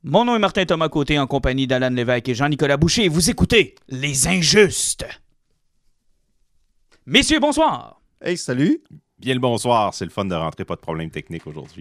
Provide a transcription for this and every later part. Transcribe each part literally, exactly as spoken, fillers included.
Mon nom est Martin Thomas Côté en compagnie d'Alan Lévesque et Jean-Nicolas Boucher. Et vous écoutez Les Injustes. Messieurs, bonsoir. Hey, salut. Bien le bonsoir, c'est le fun de rentrer, pas de problème technique aujourd'hui.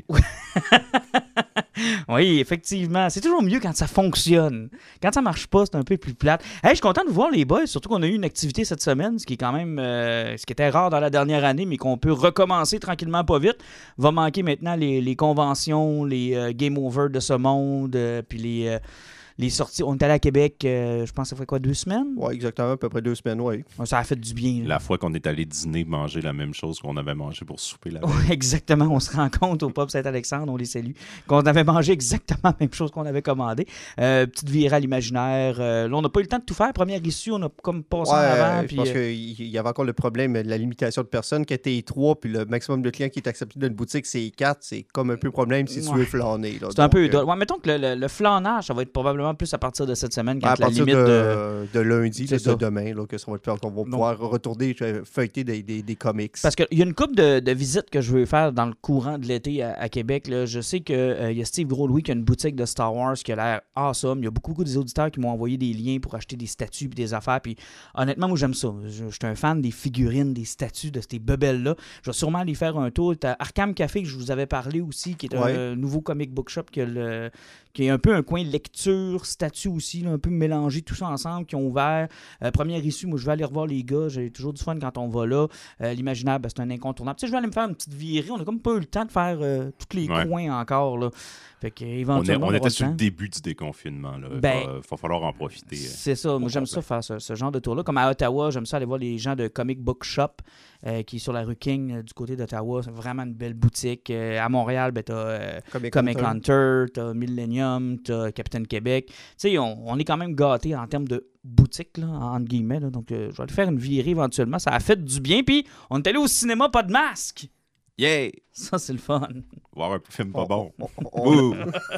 Oui, effectivement. C'est toujours mieux quand ça fonctionne. Quand ça marche pas, c'est un peu plus plate. Hey, je suis content de vous voir les boys, surtout qu'on a eu une activité cette semaine, ce qui est quand même euh, ce qui était rare dans la dernière année, mais qu'on peut recommencer tranquillement pas vite. Va manquer maintenant les, les conventions, les euh, game over de ce monde, euh, puis les... Euh, Les sorties, on est allé à Québec, euh, je pense que ça fait quoi, deux semaines? Oui, exactement, à peu près deux semaines, oui. Ça a fait du bien. Là. La fois qu'on est allé dîner, manger la même chose qu'on avait mangé pour souper la veille. Ouais, exactement, on se rend compte au Pub Saint-Alexandre, on les salue, qu'on avait mangé exactement la même chose qu'on avait commandé. Euh, petite virée à l'imaginaire. Euh, là, on n'a pas eu le temps de tout faire. Première issue, on a comme passé ouais, en avant. Je puis, pense euh... qu'il y avait encore le problème de la limitation de personnes qui était trois, puis le maximum de clients qui est accepté dans une boutique, c'est quatre. C'est comme un peu problème si ouais. tu veux flâner. Là. C'est Donc, un peu... Euh... Ouais, mettons que le, le, le flânage, ça va être probablement plus à partir de cette semaine quand à la limite de, de... de lundi, là, de demain, là, que ça va être, qu'on va pouvoir Donc, retourner feuilleter des, des, des comics. Parce qu'il y a une couple de, de visites que je veux faire dans le courant de l'été à, à Québec. Là. Je sais qu'il euh, y a Steve Gros-Louis qui a une boutique de Star Wars qui a l'air awesome. Il y a beaucoup, beaucoup des auditeurs qui m'ont envoyé des liens pour acheter des statues et des affaires. Puis honnêtement, moi j'aime ça. Je, je suis un fan des figurines, des statues, de ces bebelles-là. Je vais sûrement aller faire un tour. T'as Arkham Café que je vous avais parlé aussi, qui est ouais. un nouveau comic book shop qui a le... qui est un peu un coin lecture, statue aussi, là, un peu mélangé tout ça ensemble, qui ont ouvert. Euh, première issue, moi je vais aller revoir les gars, j'ai toujours du fun quand on va là. Euh, l'imaginaire, ben, c'est un incontournable. Tu sais, je vais aller me faire une petite virée, on a comme pas eu le temps de faire euh, tous les ouais. coins encore, là. Fait que, éventuellement, on, est, on, on était sur le début du déconfinement, là. Ben, il va, va falloir en profiter. C'est ça, moi j'aime ça faire ce, ce genre de tour-là. Comme à Ottawa, j'aime ça aller voir les gens de Comic Book Shop, euh, qui est sur la rue King, euh, du côté d'Ottawa. C'est vraiment une belle boutique. Euh, à Montréal, ben, t'as euh, Comic, Comic Hunter. Hunter, t'as Millennium, t'as Capitaine Québec. Tu sais, on, on est quand même gâtés en termes de boutique, là, entre guillemets. Là. Donc, euh, je vais aller faire une virée éventuellement. Ça a fait du bien. Puis, on est allé au cinéma, pas de masque. Yeah! Ça, c'est le fun. Voir un film pas bon. On, on, on...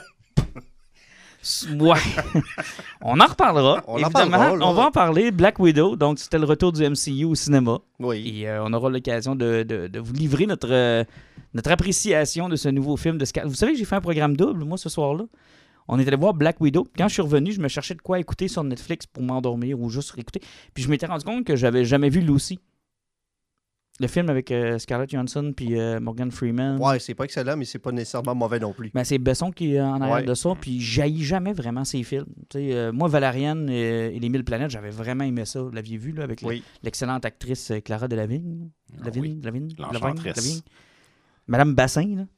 Ouais. On en reparlera. On évidemment. En parlera, on va en parler. Black Widow, donc c'était le retour du M C U au cinéma. Oui. Et euh, on aura l'occasion de, de, de vous livrer notre, euh, notre appréciation de ce nouveau film de Scarlett. Vous savez que j'ai fait un programme double, moi, ce soir-là. On est allé voir Black Widow. Quand je suis revenu, je me cherchais de quoi écouter sur Netflix pour m'endormir ou juste réécouter. Puis je m'étais rendu compte que j'avais jamais vu Lucy. Le film avec euh, Scarlett Johansson puis euh, Morgan Freeman. Ouais, c'est pas excellent, mais c'est pas nécessairement mauvais non plus. Ben, c'est Besson qui est en arrière ouais. de ça, puis j'haïs jamais vraiment ces films. Euh, moi, Valériane et, et les Mille Planètes, j'avais vraiment aimé ça. Vous l'aviez vu, là, avec oui. l'excellente actrice Clara Delevingne. Ah, Lavigne, oui. Lavigne, L'enchantresse. Lavigne. Madame Bassin, là.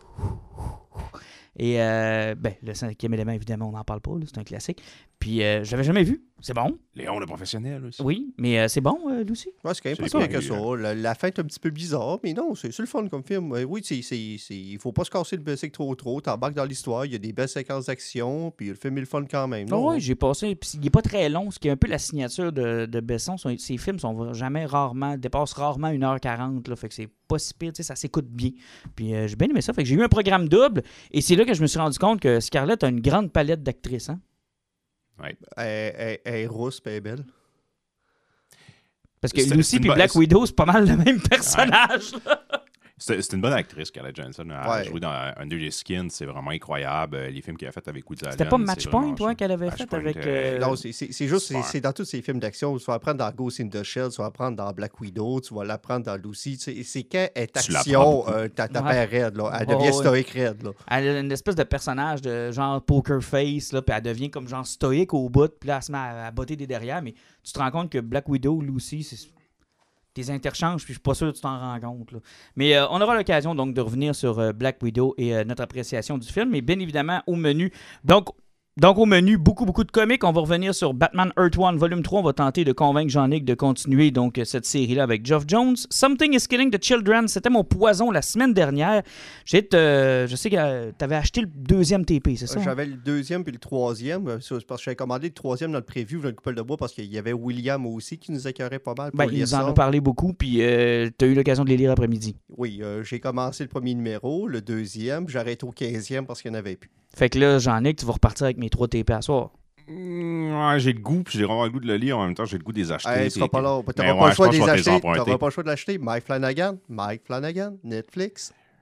Et, euh, ben, le cinquième élément, évidemment, on n'en parle pas, là, c'est un classique. Puis, euh, je l'avais jamais vu. C'est bon. Léon, le professionnel aussi. Oui, mais euh, c'est bon, euh, Lucy. Ouais, c'est quand même c'est pas pire que vu, ça. hein. La, la fin est un petit peu bizarre, mais non, c'est, c'est le fun comme film. Oui, c'est, c'est, c'est, il faut pas se casser le basic trop trop. T'embarques dans l'histoire, il y a des belles séquences d'action, puis le film est le fun quand même. Oh, oui, j'ai passé. Puis, il n'est pas très long, ce qui est un peu la signature de, de Besson. Ses films sont jamais rarement, dépassent rarement une heure quarante. Là, fait que c'est pas si pire, ça s'écoute bien. Puis euh, j'ai bien aimé ça. Fait que j'ai eu un programme double, et c'est là que je me suis rendu compte que Scarlett a une grande palette d'actrices. Hein? Ouais. Elle, elle, elle est rousse, puis elle est belle. Parce que c'est, Lucy et Black Widow, c'est pas mal le même personnage. Ouais. C'est, c'est une bonne actrice, Scarlett Johansson. Elle a ouais. joué dans Under the Skin, c'est vraiment incroyable. Les films qu'elle a fait avec Woody Allen. C'était pas Matchpoint, toi, qu'elle avait fait avec. Euh... Non, c'est, c'est, c'est juste, c'est, c'est dans tous ces films d'action. Tu vas apprendre dans Ghost in the Shell, tu vas apprendre dans Black Widow, tu vas l'apprendre dans Lucy. C'est, c'est quand elle est action, euh, t'as ta ouais. raide, là. Elle devient oh, stoïque raide, là. Elle a une espèce de personnage de genre poker face, là, puis elle devient comme genre stoïque au bout, puis là, elle se met à, à botter des derrière. Mais tu te rends compte que Black Widow, Lucy, c'est. Des interchanges, puis je suis pas sûr que tu t'en rends compte. Là. Mais euh, on aura l'occasion donc de revenir sur euh, Black Widow et euh, notre appréciation du film. Mais bien évidemment, au menu. Donc, donc au menu, beaucoup, beaucoup de comics. On va revenir sur Batman Earth One, volume trois. On va tenter de convaincre Jean-Nic de continuer donc cette série-là avec Geoff Jones. Something is Killing the Children. C'était mon poison la semaine dernière. J'ai euh, je sais que tu avais acheté le deuxième T P, c'est ça? Euh, j'avais le deuxième puis le troisième. Parce que j'avais commandé le troisième dans le preview, dans le coupole de bois, parce qu'il y avait William aussi qui nous écœurait pas mal. Pour ben, il nous en a parlé beaucoup, puis euh, tu as eu l'occasion de les lire après-midi. Oui, euh, j'ai commencé le premier numéro, le deuxième, puis j'ai arrêté au quinzième parce qu'il n'y en avait plus. Fait que là, Jean-Nic, tu vas repartir avec mes trois T P à soir. Mmh, ouais, j'ai le goût, puis j'ai vraiment le goût de le lire. En même temps, j'ai le goût de les acheter. Hey, tu seras pas là. Tu n'auras pas, ouais, pas le choix de les acheter. Tu n'auras pas le choix de l'acheter. Mike Flanagan, Mike Flanagan, Netflix.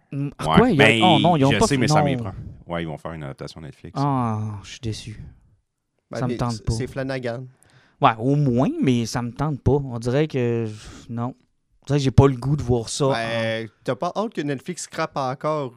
Mm, ouais, quoi? Il y a... Ben, oh non, ils ont je pas sais, fait... mais ça non. m'éprend. Ouais, ils vont faire une adaptation Netflix. Ah, je suis déçu. Ben, ça me tente pas. C'est Flanagan. Ouais, au moins, mais ça me tente pas. On dirait que... Non. On dirait que j'ai pas le goût de voir ça. Ben, t'as pas hâte que Netflix scrape encore...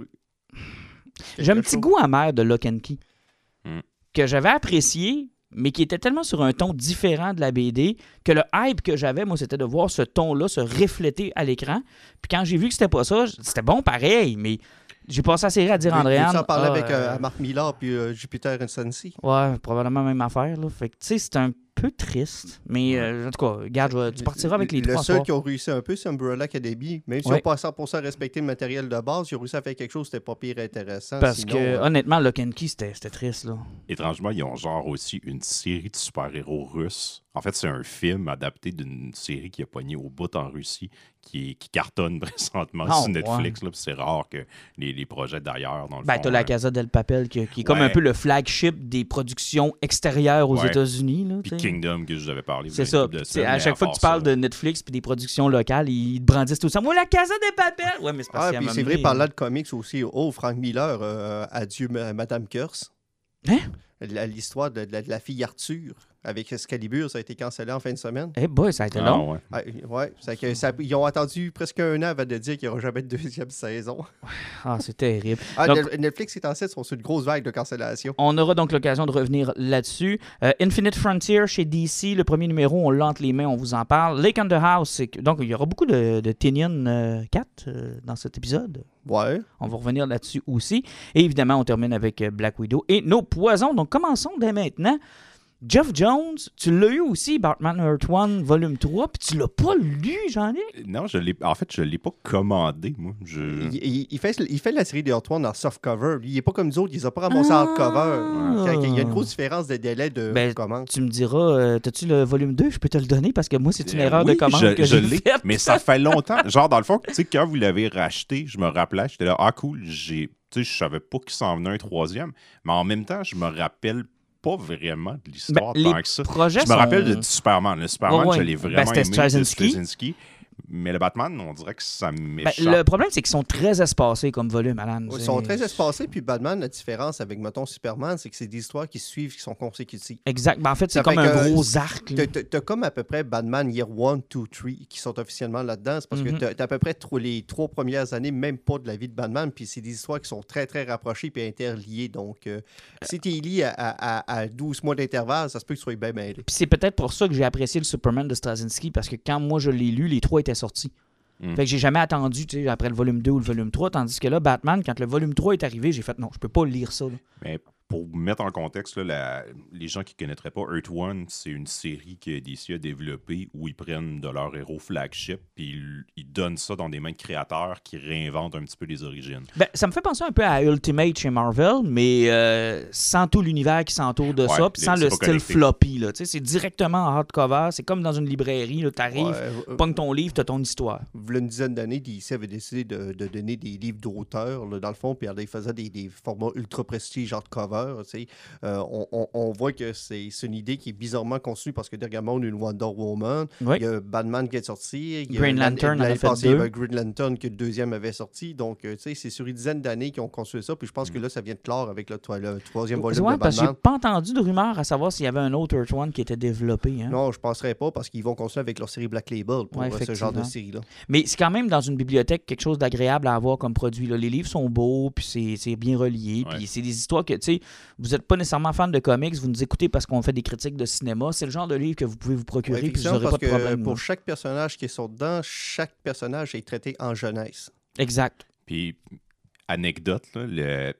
J'ai un petit chose? goût amer de Lock and Key. Mm. Que j'avais apprécié, mais qui était tellement sur un ton différent de la B D que le hype que j'avais, moi, c'était de voir ce ton-là se refléter à l'écran. Puis quand j'ai vu que c'était pas ça, c'était bon pareil, mais j'ai passé la série à dire à Andréane... Tu en parlais ah, avec euh, euh, Marc Millar puis euh, Jupiter Instancy. Ouais, probablement même affaire. Là. Fait que, tu sais, c'est un peu triste. Mais euh, en tout cas, regarde, je vais- tu partiras avec les Le trois seul soirs. qui ont réussi un peu, c'est Umbrella Academy. Même si Ouais. on pas à cent pour cent respecté le matériel de base, ils ont réussi à faire quelque chose qui n'était pas pire intéressant. Parce Sinon, que, euh, honnêtement, Lock and Key, c'était c'était triste. Là. Étrangement, ils ont genre aussi une série de super-héros russes. En fait, c'est un film adapté d'une série qui a pogné au bout en Russie, qui, qui cartonne présentement Oh, sur Netflix. là, puis c'est rare que les, les projets d'ailleurs, dans le Ben, fond, t'as la hein. Casa del Papel, qui, qui est comme Ouais. un peu le flagship des productions extérieures aux Ouais. États-Unis. Là, Puis tu sais. Kingdom, que je vous avais parlé. C'est vous ça. avez une couple de C'est semaines, à mais chaque fois que part tu parles ça, de Netflix puis des productions locales, ils te brandissent tout ça. Moi, la Casa del Papel! Ouais, mais c'est parce Ah, qu'à un puis moment c'est vrai, donné, par là de comics aussi. Oh, Frank Miller, euh, Adieu Ma- Madame Curse. Hein? La- L'histoire de, de la- de la fille Arthur avec Excalibur, ça a été cancellé en fin de semaine. Eh boy, ça a été Ah, long. ouais. Ah, ouais, c'est que ça- ils ont attendu presque un an avant de dire qu'il n'y aura jamais de deuxième saison. Ah, c'est terrible. Ah, Donc- Ne- Netflix et Tencent sont sur une grosse vague de cancellation. On aura donc l'occasion de revenir là-dessus. Euh, Infinite Frontier chez D C, le premier numéro, on lente les mains, on vous en parle. Lake Under House, c'est que- donc il y aura beaucoup de, de Tinian euh, quatre euh, dans cet épisode. Ouais. On va revenir là-dessus aussi. Et évidemment, on termine avec euh, Black Widow et nos poisons. Donc commençons dès maintenant. Geoff Jones, tu l'as eu aussi, Batman Earth One, volume trois, puis tu l'as pas lu, Jean-Luc? Non, je l'ai. En fait, je l'ai pas commandé, moi. Je... Il, il- il fait, il fait la série de Earth One en softcover. Lui, il n'est pas comme nous autres, il les a pas ramassés en Ah! hardcover. Il y a une grosse différence de délai de Ben, commande. Tu me diras, euh, t'as-tu le volume deux? Je peux te le donner parce que moi, c'est une Euh, erreur oui, de commande je, que je j'ai l'ai, faite. mais ça fait longtemps. Genre, dans le fond, tu sais, quand vous l'avez racheté, je me rappelais, j'étais là, ah cool, j'ai, tu sais, je savais pas qu'il s'en venait un troisième, mais en même temps, je me rappelle pas vraiment de l'histoire Ben, tant les que ça. projets Je me rappelle sont- de, du Superman. Le Superman, Ouais, ouais. je l'ai Ben, vraiment c'était aimé, Straczynski. de Straczynski. Mais le Batman, on dirait que ça Ben, m'échappe. le problème, c'est qu'ils sont très espacés comme volume, Alan. Ils C'est- sont très espacés, puis Batman, la différence avec, mettons, Superman, c'est que c'est des histoires qui se suivent, qui sont consécutives. Exact. Ben, en fait, c'est Ça comme fait un que gros arc. là. T'as- T'as t'as comme à peu près Batman Year one, two, three qui sont officiellement là-dedans. C'est parce Mhm. que t'as t'as à peu près trop- les trois premières années, même pas de la vie de Batman, puis c'est des histoires qui sont très, très rapprochées puis interliées. Donc, euh, si t'es lié à, à- à douze mois d'intervalle, ça se peut que tu sois bien mêlé. Puis c'est peut-être pour ça que j'ai apprécié le Superman de Straczynski, parce que quand moi je l'ai lu, les trois étaient sortis. Mm. Fait que j'ai jamais attendu, tu sais, après le volume deux ou le volume trois, tandis que là, Batman, quand le volume trois est arrivé, j'ai fait non, je peux pas lire ça. là. Mais pour vous mettre en contexte, là, la- les gens qui ne connaîtraient pas, Earth One, c'est une série que D C a développée où ils prennent de leur héros flagship puis ils, ils donnent ça dans des mains de créateurs qui réinventent un petit peu les origines. Ben, ça me fait penser un peu à Ultimate chez Marvel, mais euh, sans tout l'univers qui s'entoure de Ouais, ça, puis sans c'est le pas style connecté. floppy. Là. Tu sais, c'est directement en hardcover, c'est comme dans une librairie, tu arrives, Ouais, euh, pognes ton livre, t'as ton histoire. V'là une dizaine d'années, D C avait décidé de, de donner des livres d'auteurs, là, dans le fond, puis alors, ils faisaient des, des formats ultra prestige, genre de cover. Tu sais. Euh, on, on- on voit que c'est c'est une idée qui est bizarrement conçue parce que dernièrement, on a une Wonder Woman, Oui. il y a Batman qui est sorti, il y a Green l'an- Lantern en a l'année fait passée, il y deux. avait Green Lantern que le deuxième avait sorti. Donc, euh, tu sais, c'est sur une dizaine d'années qu'ils ont construit ça, puis je pense que là, ça vient de clore avec le, toi- le troisième volume Ouais, de parce que j'ai Batman. pas entendu de rumeur à savoir s'il y avait un autre Earth One qui était développé. Hein. Non, je ne penserais pas parce qu'ils vont continuer avec leur série Black Label pour Ouais, euh, ce genre de effectivement. série-là. Mais c'est quand même dans une bibliothèque quelque chose d'agréable à avoir comme produit. Là. Les livres sont beaux, puis c'est, c'est bien relié, Ouais. puis c'est des histoires que, tu sais, vous n'êtes pas nécessairement fan de comics, vous nous écoutez parce qu'on fait des critiques de cinéma. C'est le genre de livre que vous pouvez vous procurer, Ouais, puis vous effectivement, n'aurez pas parce de que problème. pour là. chaque personnage qui est sur dedans, chaque personnage est traité en jeunesse. Exact. Puis, anecdote, là, le-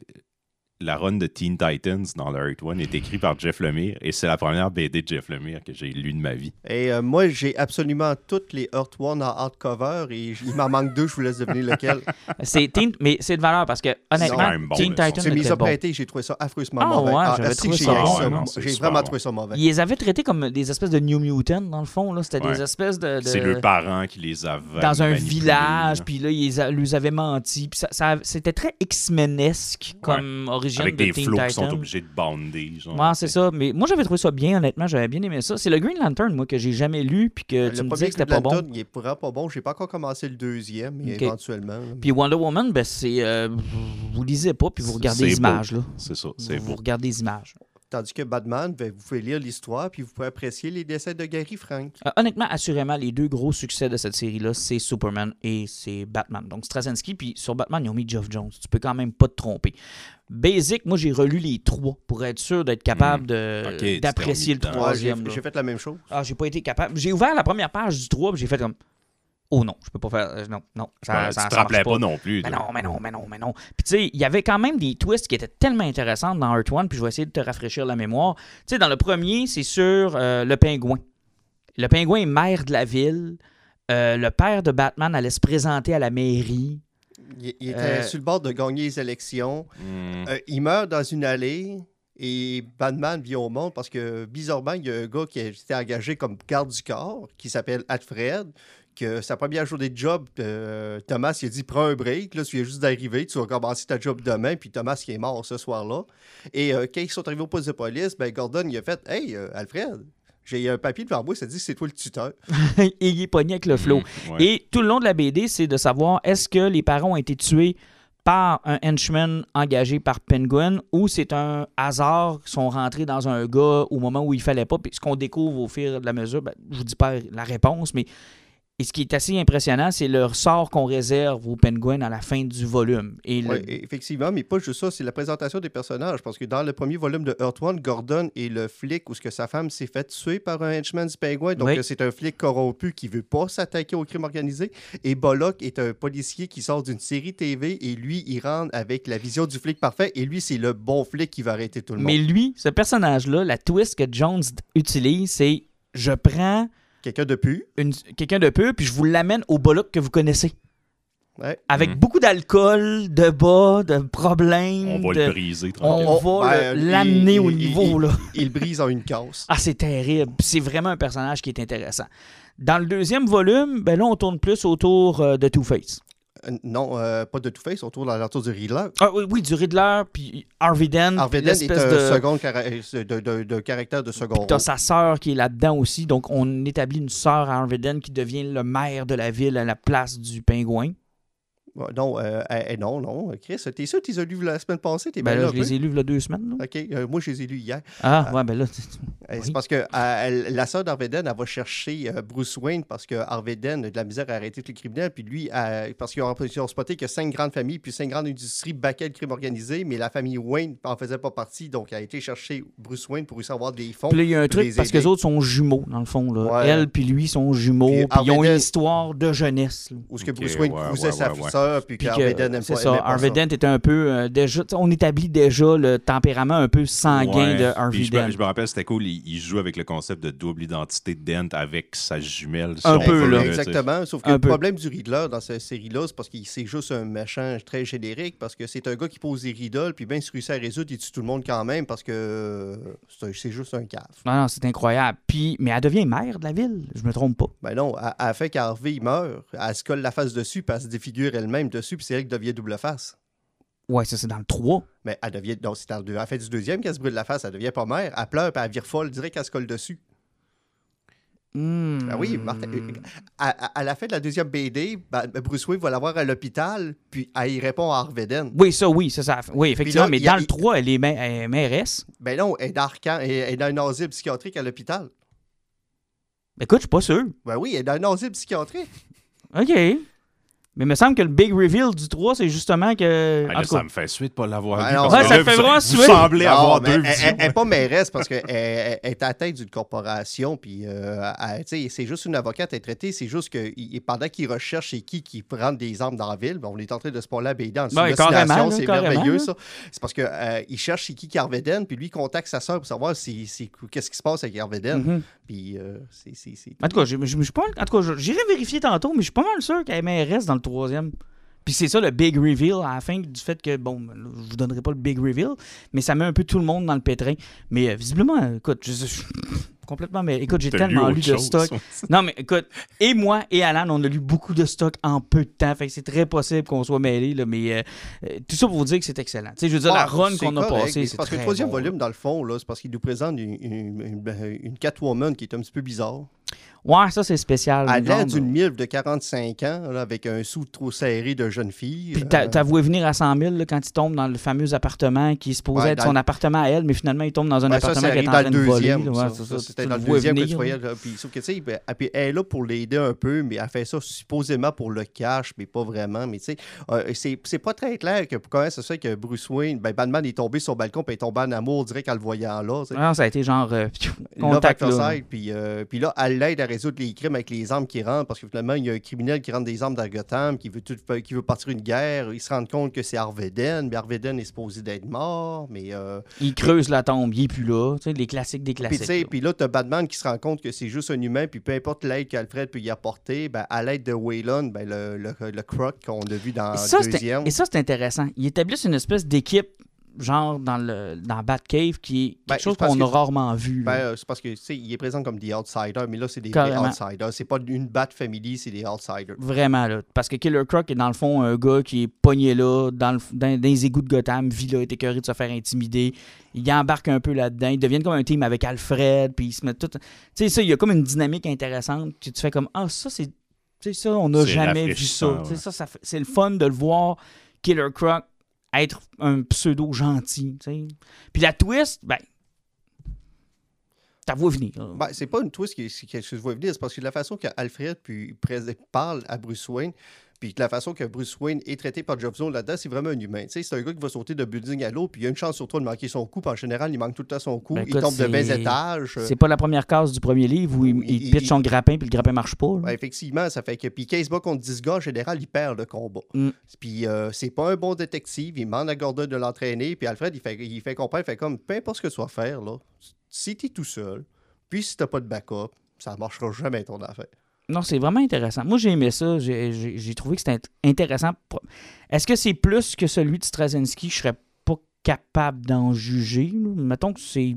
la run de Teen Titans dans le Earth One est écrite par Jeff Lemire et c'est la première B D de Jeff Lemire que j'ai lue de ma vie. Et euh, moi, j'ai absolument toutes les Earth One en hardcover et j- il m'en manque deux, je vous laisse deviner lequel. C'est Teen- mais c'est de valeur parce que, honnêtement, quand même bon, Teen là. Titan C'est mis était à bon. prêter, j'ai trouvé ça affreusement Ah, mauvais. ouais, j'avais asti trouvé que j'ai ça haï bon. ça, Ouais, moi. non, c'est J'ai super vraiment bon. trouvé ça mauvais. Ils les avaient traités comme des espèces de New Mutants, dans le fond. Là. C'était Ouais. des espèces de... de- C'est leurs parents qui les avaient dans un manipulés, village, là. puis là, ils a- leur avaient menti. Puis ça, ça- c'était très X-Menesque comme l'origine Avec de des Teen flots Titans. qui sont obligés de bander. Genre, Ouais, c'est ça. Mais moi, j'avais trouvé ça bien, honnêtement. J'avais bien aimé ça. C'est le Green Lantern, moi, que j'ai jamais lu, puis que Le tu me premier disais que c'était pas Green Lantern, bon. il est vraiment pas bon. J'ai pas encore commencé le deuxième, mais Ok. éventuellement. là. Puis Wonder Woman, ben, c'est. euh, vous lisez pas, puis vous regardez C'est les beau. images, là. C'est ça, c'est Vous, beau. vous regardez les images. Tandis que Batman, ben, vous pouvez lire l'histoire, puis vous pouvez apprécier les dessins de Gary Frank. Euh, honnêtement, assurément, les deux gros succès de cette série-là, c'est Superman et c'est Batman. Donc, Straczynski, puis sur Batman, ils ont mis Geoff Jones. Tu peux quand même pas te tromper. Basic, moi, j'ai relu les trois pour être sûr d'être capable de, Ok, tu t'es d'apprécier le remis dedans. Ouais, j'ai troisième. là. j'ai fait la même chose. Ah, j'ai pas été capable. J'ai ouvert la première page du trois, puis j'ai fait comme... Oh non, je peux pas faire... euh, non, non. Ça, Ben, ça, tu te ça rappelais marche pas non plus. Mais toi. non, mais non, mais non, mais non. Puis tu sais, il y avait quand même des twists qui étaient tellement intéressants dans Earth One, puis je vais essayer de te rafraîchir la mémoire. Tu sais, dans le premier, c'est sur euh, le pingouin. Le pingouin est maire de la ville. Euh, le père de Batman allait se présenter à la mairie. Il, il était Euh, sur le bord de gagner les élections. Hmm. Euh, il meurt dans une allée et Batman vient au monde parce que, bizarrement, il y a un gars qui a été engagé comme garde du corps qui s'appelle Alfred. Que sa première journée de job, euh, Thomas il a dit prends un break, là, tu viens juste d'arriver, tu vas commencer ta job demain, puis Thomas qui est mort ce soir-là. Et euh, quand ils sont arrivés au poste de police, ben Gordon il a fait hey euh, Alfred, j'ai un papier devant moi, ça dit que c'est toi le tuteur. Et il est pogné avec le flow. Hmm, ouais. Et tout le long de la B D, c'est de savoir est-ce que les parents ont été tués par un henchman engagé par Penguin ou c'est un hasard qui sont rentrés dans un gars au moment où il fallait pas. Puis ce qu'on découvre au fur de la mesure, ben, je vous dis pas la réponse, mais et ce qui est assez impressionnant, c'est le sort qu'on réserve aux Penguins à la fin du volume. Et le- Ouais, effectivement, mais pas juste ça, c'est la présentation des personnages. Parce que dans le premier volume de Earth One, Gordon est le flic où ce que sa femme s'est fait tuer par un henchman du pingouin. Donc, Oui. euh, c'est un flic corrompu qui veut pas s'attaquer au crime organisé. Et Bullock est un policier qui sort d'une série T V et lui, il rentre avec la vision du flic parfait. Et lui, c'est le bon flic qui va arrêter tout le mais monde. lui, ce personnage-là, la twist que Jones utilise, c'est je prends Quelqu'un de pu. une- quelqu'un de peu puis je vous l'amène au Bullock que vous connaissez. Ouais. Avec Mhm. beaucoup d'alcool, de bas, de problèmes. On va de- le briser. On tranquillement. va Ouais, le- il- l'amener il- au il- niveau, il- là. Il le brise en une casse. Ah, c'est terrible. C'est vraiment un personnage qui est intéressant. Dans le deuxième volume, ben là, on tourne plus autour euh, de Two-Face. Euh, non, euh, pas de Two-Face, on tourne dans l'entour du Riddler. Ah oui, oui, du Riddler, puis Harvey Dent. Harvey puis Dent est l'espèce un de... second cara- de, de- de caractère de second Puis t'as rôle. sa sœur qui est là-dedans aussi. Donc, on établit une sœur à Harvey Dent qui devient le maire de la ville à la place du pingouin. Ouais, non, euh, euh, non, non. Chris, t'es sûr que tu les as lus la semaine passée? T'es Ben bien là, là, je les ai lus il y a deux semaines. là. OK, euh, moi, je les ai lus hier. Ah, ouais, ben là... Euh, Oui. C'est parce que euh, elle- la sœur d'Harvey Dent, elle va chercher euh, Bruce Wayne parce que Harvey Dent a de la misère à arrêter tous les criminels. Puis lui, euh, parce qu'ils ont, ils ont spoté que cinq grandes familles puis cinq grandes industries baquaient le crime organisé, mais la famille Wayne en faisait pas partie. Donc, elle a été chercher Bruce Wayne pour réussir à avoir des fonds. Puis là, il y a un pour truc, les parce que aider. les autres sont jumeaux, dans le fond. Là. Ouais. Elle puis lui sont jumeaux, Puis puis ils ont Harvey une Dent- histoire de jeunesse. là. Où ce que Ok, Bruce Wayne ouais, poussait ouais, sa ouais, ouais. sœur, puis que Puis que, Harvey Dent n'aime c'est pas, ça, aimait pas Harvey ça. Dent était un peu euh, déjà, on établit déjà le tempérament un peu sanguin Ouais. de Puis Harvey je, me, Dent. je me rappelle, c'était cool, il, il joue avec le concept de double identité de Dent avec sa jumelle. si Un on peu, veut, là. tu sais. Exactement. Sauf que Un le peu. problème du Riddler dans cette série-là, c'est parce que c'est juste un méchant très générique, parce que c'est un gars qui pose des riddles, puis bien, s'il réussit à résoudre, il tue tout le monde quand même, parce que euh, c'est un- c'est juste un cave. Non, non, c'est incroyable. Puis, mais elle devient maire de la ville, je me trompe pas. Ben non, elle, elle fait qu'Harvey il meurt, elle se colle la face dessus, puis elle se défigure elle-même dessus, puis c'est elle qui devient double face. Ouais, ça c'est dans le trois. Mais elle devient. Non, c'est dans le deux. Elle fait du deuxième qu'elle se brûle la face, elle devient pas mère, elle pleure, puis elle vire folle direct qu'elle se colle dessus. Hmm. Ben oui, Martin, euh, à, à- à la fin de la deuxième B D, ben, Bruce Wayne va la voir à l'hôpital, puis elle y répond à Harvey Dent. Oui, ça, oui, ça, ça. Oui, effectivement, là, mais il y a- dans le trois, elle est, ma- elle est mairesse. Ben non, elle est dans, Arcan- elle est dans un asile psychiatrique à l'hôpital. Écoute, je suis pas sûr. Ben oui, elle est dans un asile psychiatrique. OK. Mais il me semble que le big reveal du trois, c'est justement que. Ah, en là, tout ça cas, me fait suite de pas l'avoir Ah vu. non. parce Ouais, que ça là, te fait vous- vraiment Vous suite. semblez Non, avoir mais deux elle- visions. Elle n'est pas mairesse parce qu'elle elle est à la tête d'une corporation, puis euh, elle- tu sais, c'est juste une avocate à être traitée. C'est juste que il- pendant qu'il recherche c'est qui qui prend des armes dans la ville, ben, on est en train de spoiler la B D en dessous Ouais, de carrément, simulation, là, c'est carrément, merveilleux là. ça. C'est parce qu'il cherche c'est qui qui est Harvey Dent, puis lui il contacte sa soeur pour savoir si, si- qu'est-ce qui se passe avec Harvey Dent. mhm. Puis euh, c'est. c'est- c'est- En tout cas, je je- je suis pas. En tout cas, je- j'irai vérifier tantôt, mais je suis pas mal sûr qu'elle est mairesse dans le troisième. Puis Puis c'est ça le big reveal à la fin du fait que, bon, je vous donnerai pas le big reveal, mais ça met un peu tout le monde dans le pétrin. Mais euh, visiblement, écoute, je, je, complètement, mais écoute, j'ai T'as tellement lu lu autre de chose, stock. ouais. Non, mais écoute, et moi et Alan, on a lu beaucoup de stock en peu de temps. Fait que c'est très possible qu'on soit mêlés, là, mais euh, euh, tout ça pour vous dire que c'est excellent. Tu sais, je veux dire, la Ah, run c'est qu'on a correct, passée, mais c'est parce que très le troisième bon, volume, là. dans le fond, là, c'est parce qu'il nous présente une, une, une, une Catwoman qui est un petit peu bizarre. Ouais, ça, c'est spécial. Elle a l'air genre, d'une milf de quarante-cinq ans, là, avec un sou trop serré de jeune fille. Puis t'as, Euh, t'as voué venir à cent mille là, quand il tombe dans le fameux appartement qui est supposé Ouais, être dans son le- appartement à elle, mais finalement, il tombe dans un ouais, ça, appartement c'est qui est en arrivé train dans le de voler. deuxième. là. ça. Ouais, Ça, c'est ça, C'était tu dans le le vois deuxième que venir, tu voyais. là. Là. Puis, sauf que, tu sais, ben, elle, puis elle est là pour l'aider un peu, mais elle fait ça supposément pour le cash, mais pas vraiment. Mais tu sais, euh, c'est, c'est pas très clair que comment ça se fait que Bruce Wayne, ben, Batman est tombé sur le balcon, puis il est tombé en amour direct en le voyant là. tu sais. Non, ça a été genre euh, pfiou, Love contact at là. first sight, puis, euh, puis là, elle l'aide à résoudre les crimes avec les armes qui rentrent, parce que finalement, il y a un criminel qui rentre des armes dans Gotham, qui veut, tout, qui veut partir une guerre. Ils se rendent compte que c'est Harvey Dent, mais Harvey Dent est supposé d'être mort, mais... Euh, Il creuse la tombe, il est plus là. Tu sais, les classiques des puis, classiques. tu sais, là. puis là, t'as Batman qui se rend compte que c'est juste un humain, puis peu importe l'aide qu'Alfred peut y apporter, ben, à l'aide de Waylon, ben, le, le, le Croc qu'on a vu dans Et ça, le c'est- deuxième... et ça, c'est intéressant. Ils établissent une espèce d'équipe, genre dans le dans Batcave, qui est quelque Ben, chose c'est parce qu'on a que- rarement vu. Ben, là. euh, c'est parce que, tu sais, il est présent comme des outsiders, mais là, c'est des vrais Carrément. outsiders. C'est pas une Bat Family, c'est des outsiders. Vraiment, là. Parce que Killer Croc est dans le fond un gars qui est pogné là, dans, le, dans, dans les égouts de Gotham, vit là, est écœuré de se faire intimider. Il embarque un peu là-dedans. Ils deviennent comme un team avec Alfred, puis ils se mettent tout. Tu sais, ça, il y a comme une dynamique intéressante. Que tu fais comme, ah, ça, c'est. Tu sais, ça, on n'a C'est jamais vu ça. rafraîchissant, Tu sais, ouais. ça, ça fait- c'est le fun de le voir, Killer Croc, être un pseudo gentil. Tu sais. Puis la twist, ben. T'as vu venir. là. Ben, c'est pas une twist qui, qui, que je vois venir, c'est parce que la façon qu'Alfred puis, pré- parle à Bruce Wayne, puis la façon que Bruce Wayne est traité par Geoff Jones là-dedans, c'est vraiment un humain. Tu sais, c'est un gars qui va sauter de building à l'autre, puis il y a une chance sur toi de manquer son coup, puis en général, il manque tout le temps son coup. Ben, il écoute, tombe de vingt c'est- étages. euh, C'est pas la première case du premier livre où il, Il- il pitch il- son grappin puis le grappin marche pas. là. ben, effectivement, ça fait que. Puis quand il se bat contre dix gars, en général, il perd le combat. Mm. Puis euh, c'est pas un bon détective, il demande à Gordon de l'entraîner, puis Alfred, il fait, il fait comprendre, il fait comme, peu importe ce que tu vas faire, là, si t'es tout seul, puis si t'as pas de backup, ça marchera jamais ton affaire. Non, c'est vraiment intéressant. Moi, j'ai aimé ça. J'ai, j'ai- j'ai trouvé que c'était int- intéressant. Pro- Est-ce que c'est plus que celui de Straczynski? Je serais pas capable d'en juger. là. Mettons que c'est...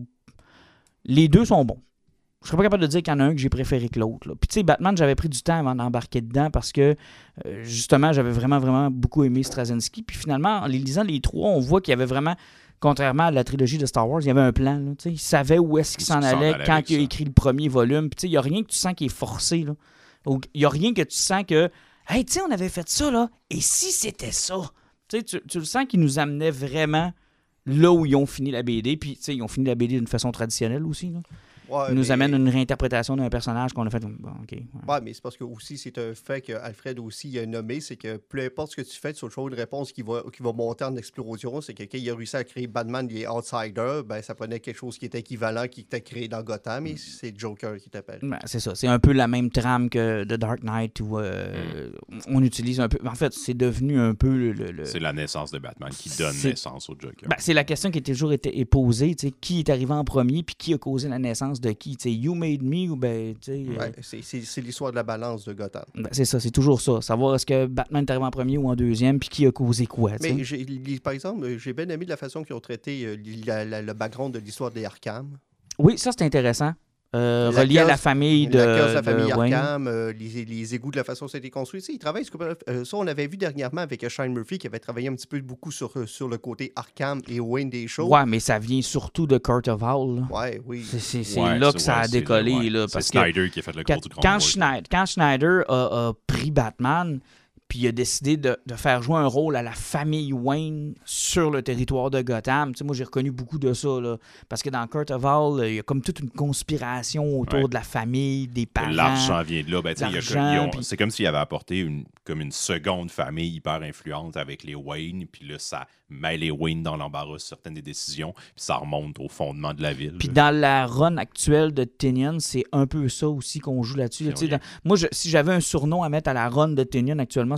Les deux sont bons. Je serais pas capable de dire qu'il y en a un que j'ai préféré que l'autre. là. Puis tu sais, Batman, j'avais pris du temps avant d'embarquer dedans parce que, euh, justement, j'avais vraiment, vraiment beaucoup aimé Straczynski. Puis finalement, en les lisant les trois, on voit qu'il y avait vraiment... Contrairement à la trilogie de Star Wars, il y avait un plan. Là, tu sais. Il savait où est-ce qu'il Où s'en est-ce qu'il s'en allait allait quand avec il a ça. écrit le premier volume. Puis tu sais, il n'y a rien que tu sens qui est forcé. Là. Ou il n'y a rien que tu sens que hey, tu sais, on avait fait ça, là, et si c'était ça? Tu sais, tu, tu le sens qu'ils nous amenaient vraiment là où ils ont fini la B D, puis tu sais, ils ont fini la B D d'une façon traditionnelle aussi. Là. Ouais, Ils nous mais- amènent une réinterprétation d'un personnage qu'on a fait. Bon, OK. ouais. Ouais, mais c'est parce que aussi, c'est un fait qu'Alfred aussi a nommé, c'est que peu importe ce que tu fais, tu as toujours une réponse qui va, qui va monter en explosion. C'est que quand il a réussi à créer Batman les Outsiders, ben, ça prenait quelque chose qui était équivalent, qui était créé dans Gotham, et c'est Joker qui t'appelle. Ben, c'est ça. C'est un peu la même trame que The Dark Knight où euh, on utilise un peu. En fait, c'est devenu un peu le. le- le- C'est la naissance de Batman qui donne C'est- naissance au Joker. Ben, c'est la question qui a toujours été est posée. Tu sais, qui est arrivé en premier, puis qui a causé la naissance de qui? Tu sais, You Made Me ou ben. tu sais, euh, Ouais, c'est- c'est c'est l'histoire de la balance de Gotham. ben, c'est ça, c'est toujours ça. Savoir est-ce que Batman est arrivé en premier ou en deuxième, puis qui a causé quoi. tu sais. Mais j'ai- li- par exemple, j'ai bien aimé de la façon qu'ils ont traité euh, la- la- le background de l'histoire des Arkham. Oui, ça c'est intéressant. Euh, La relié à la case- famille de, la case de la de famille Wayne. Arkham, euh, les, les égouts de la façon dont ça a été construit. Tu sais, ils travaillent sur- euh, ça, on avait vu dernièrement avec euh, Shane Murphy qui avait travaillé un petit peu beaucoup sur, euh, sur le côté Arkham et Wayne des choses. Ouais, mais ça vient surtout de Kurt of Hall. là. Ouais, oui. C'est, c'est- c'est Ouais, là c'est- que ça ouais, a c'est décollé. le- ouais. là, C'est parce que Snyder qui a fait le quand, gros du grand quand work. Schneider, quand Schneider a, a pris Batman, puis il a décidé de, de faire jouer un rôle à la famille Wayne sur le territoire de Gotham. Tu sais, moi, j'ai reconnu beaucoup de ça. Là, parce que dans Kurt of Hall, il y a comme toute une conspiration autour Ouais. de la famille, des parents. L'argent vient de là. Ben, tu sais, il y a L'argent, comme- ils ont- puis- C'est comme s'il avait apporté une, comme une seconde famille hyper influente avec les Wayne. Puis là, ça met les Wayne dans l'embarras sur certaines des décisions. Puis ça remonte au fondement de la ville. Puis là. dans la run actuelle de Tynion, c'est un peu ça aussi qu'on joue là-dessus. là. C'est Tu sais, vrai. dans- moi, je- si j'avais un surnom à mettre à la run de Tynion actuellement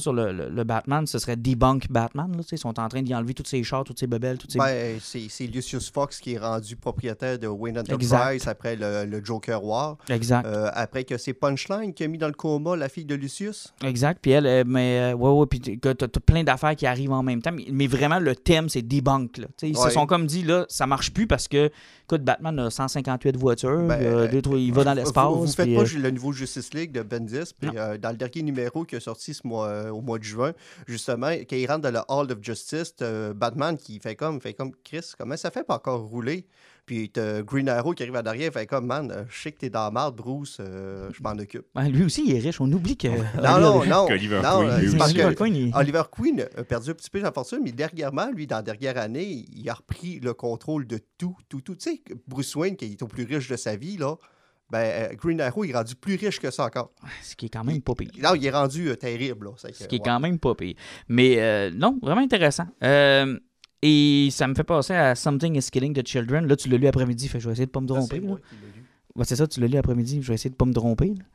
sur le, le, le Batman, ce serait Debunk Batman. Là, ils sont en train d'y enlever tous ses chars, toutes ses bebelles, toutes ses... Ben, c'est, c'est Lucius Fox qui est rendu propriétaire de Wayne Enterprise exact. Après le, le Joker War. Exact. Euh, après que c'est Punchline qui a mis dans le coma la fille de Lucius. Exact. Puis elle, euh, mais euh, ouais, ouais, puis t'as, t'as plein d'affaires qui arrivent en même temps. Mais, mais vraiment, le thème, c'est Debunk. Là. Ils ouais. se sont comme dit, là, ça marche plus parce que, écoute, Batman a cent cinquante-huit voitures, ben, euh, deux, trois, il va dans l'espace. Vous, vous faites puis, pas euh... le nouveau Justice League de Bendis. Puis, euh, dans le dernier numéro qui est sorti ce mois, euh, au mois de juin, justement, quand il rentre dans le Hall of Justice, Batman qui fait comme, fait comme Chris, comment ça fait pas encore rouler? Puis t'as Green Arrow qui arrive à derrière, fait comme, man, euh, je sais que t'es dans la marde, Bruce, euh, je m'en occupe. Ben, lui aussi, il est riche, on oublie que... Non, non, non. Oliver non, Queen, euh, parce Oliver que Queen, il... Oliver Queen a perdu un petit peu sa fortune, mais dernièrement, lui, dans la dernière année, il a repris le contrôle de tout, tout, tout. Tu sais, Bruce Wayne, qui est au plus riche de sa vie, là, ben, euh, Green Arrow, il est rendu plus riche que ça encore. Ce qui est quand même pas pire. Non, il est rendu euh, terrible. Là, Ce que, qui est ouais. quand même pas pire. Mais euh, non, vraiment intéressant. Euh, et ça me fait penser à Something is Killing the Children. Là, tu l'as lu après-midi, fait que je vais essayer de pas me tromper. C'est, là. moi qui l'ai lu. Ouais, c'est ça, tu l'as lu après-midi, je vais essayer de pas me tromper. Là.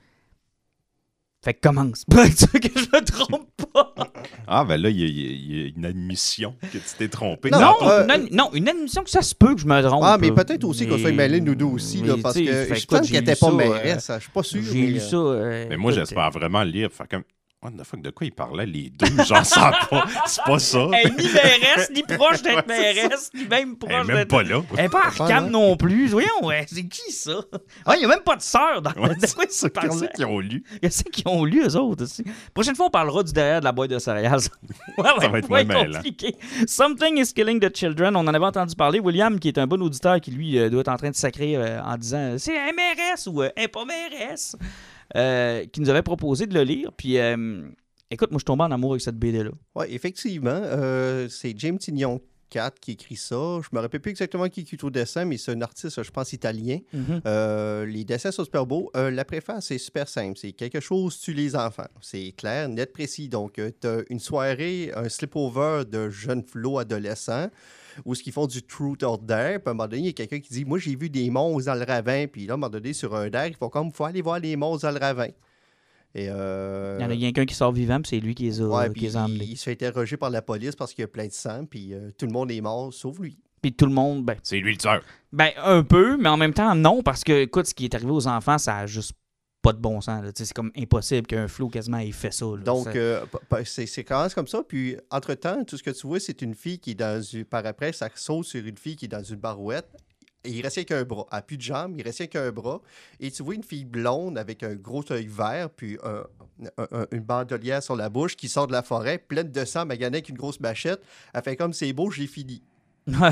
Fait que commence. Pour être sûr que je me trompe pas. Ah, ben là, il y, y, y a une admission que tu t'es trompé. Non, euh, non, non, une admission que ça se peut que je me trompe. Ah, mais peut-être aussi mais... qu'on soit mêlés, nous deux aussi, là, parce que je pense qu'elle n'était pas mairesse. Je suis pas sûr. J'ai mais... lu ça. Euh, mais moi, j'espère vraiment le lire. Fait comme. What the fuck, de quoi ils parlaient les deux? J'en sens pas. C'est pas ça. Elle est ni mairesse, ni proche d'être mairesse, ni même proche d'être... Elle est même pas là. Elle est pas Arkham non plus. Voyons, ouais, c'est qui ça? Ah, il n'y a même pas de sœur dans ouais, de quoi ils se parlaient. Qu'est-ce qu'ils ont lu? Il y a ceux qui ont lu, eux autres aussi. Prochaine fois, on parlera du derrière de la boîte de céréales. ouais, ouais, ça va être moins compliqué. Something is Killing the Children. On en avait entendu parler. William, qui est un bon auditeur, qui lui euh, doit être en train de sacrer euh, en disant c'est un mairesse ou euh, un pas mairesse, euh, qui nous avait proposé de le lire. Puis... Euh, écoute, moi, je suis tombé en amour avec cette B D-là. Oui, effectivement. Euh, c'est James Tynion quatre qui écrit ça. Je me rappelle plus exactement qui est au dessin, mais c'est un artiste, je pense, italien. Mm-hmm. Euh, les dessins sont super beaux. Euh, la préface, c'est super simple. C'est quelque chose tue les enfants. C'est clair, net, précis. Donc, euh, tu as une soirée, un sleepover de jeunes flots adolescents où ce qu'ils font du truth or dare. Puis à un moment donné, il y a quelqu'un qui dit « Moi, j'ai vu des monstres dans le ravin. » Puis là, à un moment donné, sur un dare, il faut comme « Faut aller voir les monstres dans le ravin. » Et euh... Il y en a quelqu'un qui sort vivant, puis c'est lui qui les a, ouais, qui les a emmenés. Il, il se fait interroger par la police parce qu'il y a plein de sang, puis euh, tout le monde est mort, sauf lui. Puis tout le monde, ben... C'est lui le tueur. Ben, un peu, mais en même temps, non, parce que, écoute, ce qui est arrivé aux enfants, ça a juste pas de bon sens. Là. C'est comme impossible qu'un flot quasiment ait fait ça. Là. Donc, ça... euh, c'est, c'est quand même comme ça. Puis, entre-temps, tout ce que tu vois, c'est une fille qui est dans une... Par après, ça saute sur une fille qui est dans une barouette. Et il restait qu'un bras. Elle n'a plus de jambes, il restait qu'un bras. Et tu vois une fille blonde avec un gros œil vert, puis un, un, un, une bandolière sur la bouche qui sort de la forêt, pleine de sang, maganée avec une grosse machette. Elle fait comme c'est beau, j'ai fini. Ouais.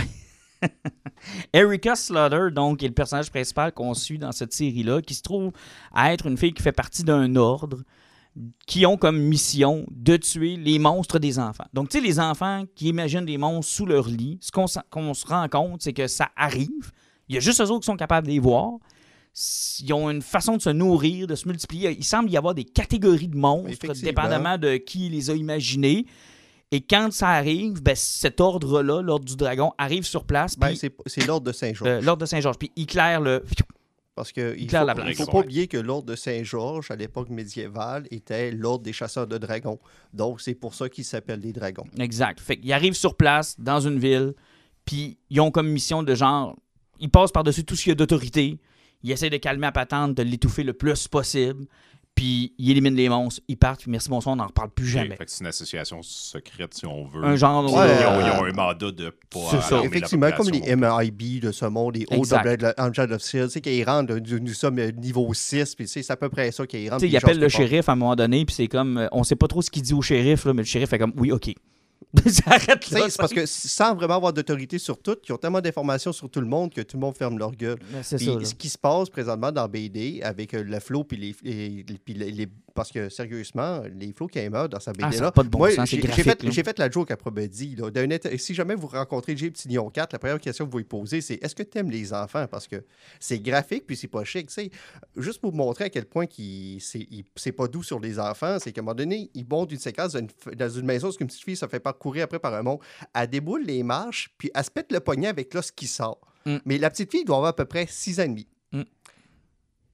Erica Slaughter, donc, est le personnage principal qu'on suit dans cette série-là, qui se trouve à être une fille qui fait partie d'un ordre qui ont comme mission de tuer les monstres des enfants. Donc, tu sais, les enfants qui imaginent des monstres sous leur lit, ce qu'on, qu'on se rend compte, c'est que ça arrive. Il y a juste eux autres qui sont capables de les voir. Ils ont une façon de se nourrir, de se multiplier. Il semble y avoir des catégories de monstres, dépendamment de qui les a imaginés. Et quand ça arrive, ben, cet ordre-là, l'ordre du dragon, arrive sur place. Ben, puis, c'est, c'est l'ordre de Saint-Georges. Euh, l'ordre de Saint-Georges. Puis il claire le... Parce qu'il ne faut, faut pas oublier que l'ordre de Saint-Georges, à l'époque médiévale, était l'ordre des chasseurs de dragons. Donc, c'est pour ça qu'ils s'appellent des dragons. Exact. Fait qu'ils arrivent sur place, dans une ville, puis ils ont comme mission de genre... Ils passent par-dessus tout ce qu'il y a d'autorité. Ils essaient de calmer la patente, de l'étouffer le plus possible. Puis ils éliminent les monstres, ils partent, puis merci, bonsoir, on n'en reparle plus jamais. Okay, fait que c'est une association secrète, si on veut. Un genre... Ouais, ouais, ils, ont, ils ont un mandat de pas c'est ça. Effectivement, comme les M I B de ce monde, les Old Angel of Seal, tu sais, qu'ils rentrent, nous sommes niveau six, puis c'est à peu près ça qu'ils rentrent. Tu sais, ils appellent le shérif à un moment donné, puis c'est comme... On sait pas trop ce qu'il dit au shérif, là, mais le shérif fait comme, oui, OK. Ça arrête là. C'est parce que sans vraiment avoir d'autorité sur tout, ils ont tellement d'informations sur tout le monde que tout le monde ferme leur gueule. Ben, c'est puis, ça, ce qui se passe présentement dans B D avec euh, le flow puis les, les, les, les, les parce que sérieusement, les flots qui meurent dans sa B D-là, ah, ça pas de bon moi, sens, j'ai, c'est graphique, j'ai, fait, là. j'ai fait la joke après-midi. Là, d'un, si jamais vous rencontrez J. Tynion quatre, la première question que vous lui posez, c'est est-ce que tu aimes les enfants? Parce que c'est graphique puis c'est pas chic. T'sais. Juste pour vous montrer à quel point qu'il, c'est, il, c'est pas doux sur les enfants, c'est qu'à un moment donné, ils montent une séquence dans une, dans une maison, parce qu'une petite fille, ça fait parcourir après par un monde. Elle déboule les marches, puis elle se pète le poignet avec l'os qui sort. Mm. Mais la petite fille doit avoir à peu près six ans et demi. Mm.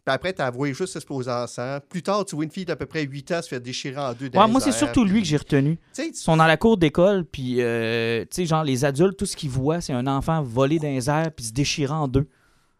Puis après, tu as avoué juste exploser en sang. Plus tard, tu vois une fille d'à peu près huit ans se faire déchirer en deux. Ouais, dans moi, les c'est airs, surtout puis- lui que j'ai retenu. Tu sais, Ils sont dans la cour d'école, puis, euh, tu sais, genre, les adultes, tout ce qu'ils voient, c'est un enfant volé dans les airs, puis se déchirer en deux.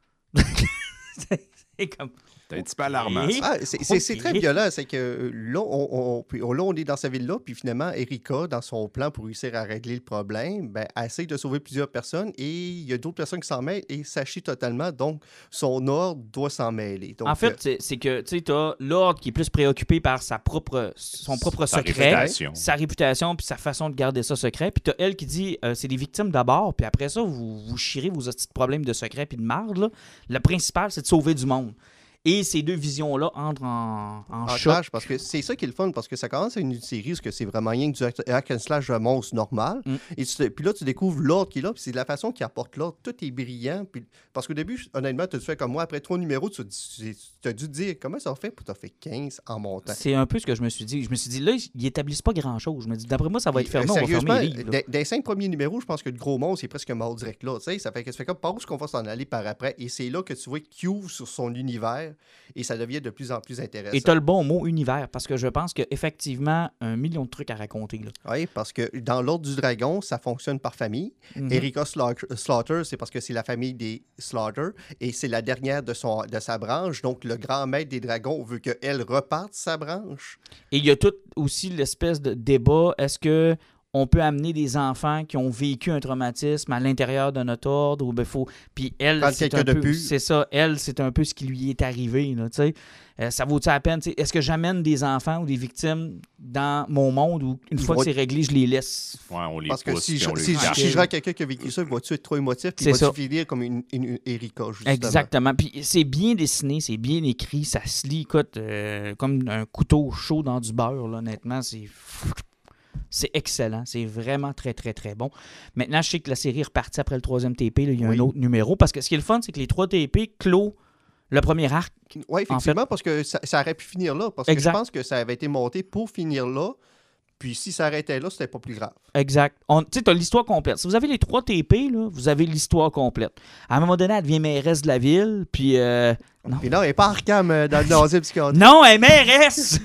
c'est comme... C'est un petit peu alarmant. Et- Ah, c'est c'est- c'est Ok. très violent. C'est que euh, là on, on- puis, là, on est dans sa ville-là, puis finalement, Erika, dans son plan pour réussir à régler le problème, ben, elle essaie de sauver plusieurs personnes et il y a d'autres personnes qui s'en mêlent et ça chie totalement. Donc, son ordre doit s'en mêler. Donc, En euh, fait, c'est- c'est que tu sais, t'as l'ordre qui est plus préoccupé par sa propre, son propre Sa secret, réputation. sa réputation, puis sa façon de garder ça secret. Puis t'as elle qui dit, euh, c'est des victimes d'abord, puis après ça, vous, vous chirez vos petits problèmes de secret puis de marde. Là. Le principal, c'est de sauver du monde. Et ces deux visions-là entrent en, en en choc. clash, parce que c'est ça qui est le fun, parce que ça commence à une série où c'est vraiment rien que du hack hack and slash de monstre normal. Mm. Et tu te- puis là, tu découvres l'ordre qui est là, puis c'est de la façon qu'il apporte l'ordre. Tout est brillant. Puis, parce qu'au début, honnêtement, tu te fais comme moi, après trois numéros, tu as dû te dire comment ça fait pour t'as fait quinze en montant. C'est un peu ce que je me suis dit. Je me suis dit, là, ils établissent pas grand-chose. Je me dis, d'après moi, ça va être Puis, fermé, euh, on va fermer sérieusement, les livres. là. Dans, dans les cinq premiers numéros, je pense que le gros monstre est presque mort direct là. Tu sais, ça fait que ça fait comme par où est-ce qu'on va s'en aller par après. Et c'est là que tu vois qu'il ouvre sur son univers et ça devient de plus en plus intéressant. Et tu as le bon mot univers, parce que je pense qu'effectivement, un million de trucs à raconter. Là. Oui, parce que dans l'ordre du dragon, ça fonctionne par famille. Mhm. Erika Slaughter, Slaughter, c'est parce que c'est la famille des Slaughter et c'est la dernière de, son, de sa branche. Donc, le grand maître des dragons veut qu'elle reparte sa branche. Et il y a tout aussi l'espèce de débat. Est-ce que on peut amener des enfants qui ont vécu un traumatisme à l'intérieur de notre ordre ou ben faut puis elle Prendre c'est quelqu'un un de peu plus. c'est ça elle c'est un peu ce qui lui est arrivé là, tu sais. Euh, ça vaut-il la peine tu sais, est-ce que j'amène des enfants ou des victimes dans mon monde ou une Ils fois vont- que c'est réglé je les laisse Ouais, on les Parce que pousse, si puis je, on les si, je- cache. si je rends quelqu'un qui a vécu ça, il va-tu être trop émotif puis C'est il va-tu ça. finir comme une, une, une Erika, justement. exactement puis c'est bien dessiné c'est bien écrit ça se lit écoute euh, comme un couteau chaud dans du beurre là, honnêtement c'est c'est excellent, c'est vraiment très, très, très bon. Maintenant, je sais que la série est repartie après le troisième T P. Là, il y a Oui. un autre numéro. Parce que ce qui est le fun, c'est que les trois T P clos le premier arc. Oui, effectivement, parce que ça, ça aurait pu finir là. Parce Exact. que je pense que ça avait été monté pour finir là. Puis si ça arrêtait là, c'était pas plus grave. Exact. On- Tu sais, tu as l'histoire complète. Si vous avez les trois T P, là, vous avez l'histoire complète. À un moment donné, elle devient mairesse de la ville. Puis. euh, non. Puis non, elle n'est pas Arkham euh, dans le nausée psychiatrique. Non, elle est mairesse!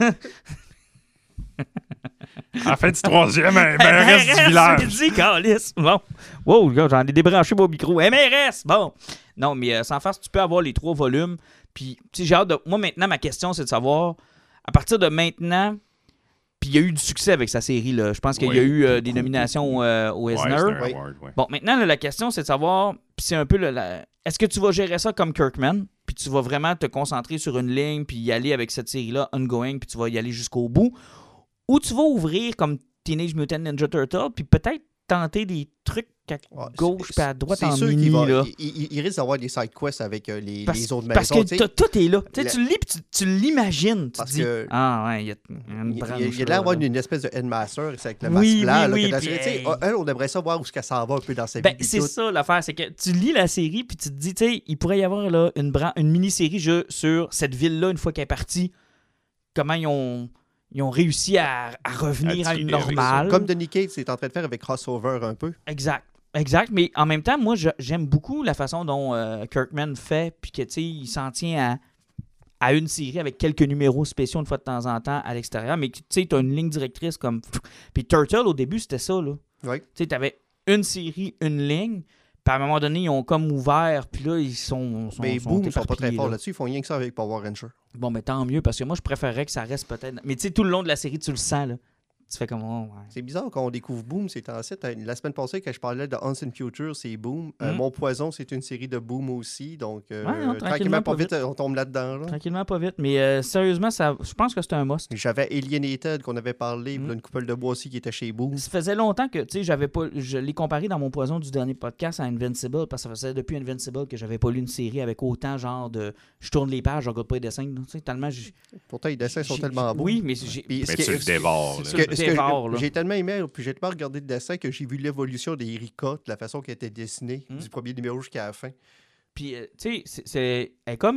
À la fin du troisième, un Elle est mairesse du village. j'ai dit, câlisse. Bon. Wow, gars, j'en ai débranché mon micro. M R S! Bon. Non, mais euh, sans farce, tu peux avoir les trois volumes. Puis, tu sais, j'ai hâte de. Moi, maintenant, ma question, c'est de savoir, à partir de maintenant, puis il y a eu du succès avec sa série, là. Je pense qu'il Oui, y a eu euh, des beaucoup, nominations euh, au Ouais, Eisner. c'est un Oui. award, ouais. Bon, maintenant, là, la question, c'est de savoir, puis c'est un peu le. la- Est-ce que tu vas gérer ça comme Kirkman, puis tu vas vraiment te concentrer sur une ligne, puis y aller avec cette série-là, ongoing, puis tu vas y aller jusqu'au bout, ou tu vas ouvrir comme Teenage Mutant Ninja Turtle, puis peut-être tenter des trucs à Ouais, gauche c'est- puis à droite c'est en sûr mini, qu'il va- là. Il, il- il risque d'avoir des side quests avec euh, les, Parce, les autres parce maisons. que tu sais. t'as- tout est là. Tu sais, La- tu le lis puis tu, tu l'imagines. Tu te Parce dis, que- ah ouais, il y a une Il y a- branche. il y a de là, l'air d'avoir là. une espèce de headmaster c'est avec le Oui, masque oui, blanc. là, oui, que dans- puis, tu sais, hey. elle, on aimerait ça voir où ce qu'elle s'en va un peu dans sa vie. Ben, puis c'est tout. ça l'affaire, c'est que tu lis la série puis tu te dis, tu sais, il pourrait y avoir là, une, bran- une mini-série jeu sur cette ville-là une fois qu'elle est partie. Comment ils ont, ils ont réussi à, à revenir À à une triper avec normale. Comme Donny Cates est en train de faire avec Crossover un peu. Exact. Exact, mais en même temps, moi, je- j'aime beaucoup la façon dont euh, Kirkman fait, puis que, tu sais, il s'en tient à, à une série avec quelques numéros spéciaux une fois de temps en temps à l'extérieur, mais tu sais, tu as une ligne directrice comme... Puis Turtle, au début, c'était ça, là. Oui. Tu sais, tu avais une série, une ligne, puis à un moment donné, ils ont comme ouvert, puis là, ils sont... sont Mais sont boom, ils sont pas très éparpillés, forts là. là-dessus. Ils font rien que ça avec Power Ranger. Bon, mais tant mieux, parce que moi, je préférerais que ça reste peut-être... Mais tu sais, tout le long de la série, tu le sens, là. Tu fais comme... oh, ouais. C'est bizarre quand on découvre Boom, c'est en site. La semaine passée, quand je parlais de Once in Future, c'est Boom. Euh, Mm. Mon Poison, c'est une série de Boom aussi. Donc, euh, Ouais, non, tranquillement, tranquillement, pas pas vite, on tombe là-dedans. là. Tranquillement, pas vite. Mais euh, sérieusement, ça, je pense que c'est un must. J'avais Alienated qu'on avait parlé, Mm. puis là, une couple de bois aussi qui était chez Boom. Ça faisait longtemps que, tu sais, j'avais pas. Je l'ai comparé dans mon poison du dernier podcast à Invincible, parce que ça faisait depuis Invincible que j'avais pas lu une série avec autant, genre, de. Je tourne les pages, je regarde pas les dessins, là, tu sais, tellement. j'ai- Pourtant, les dessins sont j'ai- tellement beaux. Oui, mais j'ai. Puis, ce Mais qui- tu le ce- dévores. c'est là. ça. que- le ce que dévore, là. j'ai tellement aimé, puis j'ai tellement regardé le dessin que j'ai vu l'évolution des Erika, de la façon qu'elle était dessinée, Mm. du premier numéro jusqu'à la fin. Puis, euh, tu sais, c'est- c'est. Elle est comme.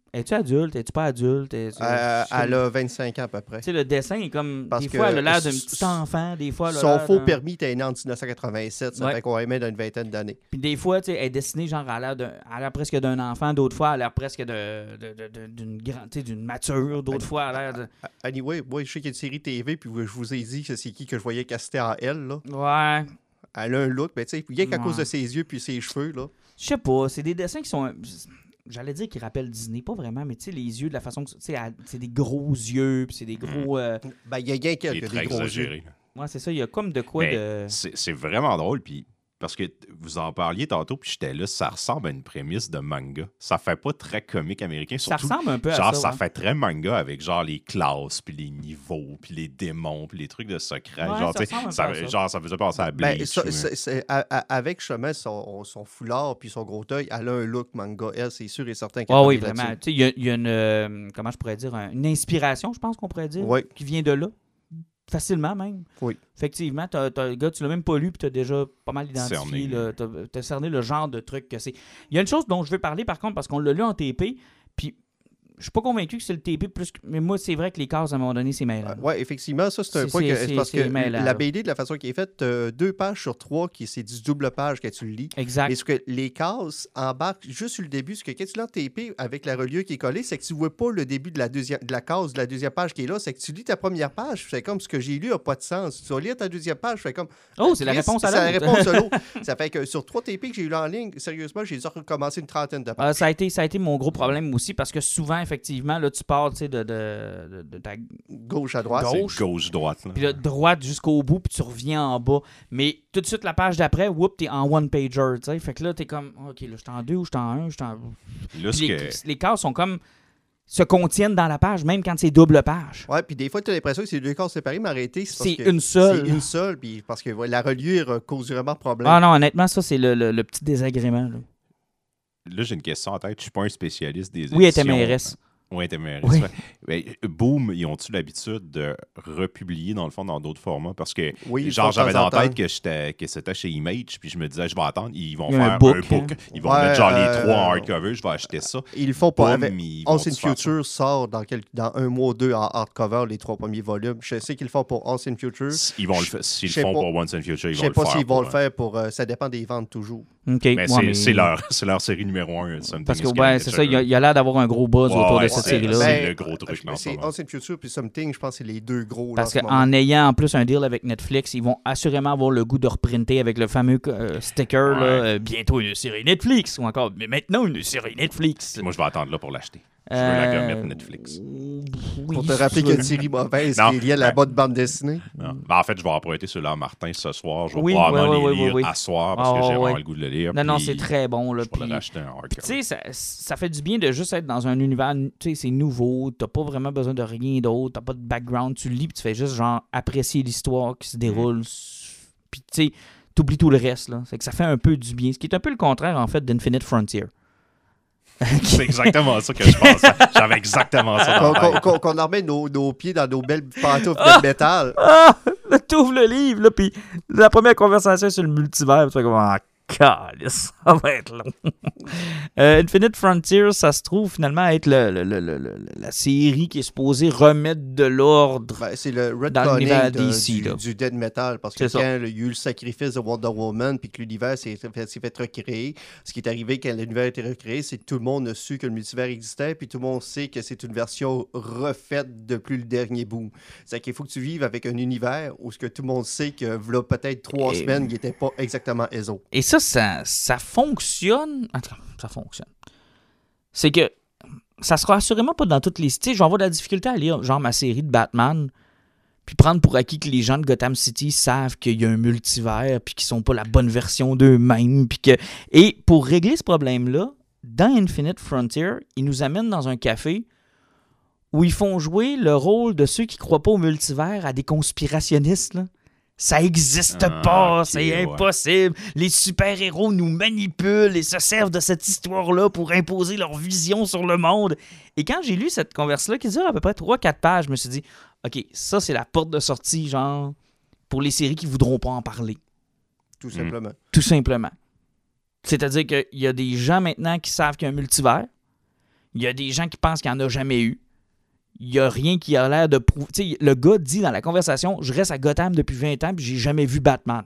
Es-tu adulte? Es-tu pas adulte? Es-tu... Euh, elle a vingt-cinq ans à peu près. Tu sais, le dessin est comme. Parce des que fois, elle a l'air d'un s- petit enfant. Des fois, elle a Son l'air faux d'un- permis était né en dix-neuf cent quatre-vingt-sept, ça Ouais. fait qu'on est même dans une vingtaine d'années. Puis des fois, tu sais, elle est dessinée genre à l'air, d'un- à l'air presque d'un enfant. D'autres fois, elle a l'air presque de, de- de- de- d'une grande, tu sais, d'une mature. D'autres fois, elle a l'air de. Anyway, moi, je sais qu'il y a une série T V, puis je vous ai dit que c'est qui que je voyais caster en elle, là. Ouais. Elle a un look, mais tu sais, rien qu'à Ouais. cause de ses yeux puis ses cheveux, là. Je sais pas. C'est des dessins qui sont. J'allais dire qu'ils rappellent Disney. Pas vraiment, mais tu sais, les yeux de la façon que. Tu sais, elle- c'est des gros yeux. Puis c'est des gros. euh, Ben, il y a rien qu'elle Il qui est a très des gros yeux. exagéré. Ouais, c'est ça. Il y a comme de quoi Mais de. c'est c'est vraiment drôle, puis parce que t- vous en parliez tantôt, puis j'étais là, ça ressemble à une prémisse de manga. Ça fait pas très comique américain, Ça surtout. ressemble un peu à Genre, ça. ça ouais. fait très manga avec genre les classes, puis les niveaux, puis les démons, puis les trucs de secret. Ouais, genre, ça tu sais, ressemble un ça, peu à ça. genre, ça faisait penser à Ben, Bleach. ça- ou- c'est- c'est- a- a- avec justement son, son foulard puis son gros œil, elle a un look manga. Elle, c'est sûr et certain qu'elle Ah est oui, tombée vraiment. là-dessus. Tu sais, il y a, il y a une. euh, comment je pourrais dire un- Une inspiration, je pense qu'on pourrait dire. Ouais. Qui vient de là. Facilement même. Oui. Effectivement, t'as, t'as, le gars, tu l'as même pas lu, puis tu as déjà pas mal identifié. Cerné. Tu as cerné le genre de truc que c'est. Il y a une chose dont je veux parler, par contre, parce qu'on l'a lu en T P, puis je suis pas convaincu que c'est le T P plus que... Mais moi, c'est vrai que les cases, à un moment donné, c'est mêlant. Oui, effectivement, ça, c'est un C'est- point que. c'est- c'est parce c'est que mêlant, la là. B D, de la façon qui est faite, euh, deux pages sur trois, qui c'est du double page quand tu le lis. Exact. Et ce que les cases embarquent juste sur le début, ce que quand tu l'as en T P avec la reliure qui est collée, c'est que tu vois pas le début de la deuxième de la case de la deuxième page qui est là. C'est que tu lis ta première page, c'est comme ce que j'ai lu n'a pas de sens. Tu vas lire ta deuxième page, c'est comme. Oh, c'est la Chris, réponse à C'est la l'autre. réponse à l'autre. Ça fait que sur trois T P que j'ai eu là en ligne, sérieusement, j'ai dû recommencer une trentaine de pages. Euh, ça, a été, ça a été mon gros problème aussi, parce que souvent, effectivement, là, tu pars, tu sais, de, de, de, de ta Gauche à droite. Gauche. C'est gauche-droite. là. puis là, droite jusqu'au bout, puis tu reviens en bas. Mais tout de suite, la page d'après, whoop, t'es en one-pager, tu sais. Fait que là, t'es comme, OK, là, je suis en deux ou je suis en un, je suis en... Là, ce Puis les, que- les cases sont comme... se contiennent dans la page, même quand c'est double page. Ouais, puis des fois, tu as l'impression que c'est deux cases séparées, mais arrêtez. C'est parce que une seule. C'est une seule, puis parce que ouais, la reliure euh, cause vraiment problème. Ah non, honnêtement, ça, c'est le, le- le petit désagrément. Là. Là, j'ai une question en tête. Je suis pas un spécialiste des Oui, elle était éditions. mairesse. Oui, elle était mairesse. Oui. ouais. Ben, Boom, ils ont-tu l'habitude de republier, dans le fond, dans d'autres formats? Parce que, Oui, ils genre, font de j'avais temps dans en la tête temps. que, j'étais- que c'était chez Image, puis je me disais, je vais attendre, ils vont Il y a un faire un book, book. hein. Ils vont Ouais, mettre genre euh, les trois en hardcover, je vais acheter ça. Ils le font pas. Boom, Avec... ils vont Once in se faire ça. Future sort dans, quel... dans un mois ou deux en hardcover, les trois premiers volumes. Je sais qu'ils le font pour Once in Future. Ils vont le faire. S'ils je le sais font pas- pour Once in Future, ils Je vont sais le pas faire. s'ils vont pour, le faire pour. euh, ça dépend des ventes toujours. OK. Mais Ouais, c'est mais- c'est leur, c'est leur série numéro un. Parce que, ouais, c'est ça, il y a, il y a l'air d'avoir un gros buzz autour de Ouais, cette c'est- série-là. c'est Ben, le gros truc, là, en ce C'est moment. Once in Future puis Something, je pense que c'est les deux gros. Parce là, en ce moment. qu'en ayant en plus un deal avec Netflix, ils vont assurément avoir le goût de reprinter avec le fameux euh, sticker, là, Ouais. euh, bientôt une série Netflix, ou encore, mais maintenant une série Netflix. Moi, je vais attendre là pour l'acheter. Je veux la Euh, gommette Netflix. oui, Pour te rappeler qu'il y a une ça. série mauvaise Non, qui est liée à la ben- bonne bande dessinée. Non. Ben, en fait, je vais emprunter celui-là à Martin ce soir. Je vais Oui, probablement oui, les oui, oui, lire oui. à soir parce Ah, que j'ai ouais. vraiment le goût de le lire. Non, non, puis c'est très bon. Là, Je vais puis- le racheter en Puis, tu hardcover. sais, ça, ça fait du bien de juste être dans un univers, tu sais, c'est nouveau, t'as pas vraiment besoin de rien d'autre, t'as pas de background, tu lis, puis tu fais juste, genre, apprécier l'histoire qui se déroule, puis, tu sais, t'oublies tout le reste, là. C'est que ça fait un peu du bien, ce qui est un peu le contraire, en fait, d'Infinite Frontier. C'est exactement ça que je pensais. J'avais exactement ça dans Qu'on la tête. qu'on- qu'on en remet nos, nos pieds dans nos belles pantoufles de métal. Ah! Là, t'ouvres le livre, là, puis la première conversation sur le multivers, tu fais comme, ah, calice, ça va être long. Euh, Infinite Frontier, ça se trouve finalement être le, le- le- le- le- la série qui est supposée remettre de l'ordre. Ben, c'est le Dans l'univers retconning de- D C, du, là. du Dead Metal. Parce que C'est quand ça. il y a eu le sacrifice de Wonder Woman puis que l'univers s'est fait, s'est fait recréer, ce qui est arrivé quand l'univers a été recréé, c'est que tout le monde a su que le multivers existait puis tout le monde sait que c'est une version refaite depuis le dernier boom. C'est-à-dire qu'il faut que tu vives avec un univers où ce que tout le monde sait que v'là peut-être trois Et- semaines, il n'était pas exactement E S O. Et ça, ça, ça fonctionne. Attends, ça fonctionne. C'est que ça sera assurément pas dans toutes les... Tu sais, je vais avoir de la difficulté à lire, genre, ma série de Batman, puis prendre pour acquis que les gens de Gotham City savent qu'il y a un multivers, puis qu'ils sont pas la bonne version d'eux-mêmes, puis que... Et pour régler ce problème-là, dans Infinite Frontier, ils nous amènent dans un café où ils font jouer le rôle de ceux qui croient pas au multivers à des conspirationnistes, là. Ça existe Ah, pas, ok, c'est ouais. impossible. Les super-héros nous manipulent et se servent de cette histoire-là pour imposer leur vision sur le monde. Et quand j'ai lu cette converse-là, qui dure à peu près trois quatre pages, je me suis dit, OK, ça, c'est la porte de sortie, genre, pour les séries qui voudront pas en parler. Tout simplement. Tout simplement. C'est-à-dire qu'il y a des gens maintenant qui savent qu'il y a un multivers. Il y a des gens qui pensent qu'il n'y en a jamais eu. Il n'y a rien qui a l'air de prouver. Tu sais, le gars dit dans la conversation, je reste à Gotham depuis vingt ans puis j'ai jamais vu Batman.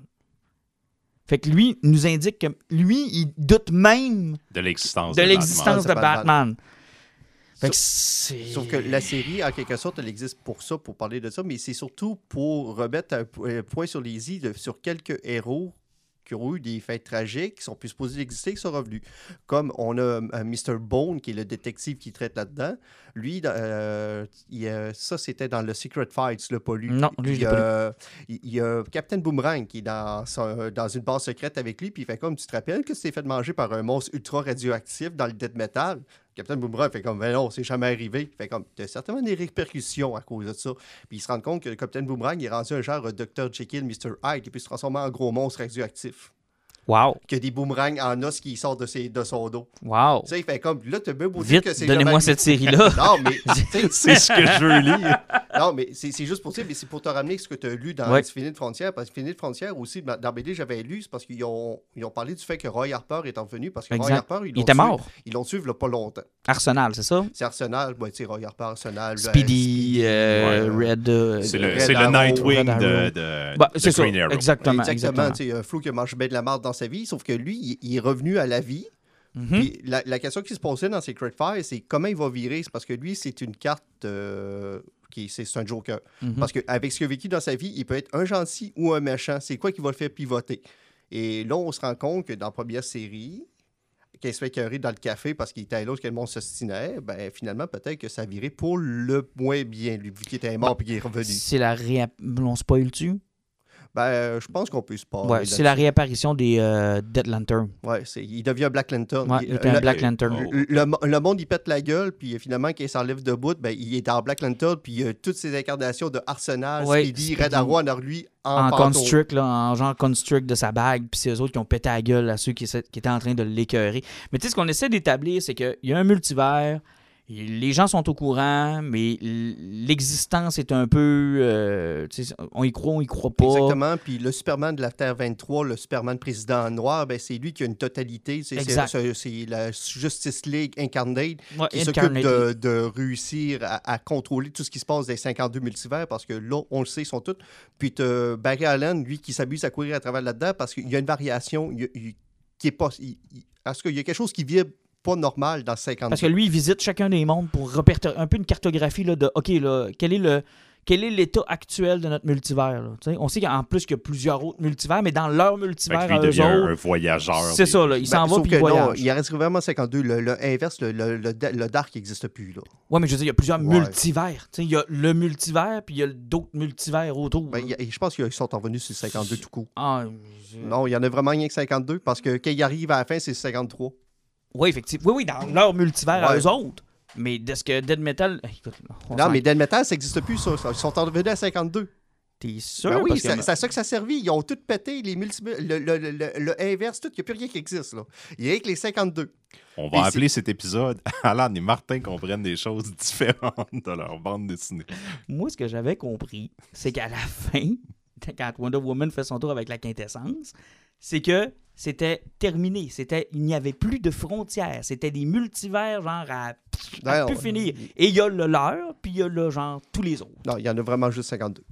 Fait que lui nous indique que lui, il doute même de l'existence de, de, l'existence Batman. de Batman. Fait que Sauf, c'est... sauf que la série, en quelque sorte, elle existe pour ça, pour parler de ça, mais c'est surtout pour remettre un, un point sur les i de, sur quelques héros qui ont eu des faits tragiques, qui sont plus supposés exister, qui sont revenus. Comme on a euh, mister Bone, qui est le détective qui traite là-dedans. Lui, euh, il, euh, ça, c'était dans le Secret Fights, là, pas lui. Non, lui, je l'ai pas lu. Il, il y a Captain Boomerang qui est dans, son, dans une base secrète avec lui, puis il fait comme, tu te rappelles que tu t'es fait manger par un monstre ultra radioactif dans le death metal? Captain Boomerang fait comme, ben non, c'est jamais arrivé. Il fait comme, t'as certainement des répercussions à cause de ça. Puis il se rend compte que le Captain Boomerang est rendu un genre docteur Jekyll, mister Hyde, et puis se transformer en gros monstre radioactif. Wow. Qu'il y a des boomerangs en os qui sortent de, ses, de son dos. Wow. Tu sais, il fait comme, là, t'as bien beau dire Vite, que c'est donnez-moi jamais cette série-là. Non, mais c'est ce que je veux lire. Non, mais c'est, c'est juste pour dire, mais c'est pour te ramener ce que tu as lu dans Ouais. Infinite Frontière. Parce que Infinite Frontière aussi, dans B D, j'avais lu, c'est parce qu'ils ont, ils ont parlé du fait que Roy Harper est revenu. Parce que Exact. Roy Harper, ils Il l'ont était tué- mort. Ils l'ont tué il n'y a pas longtemps. Arsenal, c'est ça? C'est Arsenal, ouais, tu sais, Roy Harper, Arsenal. Speedy, euh, ouais. Red... euh, C'est le, Red c'est le Arrow, Nightwing Red de, Arrow. de, Bah, de c'est ça, Green Arrow. exactement. Exactement, exactement. tu sais, un flou qui a mangé bien de la marde dans sa vie, sauf que lui, il, il est revenu à la vie. Mhm. Puis la, la question qui se posait dans Secret Fire, c'est comment il va virer. C'est parce que lui, c'est une carte euh, qui c'est, c'est un Joker. Mhm. Parce qu'avec ce qu'il a vécu dans sa vie, il peut être un gentil ou un méchant. C'est quoi qui va le faire pivoter? Et là, on se rend compte que dans la première série, quand il se fait écœurer dans le café parce qu'il était à l'autre que le monde s'ostinait, ben finalement, peut-être que ça a viré pour le moins bien, lui, vu qu'il était mort et qu'il est revenu. C'est la réa... On spoil-tu? Ben, euh, je pense qu'on peut se parler. Ouais, là-dessus. c'est la réapparition des euh, Dead Lantern. Ouais, c'est, il devient Black Lantern. Ouais, Il- il était un le- Black Lantern. Oh. Le, le- le monde, il pète la gueule, puis finalement, quand il s'enlève de bout, ben, il est dans Black Lantern, puis il a toutes ces incarnations de Arsenal, Ouais, Speedy, Speedy. Red Arrow, en lui, en, En fantôme. construct, là, en genre construct de sa bague, puis c'est eux autres qui ont pété la gueule à ceux qui, essaient- qui étaient en train de l'écœurer. Mais tu sais, ce qu'on essaie d'établir, c'est qu'il y a un multivers, et les gens sont au courant, mais l'existence est un peu... euh, tu sais, on y croit, on y croit pas. Exactement, puis le Superman de la Terre vingt-trois, le Superman président en noir, ben, c'est lui qui a une totalité. C'est, c'est, Exact. c'est, c'est la Justice League Incarnate Ouais, qui Incarnate. s'occupe de, de réussir à, à contrôler tout ce qui se passe des cinquante-deux multivers, parce que là, on le sait, ils sont tous. Puis t'as Barry Allen, lui, qui s'amuse à courir à travers là-dedans, parce qu'il y a une variation il y a- il- qui est pas... il- il- parce qu'il y a quelque chose qui vibre pas normal dans cinquante-deux. Parce que lui, il visite chacun des mondes pour repérer un peu une cartographie là, de OK, là, quel est le. Quel est l'état actuel de notre multivers? Là, tu sais? On sait qu'en plus qu'il y a plusieurs autres multivers, mais dans leur Fait multivers que lui, à il eux devient un, un autres, voyageur. c'est des- ça, là, il Ben, s'en va sauf puis que il non, voyage. il reste vraiment cinquante-deux. Le, le inverse, le, le, le, le dark n'existe plus. Là. Ouais, mais je veux dire, il y a plusieurs Ouais. multivers. Tu sais, il y a le multivers, puis il y a d'autres multivers autour. Ben, il y a- je pense qu'ils sont revenus sur cinquante-deux tout court. Ah, je- Non, il y en a vraiment rien que cinquante-deux, parce que quand il arrive à la fin, c'est cinquante-trois. Oui, effectivement. Oui, oui, dans leur multivers à Ouais. eux autres. Mais de ce que Dead Metal. Écoute, on Non, s'en- mais Dead Metal, ça n'existe plus, ça. Ils sont revenus à cinquante-deux. T'es sûr? Ben oui, Parce que- c'est c'est à ça que ça servait. Ils ont tout pété, les multi le, le, le, le, le inverse, tout. Il n'y a plus rien qui existe. Là. Il y a rien que les cinquante-deux. On Et va c'est- appeler cet épisode Alan et Martin comprennent des choses différentes de leur bande dessinée. Moi, ce que j'avais compris, c'est qu'à la fin, quand Wonder Woman fait son tour avec la quintessence, c'est que c'était terminé. C'était, il n'y avait plus de frontières. C'était des multivers, genre, à, à D'ailleurs, plus finir. Et il y a le leur, puis il y a le genre, tous les autres. Non, il y en a vraiment juste cinquante-deux.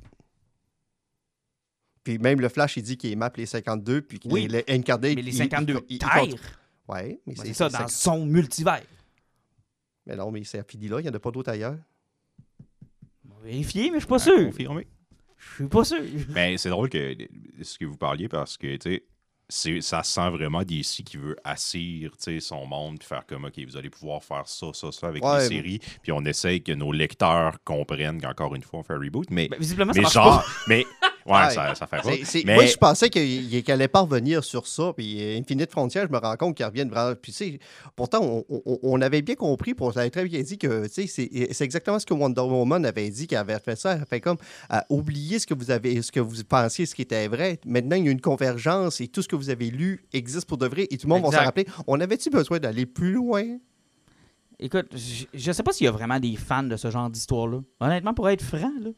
Puis même le Flash, il dit qu'il map les cinquante-deux, puis qu'il Oui, les Incarnate. Mais les il- cinquante-deux il- il- il terres, compte- Ouais, mais c'est ça, dans cinquante. son multivers. Mais non, mais c'est fini là, il n'y en a pas d'autres ailleurs. On va vérifier, mais je suis pas À sûr. confirmer. Je suis pas sûr. Mais c'est drôle que ce que vous parliez parce que, tu sais, c'est- ça sent vraiment D C qui veut assir tu sais, son monde puis faire comme, OK, vous allez pouvoir faire ça, ça, ça avec Ouais, les mais- séries. Puis on essaye que nos lecteurs comprennent qu'encore une fois, on fait un reboot. Mais, Ben, visiblement, ça mais marche genre, pas. mais, ouais, Ouais. ça, ça fait pas. C'est- c'est- Mais- Moi, je pensais qu'il qu'il allait pas revenir sur ça. Puis euh, Infinite Frontier, je me rends compte qu'ils reviennent vraiment. Puis, tu sais, pourtant, on, on- on avait bien compris, puis on avait très bien dit que tu sais, c'est c'est exactement ce que Wonder Woman avait dit, qu'elle avait fait ça. Elle fait comme à oublier ce que vous avez, ce que vous pensiez, ce qui était vrai. Maintenant, il y a une convergence et tout ce que vous avez lu existe pour de vrai et tout le monde va Exact. s'en rappeler. On avait-tu besoin d'aller plus loin? Écoute, je, je sais pas s'il y a vraiment des fans de ce genre d'histoire-là. Honnêtement, pour être franc, là,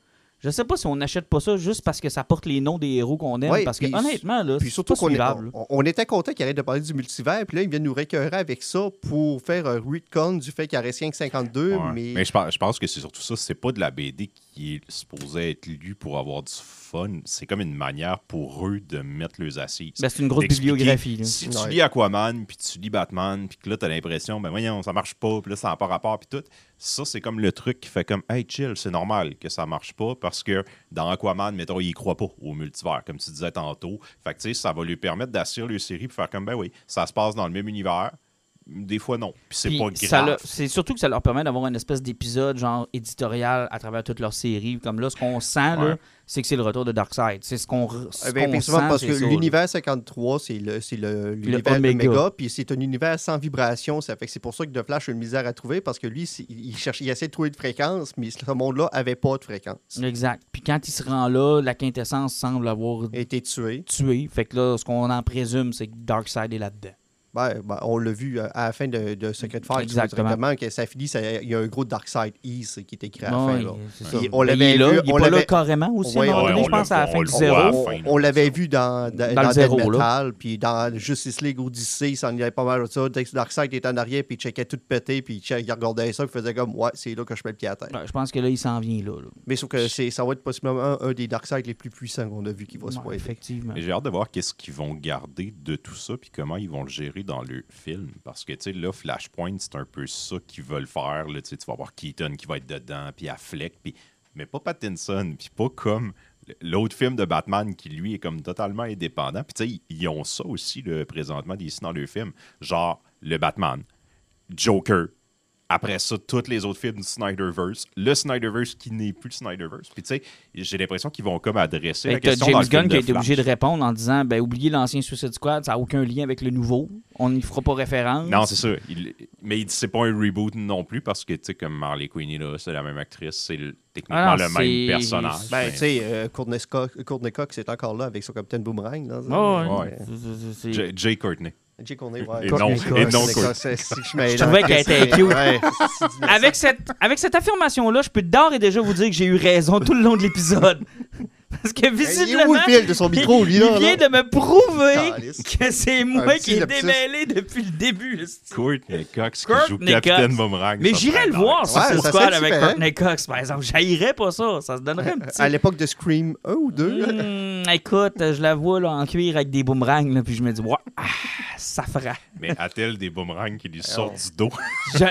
Je sais pas si on n'achète pas ça juste parce que ça porte les noms des héros qu'on aime. Ouais, parce que puis- honnêtement, là, Puis c'est surtout pas qu'on est- suivable. on, on était content qu'ils arrêtent de parler du multivers, puis là, ils viennent nous récœurer avec ça pour faire un retcon du fait qu'il y aurait cinq cinquante-deux, Ouais. mais... Mais je pense, je pense que c'est surtout ça. C'est pas de la B D qui est supposée être lue pour avoir du fun. C'est comme une manière pour eux de mettre leurs assises. Ben, c'est une grosse D'expliquer, bibliographie. Là. Si tu Ouais. lis Aquaman, puis tu lis Batman, puis que là, t'as l'impression, ben voyons, ça marche pas, puis là, ça n'a pas rapport, puis tout. Ça, c'est comme le truc qui fait comme, hey, chill, c'est normal que ça marche pas, parce que dans Aquaman, mettons, il croit pas au multivers, comme tu disais tantôt. Fait que, tu sais, ça va lui permettre d'assurer leur série, puis faire comme, ben oui, ça se passe dans le même univers. Des fois, non. Puis c'est Puis pas ça grave. leur- c'est surtout que ça leur permet d'avoir une espèce d'épisode genre éditorial à travers toute leur série. Comme là, ce qu'on sent, là, Ouais. c'est que c'est le retour de Darkseid. C'est ce qu'on re- ce Eh bien, qu'on effectivement, sent, parce c'est que ça, là. l'univers cinquante-trois, c'est le, c'est le, l'univers Oméga. Oméga, puis c'est un univers sans vibration. Ça fait que c'est pour ça que The Flash a une misère à trouver, parce que lui, c'est- il, cherche, il essaie de trouver de fréquence, mais ce monde-là avait pas de fréquence. Exact. Puis quand il se rend là, la quintessence semble avoir Il a été tué. tué. Fait que là, ce qu'on en présume, c'est que Darkseid est là-dedans. Ben, ben, on l'a vu euh, à la fin de, de Secret Fight, Exactement. directement, que ça finit, ça- il y a un gros Darkseid East qui est écrit à la Ouais, fin. Là. c'est Puis ça. on Ben, l'avait il est là, vu, il est on pas là l'avait- carrément aussi. Ouais, à un moment ouais, donné, on je pense le à la voit, fin on du le zéro. voit. On, fin, là, on l'avait c'est vu dans, dans, Dans le dans Dead zéro, là. Metal, puis dans Justice League Odyssey, il s'en allait pas mal de ça. Dès que Darkseid était en arrière, puis il checkait tout pété, puis il check- il regardait ça, puis il faisait comme, ouais, c'est là que je mets le pied à terre. Ouais, je pense que là, il s'en vient là. là. Mais sauf que c'est, ça va être possiblement un, un des Darkseid les plus puissants qu'on a vu qui va se Ouais, pointer. effectivement. Mais j'ai hâte de voir qu'est-ce qu'ils vont garder de tout ça puis comment ils vont le gérer dans le film. Parce que, tu sais, là, Flashpoint, c'est un peu ça qu'ils veulent faire. Là, tu sais, tu vas voir Keaton qui va être dedans, puis Affleck, puis... mais pas Pattinson, puis pas comme l'autre film de Batman qui, lui, est comme totalement indépendant. Puis, tu sais, ils ont ça aussi, là, présentement, ici dans le film. Genre, le Batman, Joker. Après ça, tous les autres films du Snyderverse. Le Snyderverse qui n'est plus le Snyderverse. Puis, tu sais, j'ai l'impression qu'ils vont comme adresser Fait la que t'as question dans James le film Gunn qui a de été obligé de Flash. répondre en disant ben oubliez l'ancien Suicide Squad, ça n'a aucun lien avec le nouveau. On n'y fera pas référence. Non, c'est ça. Il- mais il dit c'est pas un reboot non plus parce que, tu sais, comme Marley Quinn est là, c'est la même actrice, c'est le- techniquement Ah non, le c'est- même personnage. Ben, mais- tu sais, euh, Courtney Cox, Courtney Cox est encore là avec son Capitaine Boomerang. Là, Ouais, ouais. Ouais. C'est- c'est- c'est- J- Jay Courtney. Jay Courtney, ouais. Et Courtney non- Cox, et non Courtney Courtney. Cox, c'est- c'est que je mêle, Je trouvais hein. qu'elle était C'est- cute. ouais, c'est du Avec cette, avec cette affirmation-là, je peux d'ores et déjà vous dire que j'ai eu raison tout le long de l'épisode. Parce que Il est où visiblement, le fil de son micro, lui, là? il vient là? de me prouver Calice. que c'est moi petit qui ai lapsus. démêlé depuis le début. esti. Courtney Cox qui Courtney joue Capitaine Cox. Boomerang. Mais ça j'irais serait le voir, nice. Ouais, Suicide ça Squad serait avec différent. Courtney Cox, par exemple. J'haïrais pas ça. Ça se donnerait un petit... À l'époque de Scream un ou deux. Hmm, écoute, je la vois là, en cuir avec des boomerangs, là, puis je me dis, ouais, ah, ça fera. Mais a-t-elle des boomerangs qui lui Oh. sortent du dos Je-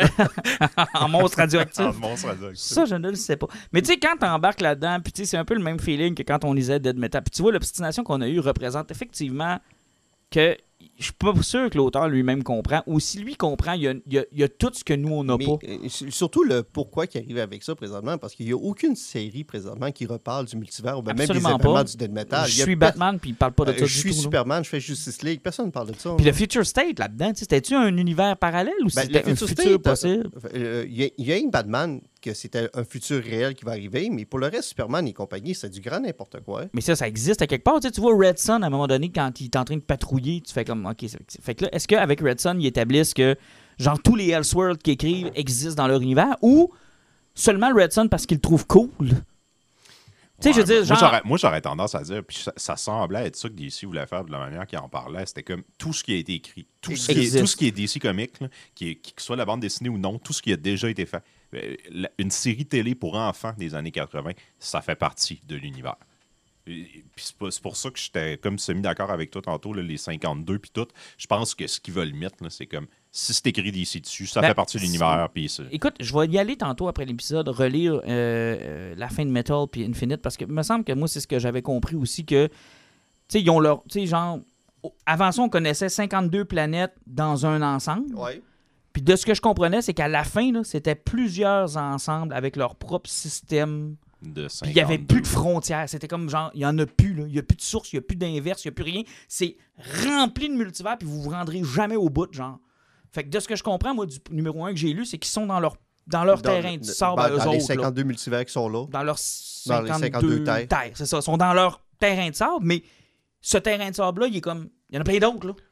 en monstre radioactif. en monstre radioactif? Ça, je ne le sais pas. Mais tu sais, quand t'embarques là-dedans, puis tu sais, c'est un peu le même feeling que quand on lisait Dead Metal. Puis tu vois, l'obstination qu'on a eue représente effectivement que je suis pas sûr que l'auteur lui-même comprend. Ou si lui comprend, il y a, il y a- il y a tout ce que nous, on n'a Mais, pas. euh, s- surtout le pourquoi qui arrive avec ça présentement, parce qu'il n'y a aucune série présentement qui reparle du multivers ou même des Absolument événements pas. du Dead Metal. Il y Je a suis per- Batman, puis il parle pas de euh, ça je du suis tout. là. Superman, je fais Justice League. Personne ne parle de ça. Puis le Future State là-dedans, tu sais, c'était-tu un univers parallèle ou Ben, c'était le un Future futur State, possible? euh, Il y, a- il y a une Batman que c'était un futur réel qui va arriver, mais pour le reste, Superman et compagnie, c'est du grand n'importe quoi. Mais ça, ça existe à quelque part. Tu sais, tu vois Red Son, à un moment donné, quand il est en train de patrouiller, tu fais comme, OK, c'est- c'est- fait que là, est-ce qu'avec Red Son, ils établissent que, genre, tous les Elseworlds qu'ils écrivent existent dans leur univers, ou seulement Red Son parce qu'ils le trouvent cool? Tu sais, je veux Ouais, dire, moi, genre... j'aurais- Moi, j'aurais tendance à dire, puis ça, ça semblait être ça que D C voulait faire de la manière qu'il en parlait. C'était comme tout ce qui a été écrit, tout ce qui est, Existe. tout ce qui est D C Comics, là, qui est- qui- que ce soit la bande dessinée ou non, tout ce qui a déjà été fait. Euh, la- Une série télé pour enfants des années quatre-vingt, ça fait partie de l'univers. Et- et- Puis c'est pas- c'est pour ça que j'étais comme semi-d'accord avec toi tantôt, là, les cinquante-deux puis tout. Je pense que ce qu'ils veulent mettre, là, c'est comme si c'est écrit D C dessus, ça Ben, fait partie de l'univers. Puis c'est- Écoute, je vais y aller tantôt après l'épisode, relire euh, euh, la fin de Metal puis Infinite, parce que il me semble que moi, c'est ce que j'avais compris aussi, que, tu sais, ils ont leur... Tu sais, genre, au- avant ça, on connaissait cinquante-deux planètes dans un ensemble. Ouais. Puis de ce que je comprenais, c'est qu'à la fin, là, c'était plusieurs ensembles avec leur propre système. de Puis il n'y avait cinquante-deux. plus de frontières. C'était comme genre, il n'y en a plus. là. Il n'y a plus de source, il n'y a plus d'inverse, il n'y a plus rien. C'est rempli de multivers, puis vous vous rendrez jamais au bout, genre. Fait que de ce que je comprends, moi, du numéro un que j'ai lu, c'est qu'ils sont dans leur, dans leur Dans terrain le- du de- sable ben, à eux dans les autres. là. cinquante-deux multivers qui sont là. Dans leurs Dans les cinquante-deux, cinquante-deux terres. C'est ça. Ils sont dans leur terrain de sable, mais ce terrain de sable-là, il est comme. Il y en a plein d'autres, là.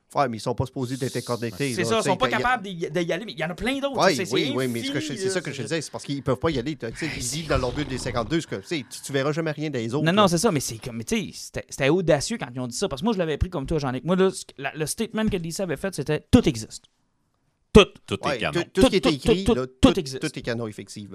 Ouais, mais ils sont pas supposés d'être connectés. C'est là. ça, ils T'sais, sont pas y a- capables d'y d'y aller, mais il y en a plein d'autres. Ouais, c'est- c'est oui, oui, mais ce que je- infini, c'est ça là, que je c'est- disais, c'est parce qu'ils peuvent pas y aller. Tu sais, ils disent dans leur but des cinquante-deux, c'est que, tu sais, tu tu verras jamais rien des autres. Non, là. non, c'est ça, mais c'est comme, mais tu sais, c'était- c'était audacieux quand ils ont dit ça, parce que moi, je l'avais pris comme toi, Jean-Nic. Moi, là, ce que- la- le statement que D C avait fait, c'était tout existe. Tout. Tout Ouais, est canon. tout, tout ce qui Tout, est écrit, tout, là, tout tout, existe. tout est canon, effectivement.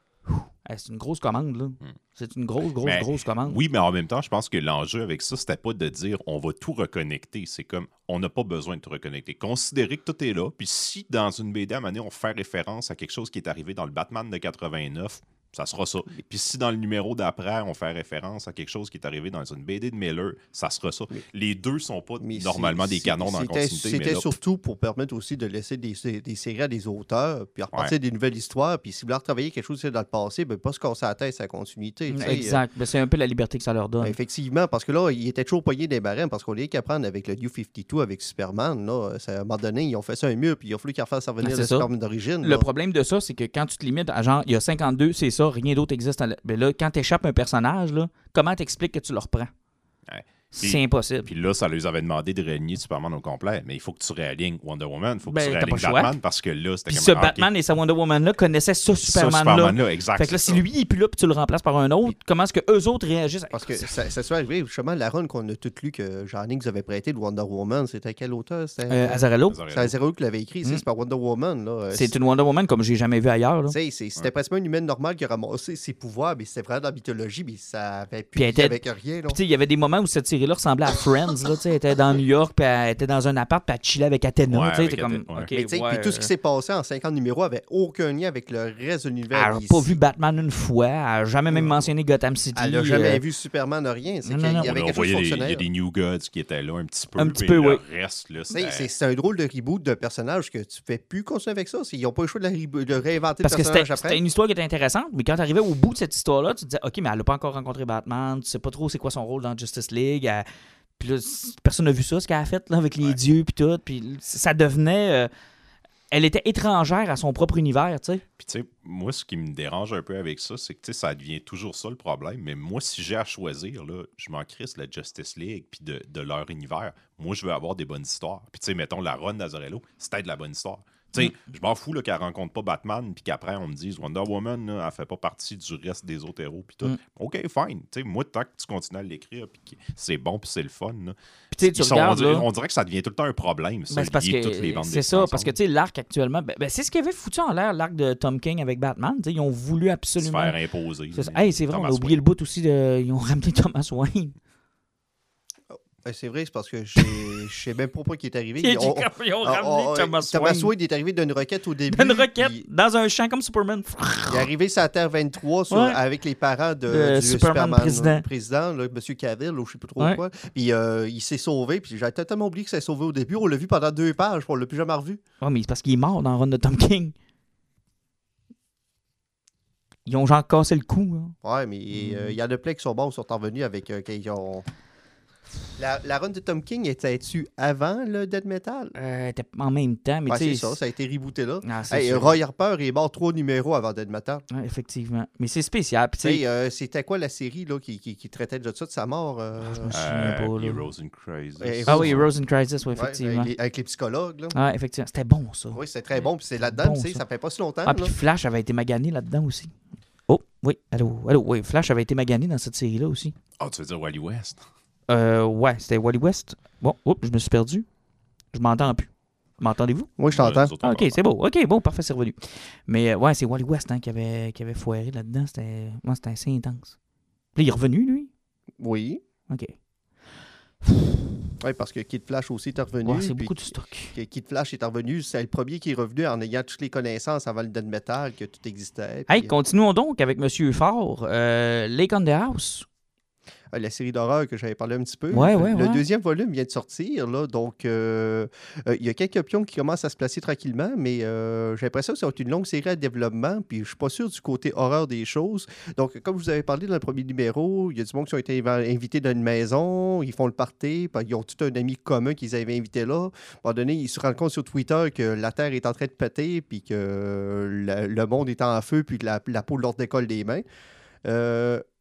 Hey, c'est une grosse commande, là. C'est une grosse, grosse, Mais grosse commande. Oui, mais en même temps, je pense que l'enjeu avec ça, c'était pas de dire on va tout reconnecter. C'est comme on n'a pas besoin de tout reconnecter. Considérez que tout est là. Puis si dans une B D, à un moment donné, on fait référence à quelque chose qui est arrivé dans le Batman de quatre-vingt-neuf, ça sera ça. Puis si dans le numéro d'après, on fait référence à quelque chose qui est arrivé dans une B D de Miller, ça sera ça. Mais- Les deux sont pas Mais normalement c'est- des c'est- canons dans la c'était- continuité. mais C'était là, surtout pour permettre aussi de laisser des, des séries à des auteurs, puis repartir des nouvelles histoires. Puis si vous voulez retravailler quelque chose dans le passé, ben, pas se casser la tête, sa continuité. tu sais. Exact. Ben, c'est un peu la liberté que ça leur donne. Ben, effectivement, parce que là, il était toujours pogné des barèmes, parce qu'on est qu'à prendre avec le New cinquante-deux, avec Superman. Là, ça, à un moment donné, ils ont fait ça un mur, puis il a fallu qu'ils refassent revenir Ben, le c'est ça. Superman d'origine. Le là. problème de ça, c'est que quand tu te limites à genre, il y a cinquante-deux, c'est ça, rien d'autre existe. à la- Ben là, quand tu échappes un personnage, là, comment t'expliques que tu le reprends? Ouais. C'est Puis- impossible. Puis là, ça leur avait demandé de réaligner Superman au complet. Mais il faut que tu réalignes Wonder Woman. Il faut que Ben, tu t'as réalignes pas le choix. Batman parce que là, c'était Puis comme ce ah, ok, Batman et sa Wonder Woman-là connaissaient ce ça, Superman-là. Superman-là, exact. Fait que là, c'est si ça. lui il est plus là, puis tu le remplaces par un autre, comment est-ce que eux autres réagissent? Parce que ça, ça soit arrivé, justement, la run qu'on a toute lu que Jean-Nic nous avait prêté de Wonder Woman, c'était quel auteur? C'était Euh, Azarello, Azarello. c'est Azarello qui l'avait écrit, Mm. c'est c'est par Wonder Woman. Là. c'est une Wonder Woman comme j'ai jamais vu ailleurs. Là. Tu sais, c'est- C'était Ouais. presque une humaine normale qui a ramassé ses pouvoirs, mais c'était vraiment dans la mythologie, mais ça avait plus Puis elle était- avec rien. Là. Puis tu sais, il y avait des moments où cette série-là ressemblait à Friends. Là, tu sais, elle était dans New York, puis elle était dans un appart, puis elle chillait avec Athena. Ouais, tu sais, avec t'es comme, Athena, ouais. OK, Mais tu sais, ouais, puis tout ce qui euh, s'est passé en cinquante numéros avait aucun lien avec le reste de l'univers. Elle n'a D C. pas vu Batman une fois, elle n'a jamais même mentionné Gotham City. Elle n'a jamais euh, vu Superman, rien. C'est non, qu'il y non, avait On a quelque chose de envoyé des- Il y a fonctionnel. des New Gods qui étaient là un petit peu. Un petit mais peu, le oui. reste, là, Tu sais, c'était- C'est c'est un drôle de reboot de personnage que tu fais plus continuer avec ça. C'est- Ils n'ont pas le choix de, la rebo- de réinventer Parce le que personnage c'était après. c'était une histoire qui était intéressante, mais quand tu arrivais au bout de cette histoire-là, tu te disais, OK, mais elle n'a pas encore rencontré Batman, tu sais pas trop c'est quoi son rôle dans Justice League. elle- Puis là, c- personne n'a vu ça, ce qu'elle a fait là, avec les Ouais. dieux, puis tout. Puis ça devenait. euh, Elle était étrangère à son propre univers, tu sais. Puis, tu sais, moi, ce qui me dérange un peu avec ça, c'est que, tu sais, ça devient toujours ça le problème. Mais moi, si j'ai à choisir, là, je m'en crisse la Justice League puis de, de leur univers. Moi, je veux avoir des bonnes histoires. Puis, tu sais, mettons, la run d'Azarello, c'était de la bonne histoire. Tu sais, je m'en fous là, qu'elle rencontre pas Batman puis qu'après, on me dise Wonder Woman, là, elle fait pas partie du reste des autres héros puis tout. Mm. OK, fine. Tu sais, moi, tant que tu continues à l'écrire puis que c'est bon puis c'est le fun, là, Puis tu sais, tu ils sont- on, regardes. dirait, là, on dirait que ça devient tout le temps un problème, ça, ben, c'est parce lier toutes les que bandes c'est dessinées ça, parce que ensemble. tu sais, l'arc actuellement, ben, ben, c'est ce qui avait foutu en l'air l'arc de Tom King avec Batman. Tu sais, ils ont voulu se absolument. faire imposer. C'est ça. mais Hey, c'est vrai, on Thomas a oublié Wayne. le bout aussi de. Ils ont ramené Thomas Wayne. Ben, c'est vrai, c'est parce que je sais- je sais même pas pourquoi il est arrivé. Ils On- ont on- ramené on- Thomas Thomas Wayne. Wayne est arrivé d'une requête au début. Une requête puis dans un champ comme Superman. Il est arrivé sur la Terre vingt-trois sur- Ouais. avec les parents de, De du Superman Superman, président. le président, là, M. Cavill, ou je sais pas trop Ouais. quoi. Puis euh, il s'est sauvé, puis j'avais totalement oublié que ça s'est sauvé au début. On l'a vu pendant deux pages, puis on l'a plus jamais revu. Ouais, mais c'est parce qu'il est mort dans le run de Tom King. Ils ont genre cassé le cou. Là. Ouais, mais euh, il y en a plein qui sont bons, qui sont revenus avec. euh, qui ont... La, la run de Tom King était-tu avant le Dead Metal? Euh, t'es en même temps, mais Ouais, tu sais. c'est ça, ça a été rebooté là. Ah, c'est Hey, sûr. Roy Harper est mort trois numéros avant Dead Metal. Ouais, effectivement. Mais c'est spécial. Puis, tu Tu sais, sais, euh, c'était quoi la série là, qui, qui, qui traitait de ça, de sa mort? euh, je me souviens Euh, pas. Là. Heroes in Crisis. Eh, Ah oui, Heroes in Crisis, oui, ouais, effectivement. avec, les, avec les psychologues. Là. Ah, effectivement. C'était bon, ça. Oui, c'est très bon. Puis c'est là-dedans, Bon, tu sais, ça. ça fait pas si longtemps. Ah, là. puis Flash avait été magané là-dedans aussi. Oh, oui, allô, allô, oui, Flash avait été magané dans cette série-là aussi. Ah, tu veux dire Wally West? Euh, ouais, c'était Wally West. Bon, oups, je me suis perdu. Je m'entends plus. M'entendez-vous? Moi, je t'entends. Euh, nous autres, on Ah, va ok, c'est beau. Ok, bon, parfait, c'est revenu. Mais euh, ouais, c'est Wally West hein, qui, avait, qui avait foiré là-dedans. C'était moi, c'était assez intense. Puis là, il est revenu, lui? Oui. Ok. Oui, parce que Kid Flash aussi est revenu. Ouais, c'est puis beaucoup de stock. que Kid Flash est revenu. C'est le premier qui est revenu en ayant toutes les connaissances avant le Dead Metal, que tout existait. Hey, Puis, continuons donc avec Monsieur Fort. Euh, Lake on the House. euh, la série d'horreur que j'avais parlé un petit peu. Ouais, ouais, le ouais. deuxième volume vient de sortir. Là, donc, euh, euh, il y a quelques pions qui commencent à se placer tranquillement, mais euh, j'ai l'impression que ça va être une longue série à développement. Puis, je suis pas sûr du côté horreur des choses. Donc, comme je vous avais parlé dans le premier numéro, il y a du monde qui ont été inv- invités dans une maison. Ils font le party. Puis ils ont tout un ami commun qu'ils avaient invité là. À un moment donné, ils se rendent compte sur Twitter que la Terre est en train de péter, puis que le, le monde est en feu, puis que la, la peau leur décolle des mains. Euh,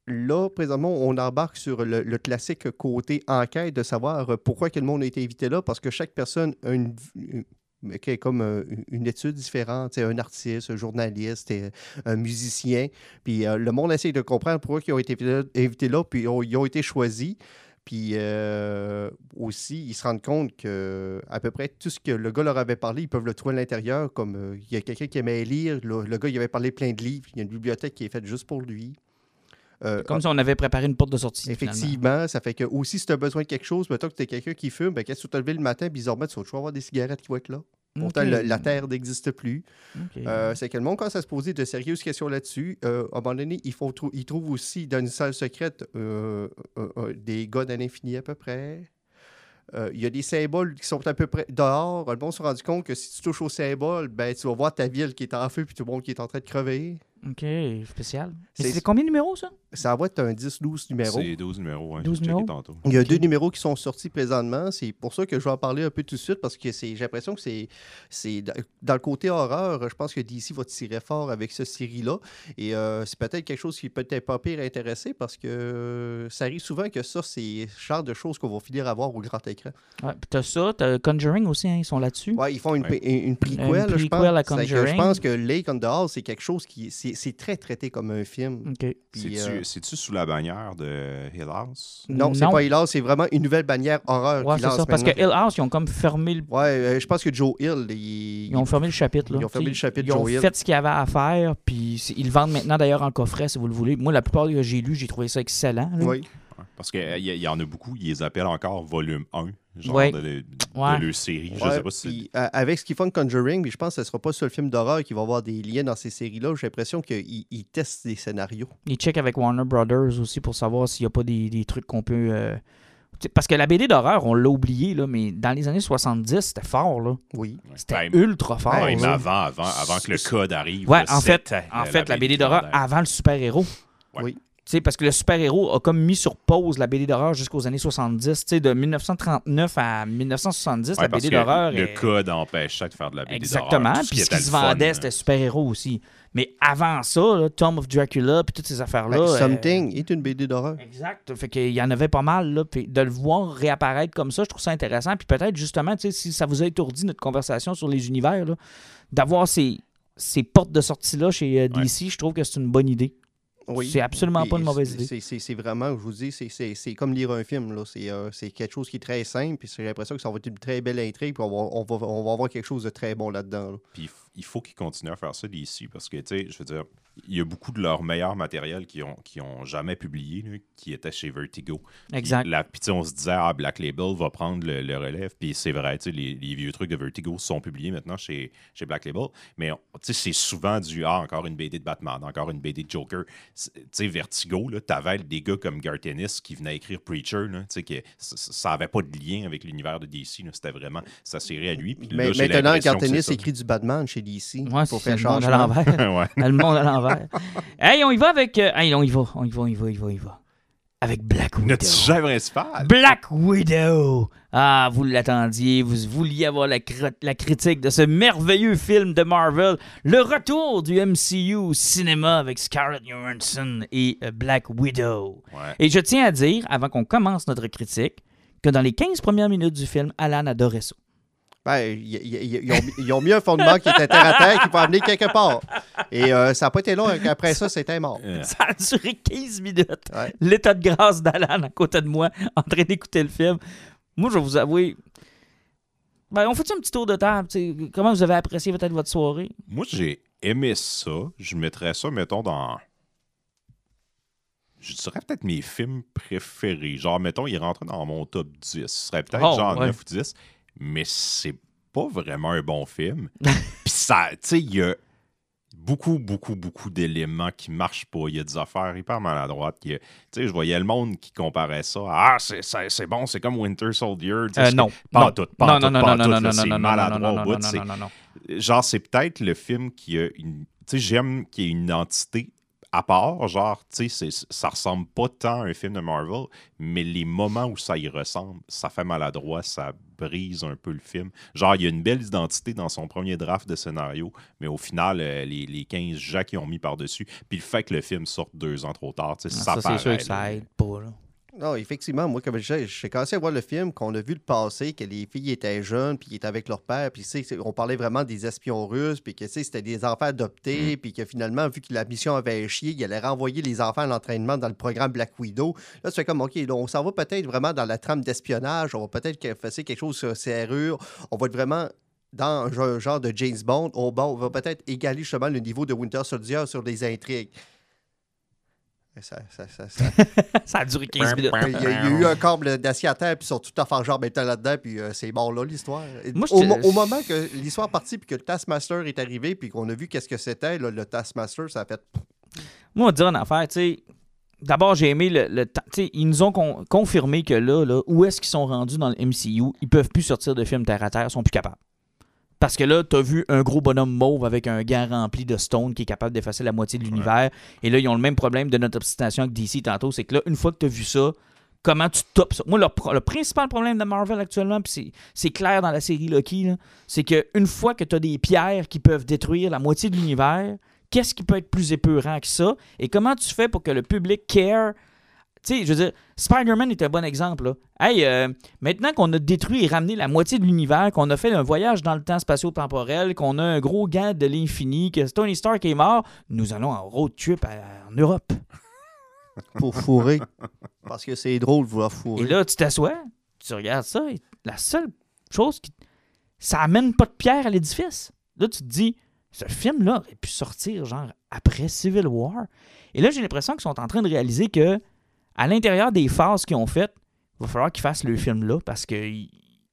là, présentement, on embarque sur le, le classique côté enquête de savoir euh, pourquoi que le monde a été invité là, parce que chaque personne a une, une- qui est comme euh, une étude différente, un artiste, un journaliste, et un musicien. Puis euh, le monde essaie de comprendre pourquoi ils ont été invités là, invités là, puis ils ont, ils ont été choisis. Puis euh, aussi, ils se rendent compte que à peu près tout ce que le gars leur avait parlé, ils peuvent le trouver à l'intérieur. Comme euh, il y a quelqu'un qui aimait lire, le, le gars, il avait parlé plein de livres. Il y a une bibliothèque qui est faite juste pour lui. Euh, Comme si on avait préparé une porte de sortie. Effectivement, finalement. ça fait que aussi, si tu as besoin de quelque chose, mettons que tu es quelqu'un qui fume, ben, quand tu te levé le matin, bizarrement, tu vas toujours avoir des cigarettes qui vont être là. Pourtant, Ok. le- la Terre n'existe plus. Ok. Euh, c'est que le monde commence à se poser de sérieuses questions là-dessus. Euh, à un moment donné, il, faut trou- il trouve aussi dans une salle secrète euh, euh, euh, des gars à l'infini à peu près. Euh, Il y a des symboles qui sont à peu près dehors. Le monde s'est rendu compte que si tu touches aux symboles, ben, tu vas voir ta ville qui est en feu puis tout le monde qui est en train de crever. Ok, spécial. C'est- C'est combien de numéros, ça? Ça va être un dix douze numéros. C'est douze numéros, ouais, douze j'ai checké numéros? tantôt. Il y a Ok. deux numéros qui sont sortis présentement. C'est pour ça que je vais en parler un peu tout de suite parce que c'est, j'ai l'impression que c'est, c'est dans dans le côté horreur, je pense que D C va tirer fort avec cette série-là. Et euh, c'est peut-être quelque chose qui peut être pas pire intéressé parce que euh, ça arrive souvent que ça, c'est le genre de choses qu'on va finir à voir au grand écran. Ouais, puis t'as ça, t'as Conjuring aussi, hein, ils sont là-dessus. Ouais, ils font une, Ouais. une, une prequel, Une je pense. prequel à C'est que Conjuring. je pense que Lake on the Hall, c'est quelque chose qui c'est, c'est très traité comme un film. Ok. Puis, C'est-tu euh, c'est-tu sous la bannière de Hill House? non, c'est Non. pas Hill House, c'est vraiment une nouvelle bannière horreur Ouais, qui c'est lance ça. Parce que maintenant. Hill House, ils ont comme fermé le. Ouais, euh, je pense que Joe Hill, il, Ils ont fermé le chapitre. Là. Ils ont fermé T'sais, le chapitre Ils ont Joe Hill. fait ce qu'il y avait à faire, puis c'est- ils le vendent maintenant d'ailleurs en coffret si vous le voulez. Moi, la plupart que j'ai lu, j'ai trouvé ça excellent. là. Oui. Ouais, parce qu'il y, y en a beaucoup, ils les appellent encore volume un, genre Ouais. de, de, de Ouais. leur série. Je Ouais, sais pas si puis, euh, avec ce qu'ils font de Conjuring, mais je pense que ce ne sera pas le seul film d'horreur qui va avoir des liens dans ces séries-là. J'ai l'impression qu'ils ils testent des scénarios. Ils checkent avec Warner Brothers aussi pour savoir s'il n'y a pas des, des trucs qu'on peut. euh, t'sais, Parce que la B D d'horreur, on l'a oublié, là, mais dans les années soixante-dix, c'était fort. Là. Oui. Ouais. C'était Ben, ultra fort. même là. avant, avant, avant que le code arrive. Ouais, là, en fait, c'était en fait, la B D d'horreur légendaire. avant le super-héros. Ouais. Oui. Tu sais, parce que le super-héros a comme mis sur pause la B D d'horreur jusqu'aux années soixante-dix. Tu sais, de dix-neuf cent trente-neuf à dix-neuf cent soixante-dix, Ouais, la parce B D que d'horreur le est... code empêchait de faire de la B D Exactement. d'horreur. Tout Puis ce était qui se le fun, vendait, là. c'était super-héros aussi. Mais avant ça, là, Tomb of Dracula, puis toutes ces affaires-là... Ben, euh, Something est une B D d'horreur. Exact. Fait qu'il y en avait pas mal, là. Puis de le voir réapparaître comme ça, je trouve ça intéressant. Puis peut-être, justement, tu sais, si ça vous a étourdi notre conversation sur les univers, là, d'avoir ces, ces portes de sortie-là chez euh, D C, je trouve que c'est une bonne idée. Oui. C'est absolument Puis pas une mauvaise c'est- idée. c'est- C'est c'est vraiment, je vous dis, c'est- c'est c'est comme lire un film. là. C'est euh, c'est quelque chose qui est très simple. Puis j'ai l'impression que ça va être une très belle intrigue. Puis on va, on va, on va avoir quelque chose de très bon là-dedans. là. Puis il f- il faut qu'ils continuent à faire ça d'ici parce que, tu sais, je veux dire, il y a beaucoup de leur meilleur matériel qui ont, qui ont jamais publié, là, qui était chez Vertigo. Exact. Puis, la- puis, tu sais, on se disait, ah, Black Label va prendre le, le relève. Puis c'est vrai, tu sais, les, les vieux trucs de Vertigo sont publiés maintenant chez, chez Black Label. Mais, on- tu sais, c'est souvent du, ah, encore une B D de Batman, encore une B D de Joker. C'est- Tu sais, Vertigo, là, t'avais des gars comme Garth Ennis qui venaient écrire Preacher, là, tu sais, que ça- ça avait pas de lien avec l'univers de D C. là. C'était vraiment sa série à lui. Puis là, Mais j'ai maintenant, l'impression que c'est Cartenis ça. écrit du Batman chez D C. Ouais, pour c'est faire le monde à changement. l'envers. Ouais. le monde à l'envers. Hey, on y va avec... euh, Hey, on y va, on y va, on y va, on y va, on y va. Avec Black Widow. Notre sujet principal. Black Widow! Ah, vous l'attendiez, vous vouliez avoir la, cr- la critique de ce merveilleux film de Marvel, le retour du M C U au cinéma avec Scarlett Johansson et euh, Black Widow. Ouais. Et je tiens à dire, avant qu'on commence notre critique, que dans les quinze premières minutes du film, Alan adorait ça. Ben, y- y- y- ils, ont, ils ont mis un fondement qui était terre à terre qui peut amener quelque part. Et euh, ça n'a pas été long. Après ça, c'était mort. Euh, Ça a duré quinze minutes. Ouais. L'état de grâce d'Alan à côté de moi, en train d'écouter le film. Moi, je vais vous avouer... Ben, on fait un petit tour de table? T'sais, comment vous avez apprécié peut-être votre soirée? Moi, j'ai aimé ça. Je mettrais ça, mettons, dans. Je dirais peut-être mes films préférés. Genre, mettons, il rentrait dans mon top dix. Ce serait peut-être Oh, genre ouais. neuf ou dix. Mais c'est pas vraiment un bon film. Puis ça, tu sais, il y a beaucoup, beaucoup, beaucoup d'éléments qui marchent pas. Il y a des affaires hyper maladroites. Il y a- Tu sais, je voyais le monde qui comparait ça. Ah, c'est, c'est, c'est bon, c'est comme Winter Soldier. Tu sais, Euh, c'est- non. Pas non. en tout, pas non, en non, tout, non, pas en non, tout, non, là, non, c'est non, non, maladroit non, au non, bout, non, c'est- non, non, non. Genre, c'est peut-être le film qui a une. Tu sais, j'aime qu'il y ait une entité à part, genre, tu sais, ça ressemble pas tant à un film de Marvel, mais les moments où ça y ressemble, ça fait maladroit, ça brise un peu le film. Genre, il y a une belle identité dans son premier draft de scénario, mais au final, euh, les, les quinze gens qui ont mis par-dessus, puis le fait que le film sorte deux ans trop tard, tu sais, ça, ça paraît, c'est sûr que là. ça aide pas, là. Non, effectivement, moi, comme je disais, j'ai commencé à voir le film, qu'on a vu le passé, que les filles étaient jeunes, puis qu'ils étaient avec leur père, puis on parlait vraiment des espions russes, puis que c'était des enfants adoptés, puis que finalement, vu que la mission avait échoué, il allait renvoyer les enfants à l'entraînement dans le programme Black Widow. Là, tu fais comme, OK, là, on s'en va peut-être vraiment dans la trame d'espionnage, on va peut-être faire quelque chose sur serrure, on va être vraiment dans un genre de James Bond, on, on va peut-être égaler justement le niveau de Winter Soldier sur des intrigues. Ça, ça, ça, ça... ça a duré quinze minutes. Il y, a, il y a eu un câble d'acier à terre, puis ils sont tout à fait en même temps là-dedans, puis euh, c'est mort là, l'histoire. Moi, au, mo- au moment que l'histoire est partie, puis que le Taskmaster est arrivé, puis qu'on a vu qu'est-ce que c'était, là, le Taskmaster, ça a fait... Moi, on va te dire une affaire, tu sais. D'abord, j'ai aimé le, le temps. Tu sais, ils nous ont con- confirmé que là, là, où est-ce qu'ils sont rendus dans le M C U, ils peuvent plus sortir de films terre à terre, ils sont plus capables. Parce que là, t'as vu un gros bonhomme mauve avec un gant rempli de stone qui est capable d'effacer la moitié de l'univers. Ouais. Et là, ils ont le même problème de notre obstination avec D C tantôt. C'est que là, une fois que t'as vu ça, comment tu topes ça? Moi, le, le principal problème de Marvel actuellement, puis c'est, c'est clair dans la série Loki, là, c'est qu'une fois que t'as des pierres qui peuvent détruire la moitié de l'univers, qu'est-ce qui peut être plus épeurant que ça? Et comment tu fais pour que le public care? Tu sais, je veux dire, Spider-Man est un bon exemple. Là. Hey, euh, maintenant qu'on a détruit et ramené la moitié de l'univers, qu'on a fait un voyage dans le temps spatio-temporel, qu'on a un gros gant de l'infini, que Tony Stark est mort, nous allons en road trip à, en Europe. Pour fourrer. Parce que c'est drôle de vouloir fourrer. Et là, tu t'assois, tu regardes ça, et la seule chose qui... ça amène pas de pierre à l'édifice. Là, tu te dis, ce film-là aurait pu sortir, genre, après Civil War. Et là, j'ai l'impression qu'ils sont en train de réaliser que à l'intérieur des phases qu'ils ont faites, il va falloir qu'ils fassent le film-là parce que il...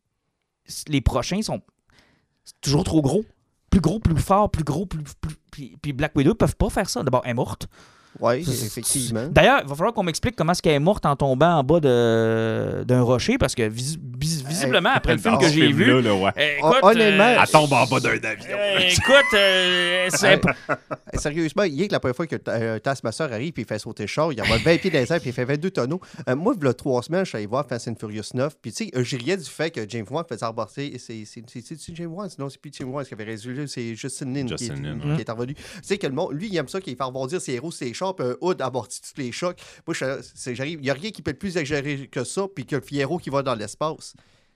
les prochains sont toujours trop gros. Plus gros, plus fort, plus gros, plus... plus... Puis, puis Black Widow ne peuvent pas faire ça. D'abord, elle est morte. Oui, effectivement. D'ailleurs, il va falloir qu'on m'explique comment est-ce qu'elle est morte en tombant en bas de... d'un rocher, parce que vis... vis... visiblement, après le film que j'ai vu... Là, là, ouais. euh, écoute, honnêtement... Euh... Elle tombe en bas d'un avion. Euh, écoute, euh, c'est... Sérieusement, il y a que la première fois que euh, Taskmaster arrive et il fait sauter le char, il envoie vingt pieds dans les airs et il fait vingt-deux tonneaux. Euh, moi, il y a trois semaines, je suis allé voir Fast and Furious neuf, puis tu sais, euh, j'ai riais du fait que James Wan faisait rembourser... C'est, c'est, c'est, c'est, c'est James Wan? Non, c'est plus James Wan qui avait résolu, c'est Justin Lin, Justin qui, est, Lin, qui ouais. est revenu. Tu sais que le monde, lui, il aime ça qu'il fait rebondir ses héros, ses chars, puis un hood amortit tous les chocs. Moi, je, c'est, j'arrive, il n'y a rien qui peut être plus exagéré que ça, puis que le Fierro qui va dans l'espace.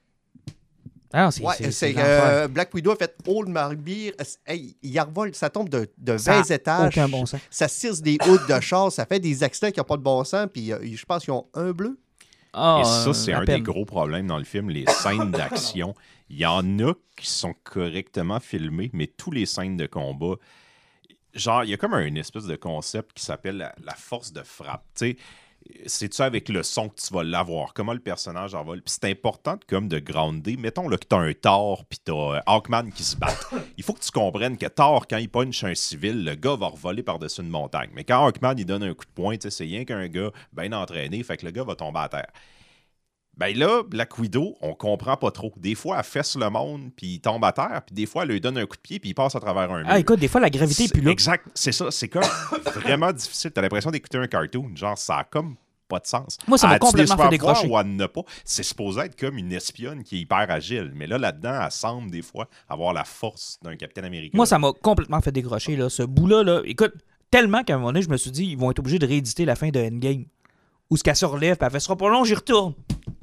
Ah, c'est, ouais, c'est, c'est, c'est euh, Black Widow a fait Old Marbir. Hey, il revole, ça tombe de, de vingt ça étages. Aucun bon sens. Ça tire des hoods de char, ça fait des accidents qui n'ont pas de bon sens, puis euh, je pense qu'ils ont un bleu. Oh, Et ça, c'est euh, un des gros problèmes dans le film, les scènes d'action. Il y en a qui sont correctement filmées, mais tous les scènes de combat, genre, il y a comme un espèce de concept qui s'appelle la, la force de frappe. Tu sais, c'est-tu avec le son que tu vas l'avoir? Comment le personnage en vole? Puis c'est important de, comme de grounder. Mettons là, que t'as un Thor puis t'as euh, Hawkman qui se bat. Il faut que tu comprennes que Thor, quand il punch un civil, le gars va revoler par-dessus une montagne. Mais quand Hawkman, il donne un coup de poing, c'est rien qu'un gars bien entraîné, fait que le gars va tomber à terre. Ben là, Black Widow, on comprend pas trop. Des fois, elle fesse le monde, puis il tombe à terre, puis des fois, elle lui donne un coup de pied, puis il passe à travers un mur. Ah, écoute, des fois, la gravité est plus là. Exact, c'est ça. C'est comme vraiment difficile. T'as l'impression d'écouter un cartoon. Genre, ça a comme pas de sens. Moi, ça m'a A-t-il complètement des fait super-pouvoirs décrocher. ou elle n'a pas? C'est supposé être comme une espionne qui est hyper agile. Mais là, là-dedans, elle semble des fois avoir la force d'un Capitaine Américain. Moi, ça m'a complètement fait décrocher, là. Ce bout-là, là. Écoute, tellement qu'à un moment donné, je me suis dit, ils vont être obligés de rééditer la fin de Endgame. Où ce qu'elle se relève, puis elle fait, ce sera pas long, j'y retourne.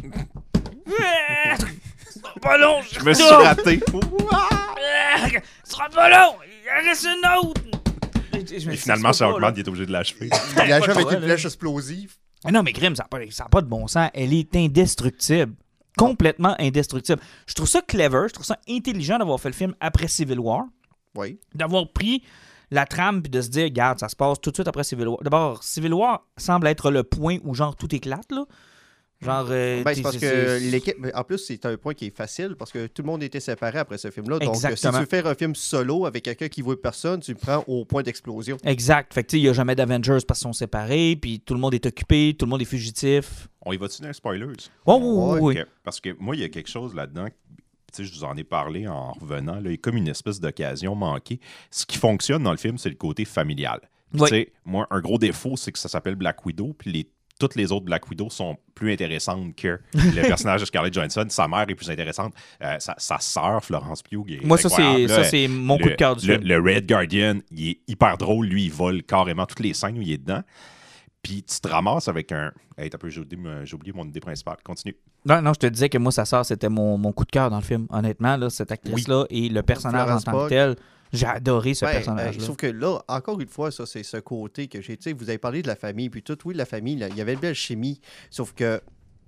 Ce sera pas long, j'y Je me suis retourne. raté. Ce sera pas long, il en reste une autre. Et finalement, c'est Hawkman qui est obligé de l'achever. Il la pas joue avec vrai, une là. flèche explosive. Ah non, mais Grim, ça n'a pas, ça a pas de bon sens. Elle est indestructible. Complètement indestructible. Je trouve ça clever, je trouve ça intelligent d'avoir fait le film après Civil War. Oui. D'avoir pris la trame puis de se dire, regarde, ça se passe tout de suite après Civil War. D'abord, Civil War semble être le point où genre tout éclate, là. Genre. Euh, Ben, c'est parce c'est, que c'est... l'équipe. En plus, c'est un point qui est facile parce que tout le monde était séparé après ce film-là. Donc, Exactement. si tu veux faire un film solo avec quelqu'un qui voit personne, tu le prends au point d'explosion. Exact. Fait que tu sais, il n'y a jamais d'Avengers parce qu'ils sont séparés, puis tout le monde est occupé, tout le monde est fugitif. On y va-tu dans les spoilers? Oh, oui, oui, oui. Ok. Parce que moi, il y a quelque chose là-dedans. Tu sais, je vous en ai parlé en revenant. Là, il y a comme une espèce d'occasion manquée. Ce qui fonctionne dans le film, c'est le côté familial. Puis, Oui. tu sais, moi, un gros défaut, c'est que ça s'appelle Black Widow, puis les toutes les autres Black Widow sont plus intéressantes que le personnage de Scarlett Johansson. Sa mère est plus intéressante. Euh, sa, sa sœur, Florence Pugh, est Moi, ça, c'est, incroyable. ça, Là, c'est mon le, coup de cœur du le, film. le Red Guardian, il est hyper drôle. Lui, il vole carrément toutes les scènes où il est dedans. Puis tu te ramasses avec un... Hey, t'as peu, j'ai oublié, j'ai oublié mon idée principale. Continue. Non, non, je te disais que moi, sa sœur, c'était mon, mon coup de cœur dans le film. Honnêtement, là, cette actrice-là et le personnage Florence en tant que Pugh. tel, j'ai adoré ce Ben, personnage-là. euh, sauf que là, encore une fois, ça, c'est ce côté que j'ai. Tu sais, vous avez parlé de la famille, puis tout, oui, la famille, là, il y avait une belle chimie. Sauf que.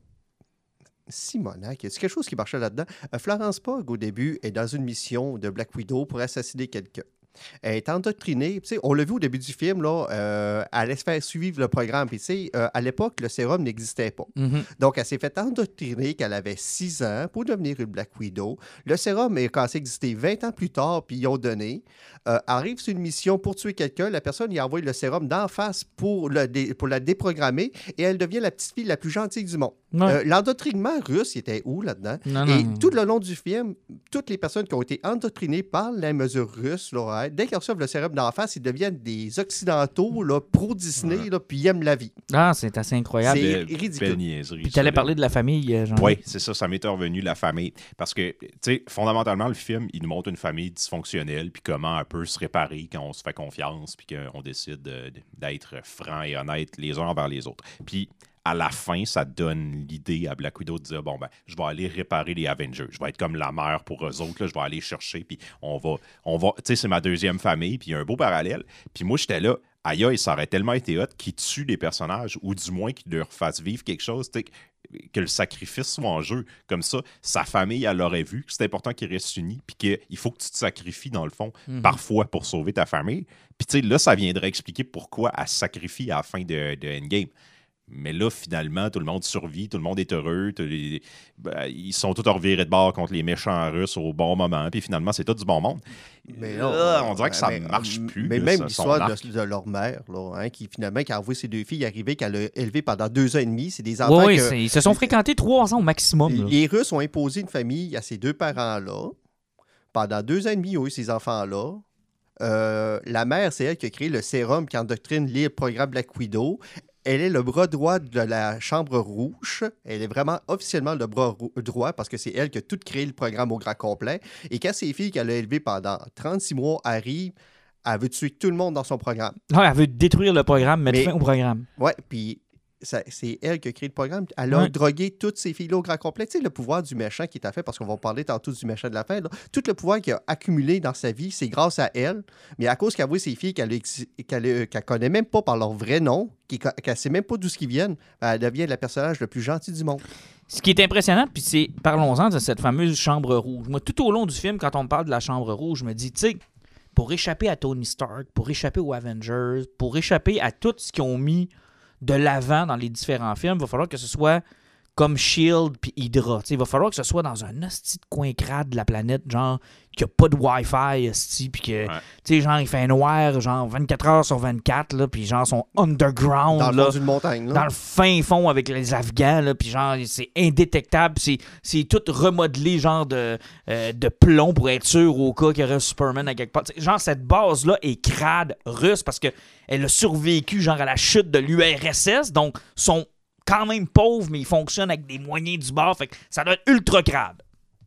Simonac, y a-t-il quelque chose qui marchait là-dedans? Euh, Florence Pugh, au début, est dans une mission de Black Widow pour assassiner quelqu'un. Elle est endoctrinée. Tu sais, on l'a vu au début du film, là, euh, elle allait se faire suivre le programme. Puis, tu sais, euh, à l'époque, le sérum n'existait pas. Mhm. Donc, elle s'est fait endoctriner qu'elle avait six ans pour devenir une Black Widow. Le sérum est censé exister vingt ans plus tard, puis ils ont donné. Euh, arrive sur une mission pour tuer quelqu'un. La personne, il envoie le sérum d'en face pour, le dé- pour la déprogrammer et elle devient la petite fille la plus gentille du monde. Ouais. Euh, l'endoctrinement russe, il était où là-dedans? Non, Et non. tout le long du film, toutes les personnes qui ont été endoctrinées par la mesure russe, là, hein, dès qu'ils reçoivent le sérum d'en face, ils deviennent des Occidentaux là, pro-Disney, là, puis ils aiment la vie. Ah, c'est assez incroyable. C'est Belle- ridicule. belle niaiserie, Puis ça, t'allais là. parler de la famille, euh, Jean. Oui, c'est ça, ça m'est revenu, la famille. Parce que, tu sais, fondamentalement, le film, il nous montre une famille dysfonctionnelle, puis comment un peu se réparer quand on se fait confiance, puis qu'on décide euh, d'être franc et honnête les uns envers les autres. Puis, à la fin, ça donne l'idée à Black Widow de dire, bon, ben, je vais aller réparer les Avengers. Je vais être comme la mère pour eux autres, là, je vais aller chercher, puis on va, on va, tu sais, c'est ma deuxième famille, puis il y a un beau parallèle. Puis moi, j'étais là, aïe, aïe, ça aurait tellement été hot qu'ils tuent les personnages, ou du moins qu'ils leur fassent vivre quelque chose, tu sais, que le sacrifice soit en jeu. Comme ça, sa famille, elle l'aurait vu, que c'est important qu'ils restent unis, puis qu'il faut que tu te sacrifies, dans le fond, Mhm. parfois pour sauver ta famille. Puis tu sais, là, ça viendrait expliquer pourquoi elle se sacrifie à la fin de, de Endgame. Mais là, finalement, tout le monde survit, tout le monde est heureux. tous les- ben, ils sont tous revirés de bord contre les méchants russes au bon moment. Puis finalement, c'est tout du bon monde. Mais Là, là, on dirait que ça mais- marche plus. Mais là, même ça, l'histoire son de, arc. de leur mère, là, hein, qui finalement qui a envoyé ses deux filles arriver, qu'elle a élevées pendant deux ans et demi. C'est des enfants Oui, oui, que c'est- ils se sont fréquentés trois ans au maximum. là. les Russes ont imposé une famille à ces deux parents-là. Pendant deux ans et demi, ils ont eu ces enfants-là. Euh, la mère, c'est elle qui a créé le sérum qui endoctrine les programmes Black Widow. Elle est le bras droit de la Chambre Rouge. Elle est vraiment officiellement le bras rou- droit parce que c'est elle qui a tout créé le programme au grand complet. Et quand ces filles qu'elle a élevées pendant trente-six mois arrivent, elle veut tuer tout le monde dans son programme. Ouais, elle veut détruire le programme, mettre Mais- fin au programme. Ouais, puis ça- c'est elle qui a créé le programme. Elle a Ouais. drogué toutes ces filles-là au grand complet. Tu sais, le pouvoir du méchant qui t'a fait, parce qu'on va parler tantôt du méchant de la fin, là. Tout le pouvoir qu'il a accumulé dans sa vie, c'est grâce à elle. Mais à cause qu'elle voit ces filles qu'elle ne qu'elle, qu'elle connaît même pas par leur vrai nom, qui- qu'elle ne sait même pas d'où ils viennent, ben, elle devient le personnage le plus gentil du monde. Ce qui est impressionnant, puis c'est, parlons-en de cette fameuse chambre rouge. Moi, tout au long du film, quand on me parle de la chambre rouge, je me dis, tu sais, pour échapper à Tony Stark, pour échapper aux Avengers, pour échapper à tout ce qu'ils ont mis de l'avant dans les différents films, il va falloir que ce soit comme Shield puis Hydra. T'sais, il va falloir que ce soit dans un hostie de coin crade de la planète, genre, qu'il n'y a pas de Wi-Fi, hostie, puis que, Ouais. tu sais, genre, il fait noir, genre, vingt-quatre heures sur vingt-quatre, là, puis genre, sont underground, Dans le là, fond d'une montagne. Là. dans le fin fond avec les Afghans, là, puis genre, c'est indétectable, c'est, c'est tout remodelé, genre, de, euh, de plomb pour être sûr au cas qu'il y aurait un Superman à quelque part. T'sais, genre, cette base-là est crade russe parce qu'elle a survécu, genre, à la chute de l'U R S S, donc, sont quand même pauvres, mais ils fonctionnent avec des moyens du bord, fait que ça doit être ultra crade.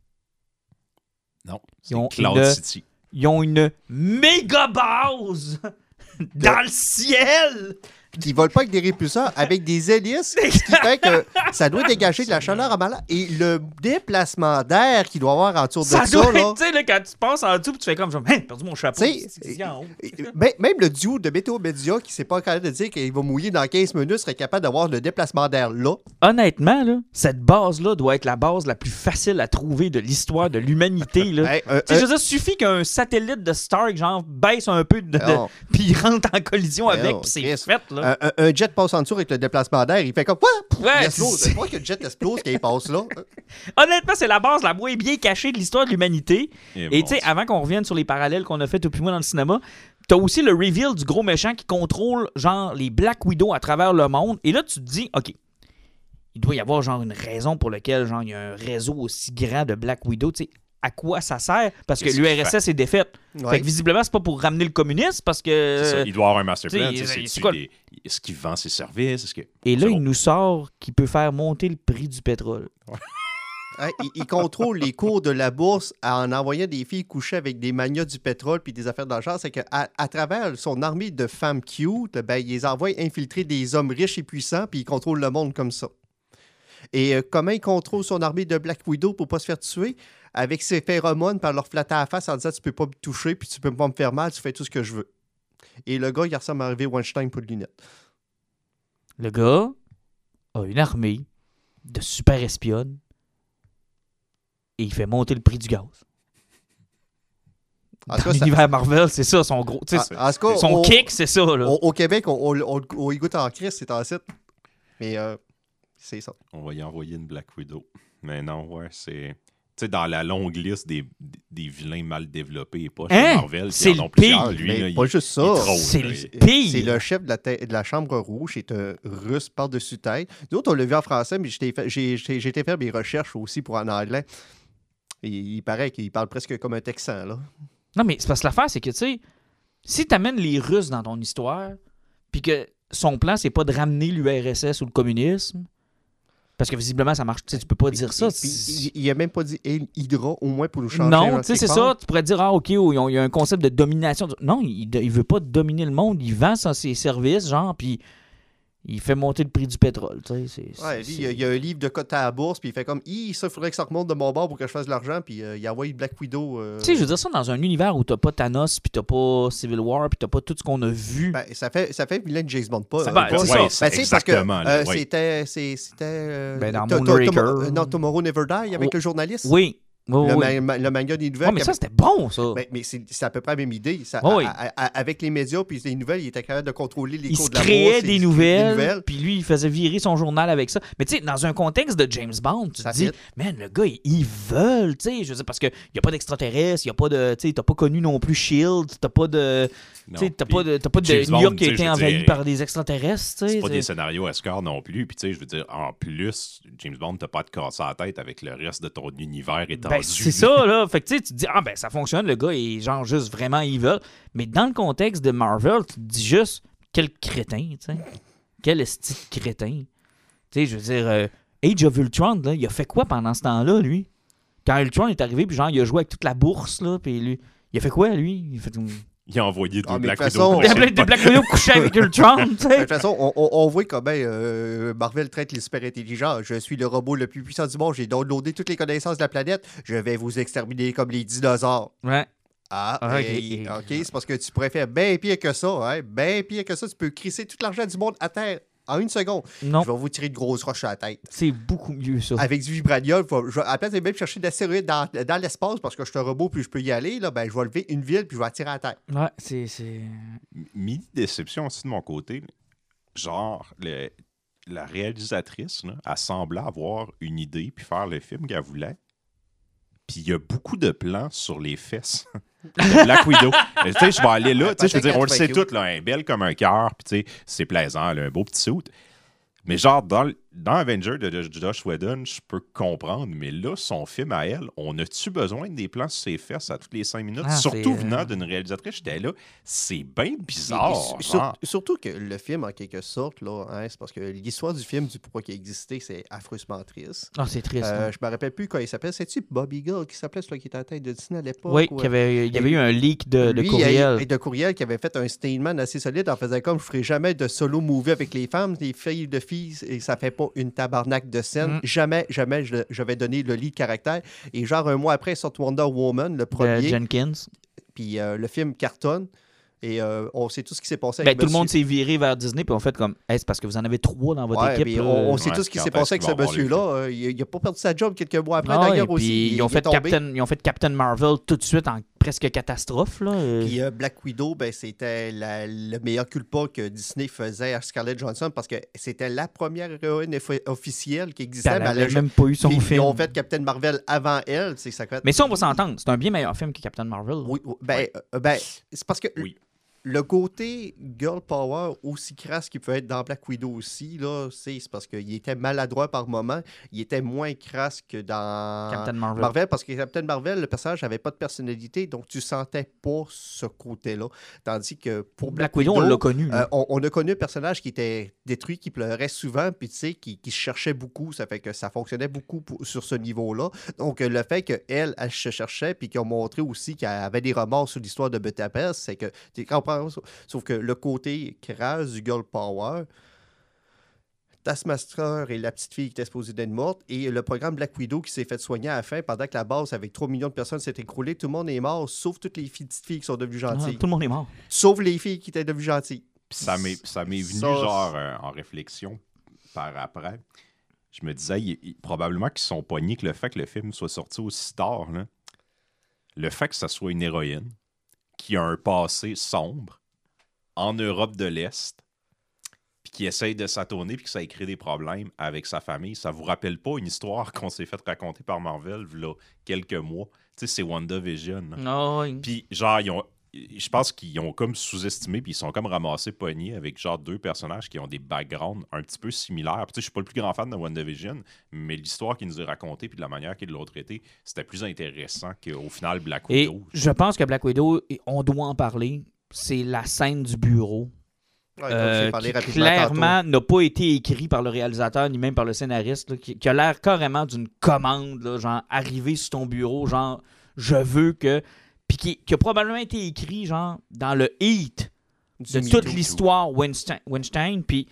Non, Ils ont c'est Cloud une- City. Ils ont une méga base dans le ciel! Qui ne volent pas avec des répulseurs, avec des hélices, ce qui fait que ça doit dégager de la chaleur en malade. Et le déplacement d'air qu'il doit avoir autour de Ça ça, doit là, être, tu sais, là, quand tu passes en dessous, puis tu fais comme, genre, hey, j'ai perdu mon chapeau. Tu sais, C'est ici en haut. Et- ben- même le duo de Météo Média qui ne sait pas capable de dire qu'il va mouiller dans quinze minutes serait capable d'avoir le déplacement d'air là. Honnêtement, là, cette base-là doit être la base la plus facile à trouver de l'histoire de l'humanité. Là. Hey, un- Tu sais, je un- veux dire, suffit qu'un satellite de Stark, genre, baisse un peu, de, de- Non. puis il rentre en collision Mais avec, non, puis c'est Chris. fait. Là. un, un- un jet passe en dessous avec le déplacement d'air, il fait comme quoi? Ouais, Il explose. c'est- C'est pas que le jet explose quand il passe là. Honnêtement, c'est la base la moins bien cachée de l'histoire de l'humanité. Et Et bon, tu sais, avant qu'on revienne sur les parallèles qu'on a fait depuis moi dans le cinéma, t'as aussi le reveal du gros méchant qui contrôle, genre, les Black Widow à travers le monde. Et là, tu te dis, OK, il doit y avoir, genre, une raison pour laquelle, genre, il y a un réseau aussi grand de Black Widow. Tu sais, à quoi ça sert, parce que Qu'est-ce l'U R qu'il S S est défaite. Ouais. Fait que visiblement, c'est pas pour ramener le communisme, parce que... C'est ça, il doit avoir un master plan. tu sais, tu sais, c'est- c'est c'est-tu quoi- des- Est-ce qu'il vend ses services? Est-ce que... Et là, C'est il bon. nous sort qu'il peut faire monter le prix du pétrole. Hein, il, il contrôle les cours de la bourse en envoyant des filles coucher avec des magnats du pétrole puis des affaires d'argent. C'est qu'à à travers son armée de femmes cute, ben, il les envoie infiltrer des hommes riches et puissants puis il contrôle le monde comme ça. Et euh, comment il contrôle son armée de Black Widow pour pas se faire tuer? Avec ses phéromones, par leur flatter à la face en disant « Tu peux pas me toucher puis tu peux pas me faire mal, tu fais tout ce que je veux. » Et le gars, il ressemble à Harvey Weinstein pour de lunettes. Le gars a une armée de super espionnes et il fait monter le prix du gaz. En Dans tout cas, ça- l'univers Marvel, c'est ça, son gros... tu sais, En- en tout cas, son on- kick, c'est ça, là. Au, au Québec, on, on, on- on y goûte en crise, c'est en site. Mais euh, c'est ça. On va y envoyer une Black Widow. Mais non, ouais, c'est... Tu sais, dans la longue liste des, des vilains mal développés et pas chez Hein? Marvel, C'est qui en le ont plusieurs, pire. lui, Mais là, pas il- juste ça. il trône, C'est là, le il- pire. C'est le chef de la, tête- de la Chambre Rouge, c'est un russe par-dessus tête. Nous autres, on l'a vu en français, mais j'étais fait- j'ai j'ai- j'ai été faire mes recherches aussi pour en anglais. Et il paraît qu'il parle presque comme un Texan, là. Non, mais c'est parce que l'affaire, c'est que, tu sais, si t'amènes les Russes dans ton histoire, puis que son plan, c'est pas de ramener l'U R S S ou le communisme, parce que visiblement, ça marche. Tu sais, tu peux pas dire ça. Puis, il, il a même pas dit Hydra, au moins pour nous changer. Non, là, tu sais, quelque c'est part. ça. Tu pourrais dire, ah, OK, oh, ils ont- il y a un concept de domination. Non, il, il veut pas dominer le monde. Il vend ça, ses services, genre, puis il fait monter le prix du pétrole. Tu sais, c'est- Ouais, lui, c'est- il y, a, il y a un livre de cote à la bourse, puis il fait comme, Hi, ça, il faudrait que ça remonte de mon bord pour que je fasse de l'argent, puis euh, il envoie Black Widow. euh, Tu sais, je veux dire ça dans un univers où t'as pas Thanos, puis t'as pas Civil War, puis t'as pas tout ce qu'on a vu. Ben, ça fait ça fait vilain de James Bond pas. Ça euh, va, pas c'est ça. ça. Ben, tu sais, parce que Exactement, là, euh, ouais. c'était c'est- c'était euh, Ben, dans To- To- Moonraker. Tomo- euh, non, Tomorrow Never Die avec Oh, le journaliste. oui. Oui, Le, oui. ma- ma- le manga des nouvelles. Ouais, mais qui ça, avait- c'était bon, ça. Ben, mais c'est c'est à peu près la même idée. Ça, Oh, oui. à- à- à- avec les médias puis les nouvelles, il était capable de contrôler les il cours se de la créait bourse, des il se créait nouvelles, puis lui, il faisait virer son journal avec ça. Mais tu sais, dans un contexte de James Bond, tu Ça te dis, fit. man, le gars, ils- ils veulent, tu sais, je veux dire, parce qu'il n'y a pas d'extraterrestres, il n'y a pas de, tu sais, t'as pas connu non plus Shield, t'as pas de, tu sais, Non, t'as puis pas de, t'as pas de James New York Bond, qui a tu sais, été je veux envahi dire, par des extraterrestres, tu sais. C'est pas des c'est- scénarios à Oscar non plus. Puis, tu sais, je veux dire, en plus, James Bond, t'as pas à te casser la tête avec le reste de ton univers étendu. Ben, c'est ça, là. Fait que tu sais, tu te dis, ah, ben, ça fonctionne, le gars est genre juste vraiment evil. Mais dans le contexte de Marvel, tu te dis juste, quel crétin, tu sais. Quel esti de crétin. Tu sais, je veux dire, euh, Age of Ultron, là, il a fait quoi pendant ce temps-là, lui? Quand Ultron est arrivé, puis genre, il a joué avec toute la bourse, là, puis lui, il a fait quoi, lui? Il a fait... Il a envoyé deux Ah, mais Black de toute Widow. façon- Il a coucher. appelé des Black Widow couchés avec Ultron, tu De sais. toute façon, on, on- on voit comment euh, Marvel traite les super intelligents. Je suis le robot le plus puissant du monde. J'ai downloadé toutes les connaissances de la planète. Je vais vous exterminer comme les dinosaures. Ouais. Ah, Ah, ok. hey, ok, c'est parce que tu pourrais faire bien pire que ça. Hein? Bien pire que ça. Tu peux crisser tout l'argent du monde à terre en une seconde. Non, Je vais vous tirer de grosses roches à la tête. c'est beaucoup mieux, ça. Avec du vibranium, je vais- je vais- à la place de même chercher des astéroïdes dans, dans l'espace parce que je suis un robot puis je peux y aller, là, ben, je vais lever une ville puis je vais attirer à la terre. Ouais, c'est... c'est... Mini déception aussi de mon côté. Genre, le- la réalisatrice, là, elle semblait avoir une idée puis faire le film qu'elle voulait. Puis il y a beaucoup de plans sur les fesses de Black Widow. Tu sais, je vais aller là. Tu sais, je veux dire, on le sait tout, là, elle est belle comme un cœur. Puis tu sais, c'est plaisant, elle a un beau petit suit. Mais genre, dans, le- dans Avenger de, de Josh Whedon, je peux comprendre, mais là, son film à elle, on a-tu besoin des plans sur ses fesses à toutes les cinq minutes? Ah, Surtout c'est, venant euh, d'une réalisatrice, j'étais là, c'est bien Et- bizarre. et sur- genre. surtout que le film, en quelque sorte, là, hein, c'est parce que l'histoire du film, du pourquoi il a existé, c'est affreusement triste. Ah, c'est triste. Euh, hein. je me rappelle plus quoi il s'appelle. C'est-tu Bobby Gull qui s'appelait, celui qui était à la tête de Disney à l'époque? Oui, ou, qu'il y avait, il y avait eu un leak de, de Lui, courriel. il- et de courriel qui avait fait un statement assez solide en faisant comme je ferai jamais de solo movie avec les femmes, les filles de filles, et ça fait pas une tabarnak de scène. Mm. Jamais, jamais je, je vais donner le lead caractère. Et genre un mois après, sort Wonder Woman, le de premier, Jenkins. puis euh, le film cartonne. Et euh, on sait tout ce qui s'est passé Ben, avec tout le monde monsieur- s'est viré vers Disney, puis on fait comme, hey, c'est parce que vous en avez trois dans votre Ouais, équipe. puis là. on, on sait Ouais, tout ce qui quand s'est est-ce passé avec qu'il ce va avoir les monsieur-là. Euh, il n'a pas perdu sa job quelques mois après, Ah, d'ailleurs ouais, aussi. puis Il- ils, ont il est fait tombé. Captain, ils ont fait Captain Marvel tout de suite en presque catastrophe. Là. Euh, Puis euh, Black Widow, ben, c'était la- le meilleur culpa que Disney faisait à Scarlett Johansson parce que c'était la première héroïne effi- officielle qui puis existait. elle mais elle avait a- même pas eu son puis film. Ils ont fait Captain Marvel avant elle. C'est ça. Mais ça, on va s'entendre. C'est un bien meilleur film que Captain Marvel. Oui, oui, ben, Ouais. euh, ben, c'est parce que Oui. le côté girl power, aussi crasse qu'il peut être dans Black Widow aussi, là, c'est, c'est parce qu'il était maladroit par moment. Il était moins crasse que dans Captain Marvel. Marvel, parce que Captain Marvel, le personnage n'avait pas de personnalité, donc tu sentais pas ce côté-là. Tandis que pour Black, Black Widow, Widow, on l'a connu. euh, on, on a connu un personnage qui était détruit, qui pleurait souvent, puis tu sais, qui, qui se cherchait beaucoup. Ça fait que ça fonctionnait beaucoup pour, sur ce niveau-là. Donc, euh, le fait qu'elle, elle, elle se cherchait, puis qu'ils ont montré aussi qu'elle avait des remords sur l'histoire de Budapest, c'est que tu comprends. Sauf que le côté crasse du girl power, Taskmaster et la petite fille qui était supposée d'être morte, et le programme Black Widow qui s'est fait soigner à la fin, pendant que la base avec trois millions de personnes s'est écroulée, tout le monde est mort, sauf toutes les filles, petites filles qui sont devenues gentilles. Ah, tout le monde est mort. Sauf les filles qui étaient devenues gentilles. Puis ça m'est, ça m'est venu Ça, genre euh, en réflexion par après. Je me disais, il- il- probablement qu'ils sont pognés que le fait que le film soit sorti aussi tard, là, le fait que ça soit une héroïne qui a un passé sombre en Europe de l'Est, puis qui essaye de s'attourner, puis que ça ait créé des problèmes avec sa famille, ça vous rappelle pas une histoire qu'on s'est fait raconter par Marvel il y a quelques mois? Tu sais, c'est WandaVision. là. Non, oui. Puis genre, ils ont... je pense qu'ils ont comme sous-estimé, puis ils sont comme ramassés pognés avec genre deux personnages qui ont des backgrounds un petit peu similaires. Puis, tu sais, je suis pas le plus grand fan de WandaVision, mais l'histoire qu'il nous a racontée, puis de la manière qu'ils l'ont traitée, c'était plus intéressant qu'au final Black Et Widow. je pense que Black Widow, on doit en parler. C'est la scène du bureau. Ouais, Euh, j'ai parlé qui rapidement clairement n'a pas été écrit par le réalisateur ni même par le scénariste, là, qui, qui a l'air carrément d'une commande, là, genre arriver sur ton bureau, genre je veux que. Puis qui, qui a probablement été écrit genre dans le heat tantôt. de Du toute MeToo. l'histoire Weinstein, Weinstein. Puis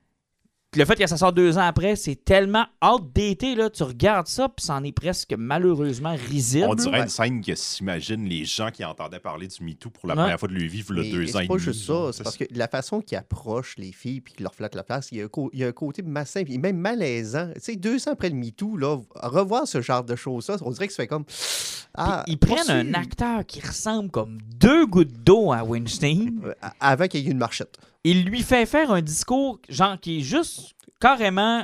le fait que ça sort deux ans après, c'est tellement outdated, là. Tu regardes ça, puis c'en est presque malheureusement risible. On dirait Ouais. une scène que s'imagine les gens qui entendaient parler du MeToo pour la Ouais. première fois de leur vie, il y a Mais deux ans et c'est pas demi. juste ça, genre. c'est parce que la façon qu'ils approchent les filles puis qu'ils leur flattent la place, il y a un, co- il y a un côté massin et même malaisant. Tu sais, deux ans après le MeToo, là, revoir ce genre de choses-là, on dirait que ça fait comme... Ah, Puis ils prennent pas un sûr. acteur qui ressemble comme deux gouttes d'eau à Weinstein. Euh, Avant qu'il y ait une marchette. Il lui fait faire un discours genre qui est juste carrément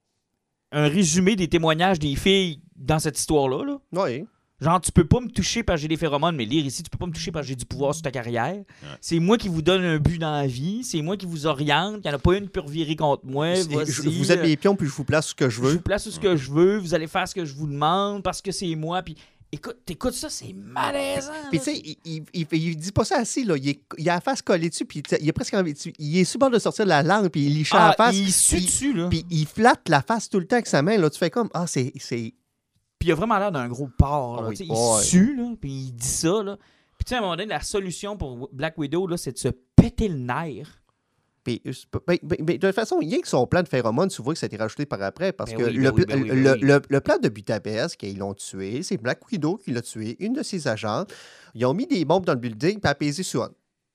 un résumé des témoignages des filles dans cette histoire-là. Là. Oui. Genre, tu peux pas me toucher parce que j'ai des phéromones, mais lire ici, tu peux pas me toucher parce que j'ai du pouvoir sur ta carrière. C'est moi qui vous donne un but dans la vie. C'est moi qui vous oriente. Il n'y en a pas une pour virer contre moi. C'est- Voici, je- vous êtes euh, mes pions puis je vous place ce que je je veux. vous place où ce que je veux. Vous allez faire ce que je vous demande parce que c'est moi. Puis écoute, t'écoutes ça, c'est malaisant. Puis là. tu sais, il, il, il, il dit pas ça assis, là. Il, est, il a la face collée dessus, puis tu sais, il est presque envie de- Il est sur le bord de sortir de la langue, puis il liche Ah, la face. il sue puis- dessus, là. Puis il flatte la face tout le temps avec sa main, là. Tu fais comme, ah, c'est... c'est... Puis il a vraiment l'air d'un gros porc. Ah Là, oui. tu sais, il Ouais. sue, là, puis il dit ça. Là. Puis tu sais, à un moment donné, la solution pour Black Widow, là, c'est de se péter le nerf. Puis, euh, c'est pas- ben, ben, ben, de toute façon, rien que son plan de phéromones, tu vois que ça a été rajouté par après, parce Ben que oui, ben le, oui, pla- ben oui, ben le, oui. le- le plan de Budapest, qu'ils l'ont tué, c'est Black Widow qui l'a tué, une de ses agentes. Ils ont mis des bombes dans le building, puis apaisé Swan.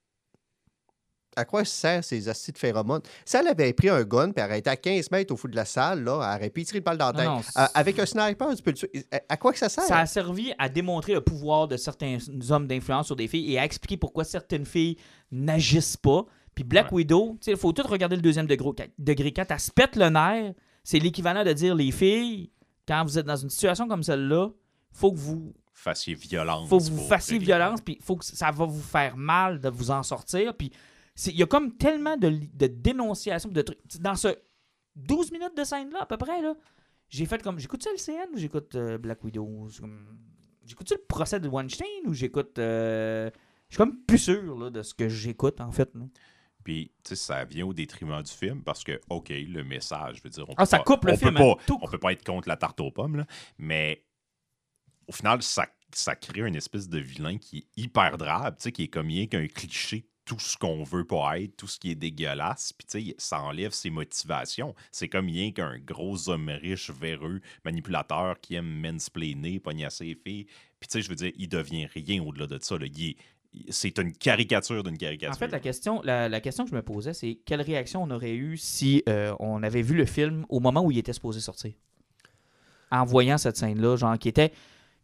À quoi sert ces acides de phéromones? Si elle avait pris un gun, puis elle été à quinze mètres au fond de la salle, là, elle aurait pu tirer le balle dans la tête. Non, non, Euh, avec un sniper, tu peux le tuer. À- À quoi que ça sert? Ça a servi à démontrer le pouvoir de certains hommes d'influence sur des filles et à expliquer pourquoi certaines filles n'agissent pas. Puis Black Ouais. Widow, il faut tout regarder le deuxième degré. degré. Quand elle se pète le nerf, c'est l'équivalent de dire les filles, quand vous êtes dans une situation comme celle-là, faut que vous Fassiez violence. faut que vous pour fassiez régler. violence, puis faut que ça va vous faire mal de vous en sortir. Puis c'est- il y a comme tellement de, li- de dénonciations, de trucs. Dans ce douze minutes de scène-là, à peu près, là, j'ai fait comme. J'écoute ça le C N ou j'écoute euh, Black Widow? C'est comme- J'écoute ça le procès de Weinstein ou j'écoute. euh, Je suis comme plus sûr là, de ce que j'écoute, en fait. là. Puis, tu sais, ça vient au détriment du film parce que, OK, le message, je veux dire, on Ah, peut ça pas- coupe le on film, peut pas, hein, tout. on peut pas être contre la tarte aux pommes, là, mais au final, ça, ça crée une espèce de vilain qui est hyper drabe, tu sais, qui est comme rien qu'un cliché, tout ce qu'on veut pas être, tout ce qui est dégueulasse, puis tu sais, ça enlève ses motivations. C'est comme rien qu'un gros homme riche, véreux, manipulateur qui aime mansplainer, pognasser les filles. Puis tu sais, je veux dire, il devient rien au-delà de ça, là. Il est- c'est une caricature d'une caricature. En fait, la question, la, la question que je me posais, c'est quelle réaction on aurait eu si euh, on avait vu le film au moment où il était supposé sortir? En voyant cette scène-là, genre, qui était,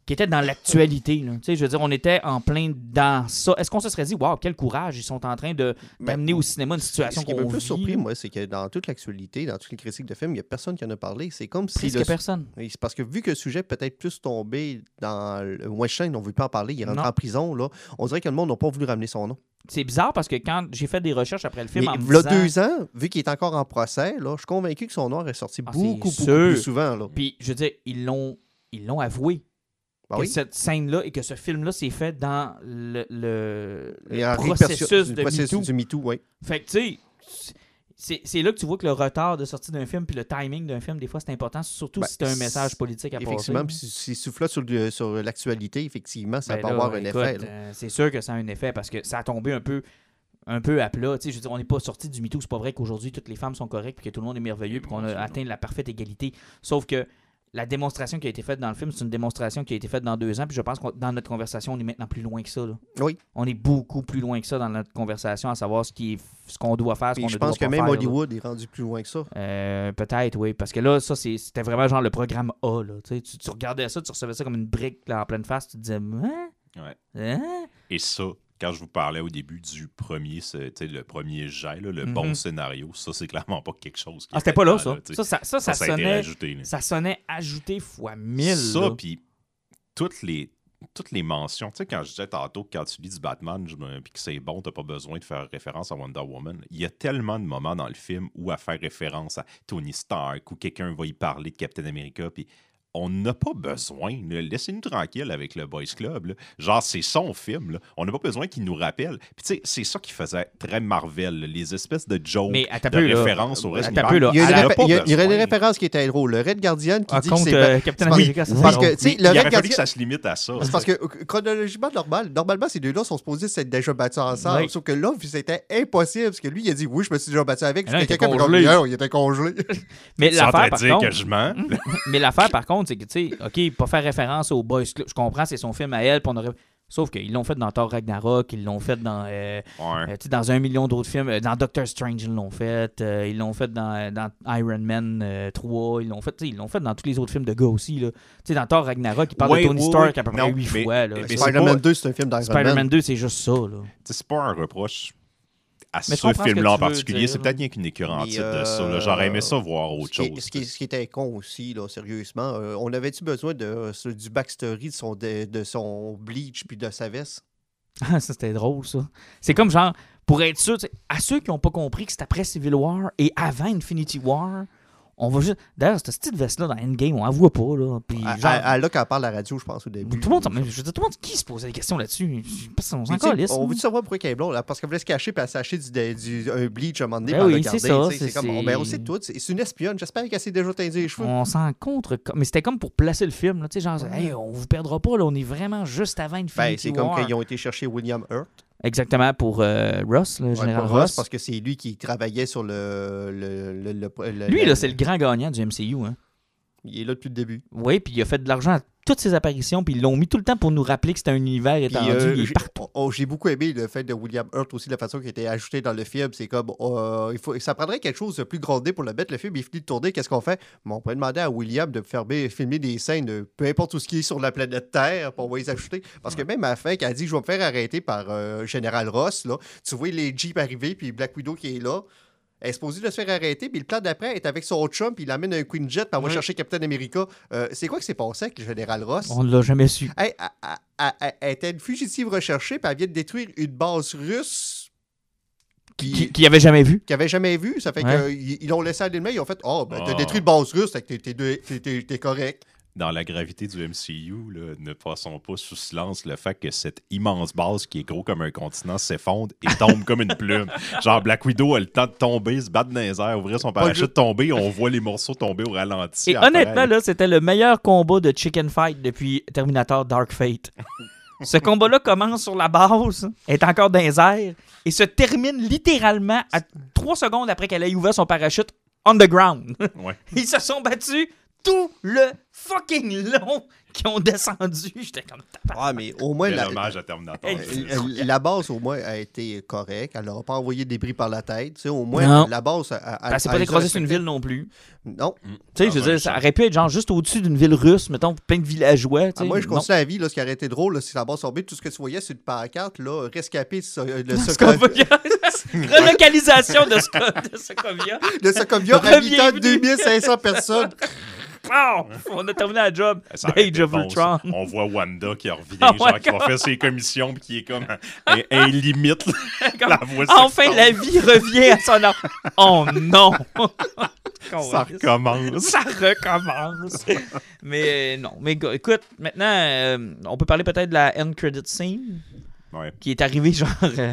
qui était dans l'actualité. Là. Tu sais, je veux dire, on était en plein dans ça. Est-ce qu'on se serait dit, waouh, quel courage, ils sont en train de, d'amener au cinéma une situation Ce qui qu'on m'a plus vit. surpris, moi, c'est que dans toute l'actualité, dans toutes les critiques de films, il n'y a personne qui en a parlé. C'est comme si. Presque le... personne. Oui, c'est parce que vu que le sujet peut être plus tombé dans. Le Weinstein, on ne veut pas en parler, il est rentré Non. en prison, là. On dirait que le monde n'a pas voulu ramener son nom. C'est bizarre parce que quand j'ai fait des recherches après le film Mais en me il y a disant... deux ans, vu qu'il est encore en procès, là, je suis convaincu que son nom est sorti Ah, beaucoup, beaucoup c'est sûr. plus souvent. Là. Puis, je veux dire, ils l'ont, ils l'ont avoué. Ah que oui? cette scène-là et que ce film-là s'est fait dans le, le, Et le en processus répercussion- de le processus MeToo. du MeToo, oui. Fait que, tu sais, c'est, c'est là que tu vois que le retard de sortie d'un film puis le timing d'un film, des fois, c'est important, surtout Ben, si tu as un message politique à passer. Effectivement, puis si si souffle sur, le- sur l'actualité, effectivement, ça Ben peut là, avoir un écoute, effet. là. euh, c'est sûr que ça a un effet parce que ça a tombé un peu un peu à plat. Tu sais, je veux dire, on n'est pas sorti du MeToo. C'est pas vrai qu'aujourd'hui, toutes les femmes sont correctes et que tout le monde est merveilleux et qu'on a atteint la parfaite égalité. Sauf que la démonstration qui a été faite dans le film, c'est une démonstration qui a été faite dans deux ans. Puis je pense que dans notre conversation, on est maintenant plus loin que ça. Là. Oui. On est beaucoup plus loin que ça dans notre conversation, à savoir ce, qui est, ce qu'on doit faire, ce Puis qu'on je ne pense que doit pas même faire. Hollywood est rendu plus loin que ça. Euh, peut-être, oui. Parce que là, ça, c'est, c'était vraiment genre le programme A. Là. Tu, sais, tu, tu regardais ça, tu recevais ça comme une brique là, en pleine face. Tu te disais, hein? Ouais. Hein? Et ça, quand je vous parlais au début du premier, c'est, tu sais, le premier jet, là, le Mhm. bon scénario, ça, c'est clairement pas quelque chose qui Ah, c'était était pas là, dedans, ça. tu sais. Ça, ça, ça, ça, Ça, ça a été sonnait, rajouté, là. ça sonnait ajouté fois mille. Ça, là. puis toutes les, toutes les mentions. Tu sais, quand je disais tantôt que quand tu lis du Batman puis que c'est bon, t'as pas besoin de faire référence à Wonder Woman, il y a tellement de moments dans le film où à faire référence à Tony Stark ou quelqu'un va y parler de Captain America, puis on n'a pas besoin. Là. Laissez-nous tranquille avec le Boys Club. Là. Genre, c'est son film. Là. On n'a pas besoin qu'il nous rappelle. Puis, tu sais, c'est ça qui faisait très Marvel. Là. Les espèces de jokes, Mais attends de un peu, là. références au reste Attends du un peu, là. Il y a, une Elle a réfé- pas il y a- il y aurait des besoin. références qui étaient drôles. Le Red Guardian qui Ah, dit que contre c'est... euh, ba- Captain c'est parce- America, ça, c'est parce drôle. que, tu sais, Mais le il aurait Red fallu Guardian... que ça se limite à ça. C'est parce que euh, chronologiquement, normal, normalement, ces deux-là sont supposés s'être déjà battus ensemble. Oui. Sauf que là, c'était impossible. Parce que lui, il a dit, oui, je me suis déjà battu avec. Mais non, Puis il était quelqu'un congelé. comme il était congelé. Mais Tu es en train l'affaire, de par dire contre... que je mens. Mais l'affaire, par contre, c'est que, tu sais, OK, pas faire référence au Boys Club. Je comprends, c'est son film à elle. Puis on aurait... Sauf qu'ils l'ont fait dans Thor Ragnarok, ils l'ont fait dans, euh, Ouais. euh, tu sais, dans un million d'autres films. Euh, Dans Doctor Strange, ils l'ont fait. Euh, ils l'ont fait dans, dans Iron Man euh, trois. Ils l'ont fait, tu sais, ils l'ont fait dans tous les autres films de gars aussi. Là. Tu sais, dans Thor Ragnarok, ils parlent Ouais, de Tony ouais, Stark ouais. à peu près Non, huit mais- fois. Là. mais c'est Spider-Man pas- deux, c'est un film d'Iron Spider-Man Man. deux, c'est juste ça. Là. Tu sais, c'est pas un reproche à Mais je ce comprends ce que film-là en tu veux particulier. dire, C'est là. peut-être rien qu'une écœurante Mais, titre de ça. là. J'aurais aimé ça voir autre Ce qui, chose. ce, qui, ce qui était con aussi, là, sérieusement, euh, on avait-tu besoin de, ce- du backstory de son, de, de son Bleach puis de sa veste? Ah, ça, c'était drôle, ça. C'est comme genre, pour être sûr, tu sais, à ceux qui n'ont pas compris que c'est après Civil War et avant Infinity War, on va juste. D'ailleurs, cette petite veste-là dans Endgame, on la voit pas, là. Puis, Elle, genre, elle- elle, là, quand elle parle à la radio, je pense, au début. tout le monde, s'en- je veux dire, tout le monde, qui se posait des questions là-dessus? Parce qu'on s'en Mais tu sais, calisse, on là. veut savoir pourquoi elle est blonde, là? Parce qu'elle voulait se cacher puis elle s'est acheté du, du, un bleach à un moment donné Ben pour oui, le c'est garder. ça, tu sais, c'est- C'est comme, c'est- ben, on sait tout. C'est c'est une espionne. J'espère qu'elle s'est déjà teindé les cheveux. On s'en contre. Mais c'était comme pour placer le film, là. Tu sais, genre, hey, on vous perdra pas, là. On est vraiment juste avant Infinity Ben, c'est comme War. quand ils ont été chercher William Hurt. Exactement, pour euh, Ross, le Ouais, général pour Ross. Ross, parce que c'est lui qui travaillait sur le. le, le, le- le- Lui, le- là, c'est le grand gagnant du M C U, hein. Il est là depuis le début. Oui, puis il a fait de l'argent à toutes ses apparitions, puis ils l'ont mis tout le temps pour nous rappeler que c'était un univers Puis, étendu. euh, il est j'ai- partout. oh, oh, j'ai beaucoup aimé le fait de William Hurt aussi, la façon qui a été ajoutée dans le film. C'est comme, euh, il faut, ça prendrait quelque chose de plus grondé pour le mettre. Le film est fini de tourner. Qu'est-ce qu'on fait? Bon, on pourrait demander à William de faire, filmer des scènes de peu importe où ce qui est sur la planète Terre, puis on va les ajouter. Parce que même à la fin, quand elle dit, je vais me faire arrêter par euh, Général Ross, là, tu vois les Jeeps arriver, puis Black Widow qui est là. Elle est supposée de se faire arrêter, puis le plan d'après est avec son chum, puis il amène un Queen Jet, puis elle va Oui. chercher Captain America. Euh, c'est quoi qui s'est passé avec le Général Ross? On ne l'a jamais su. Hey, elle, elle- elle- elle- elle était une fugitive recherchée, puis elle vient de détruire une base russe qui, Qui, qui avait jamais vu. qui avait jamais vu. Ça fait Ouais. qu'ils ils l'ont laissé aller de main, ils ont fait « Oh, ben t'as Ah. détruit une base russe, fait que t'es- t'es t'es- t'es- t'es- t'es correct. » Dans la gravité du M C U, là, ne passons pas sous silence le fait que cette immense base qui est gros comme un continent s'effondre et tombe comme une plume. Genre, Black Widow a le temps de tomber, se battre dans les airs, ouvrir son parachute, juste- tomber, on voit les morceaux tomber au ralenti. Et après. honnêtement, là, c'était le meilleur combat de Chicken Fight depuis Terminator Dark Fate. Ce combat-là commence sur la base, est encore dans les airs, et se termine littéralement à trois secondes après qu'elle ait ouvert son parachute on the ground. Ouais. Ils se sont battus tout le fucking long qui ont descendu. J'étais comme... Ouais, mais au moins... Quel La, hommage à Terminator. la, la base, au moins, a été correcte. Elle n'aura pas envoyé des débris par la tête. Tu sais, au moins, Non. la base... Elle, Ben, c'est pas décrasé sur une ville non plus. Non. Mm. Tu sais, Ah, je veux ouais, dire, ça aurait pu être genre juste au-dessus d'une ville russe, mettons, plein de villageois. Ah, moi, je continue la vie. Là, ce qui aurait été drôle, là, c'est la base tombée. Tout ce que tu voyais sur une pancarte, là, rescapé so- le Sokovia. Relocalisation de, Sco- de Sokovia. Le Sokovia habitant Rebienvenue. deux mille cinq cents personnes. Pow! On a terminé la job. Ça aurait Age été of bon, Ultron. ça. On voit Wanda qui revient, Oh my genre qui va God. faire ses commissions puis qui est comme un, un limite. Comme, La voix enfin, s'extend. la vie revient à son âge. Oh non! Ça recommence. Ça recommence. Mais euh, non. Mais go- écoute, maintenant, euh, on peut parler peut-être de la end credit scene Ouais. qui est arrivée genre euh,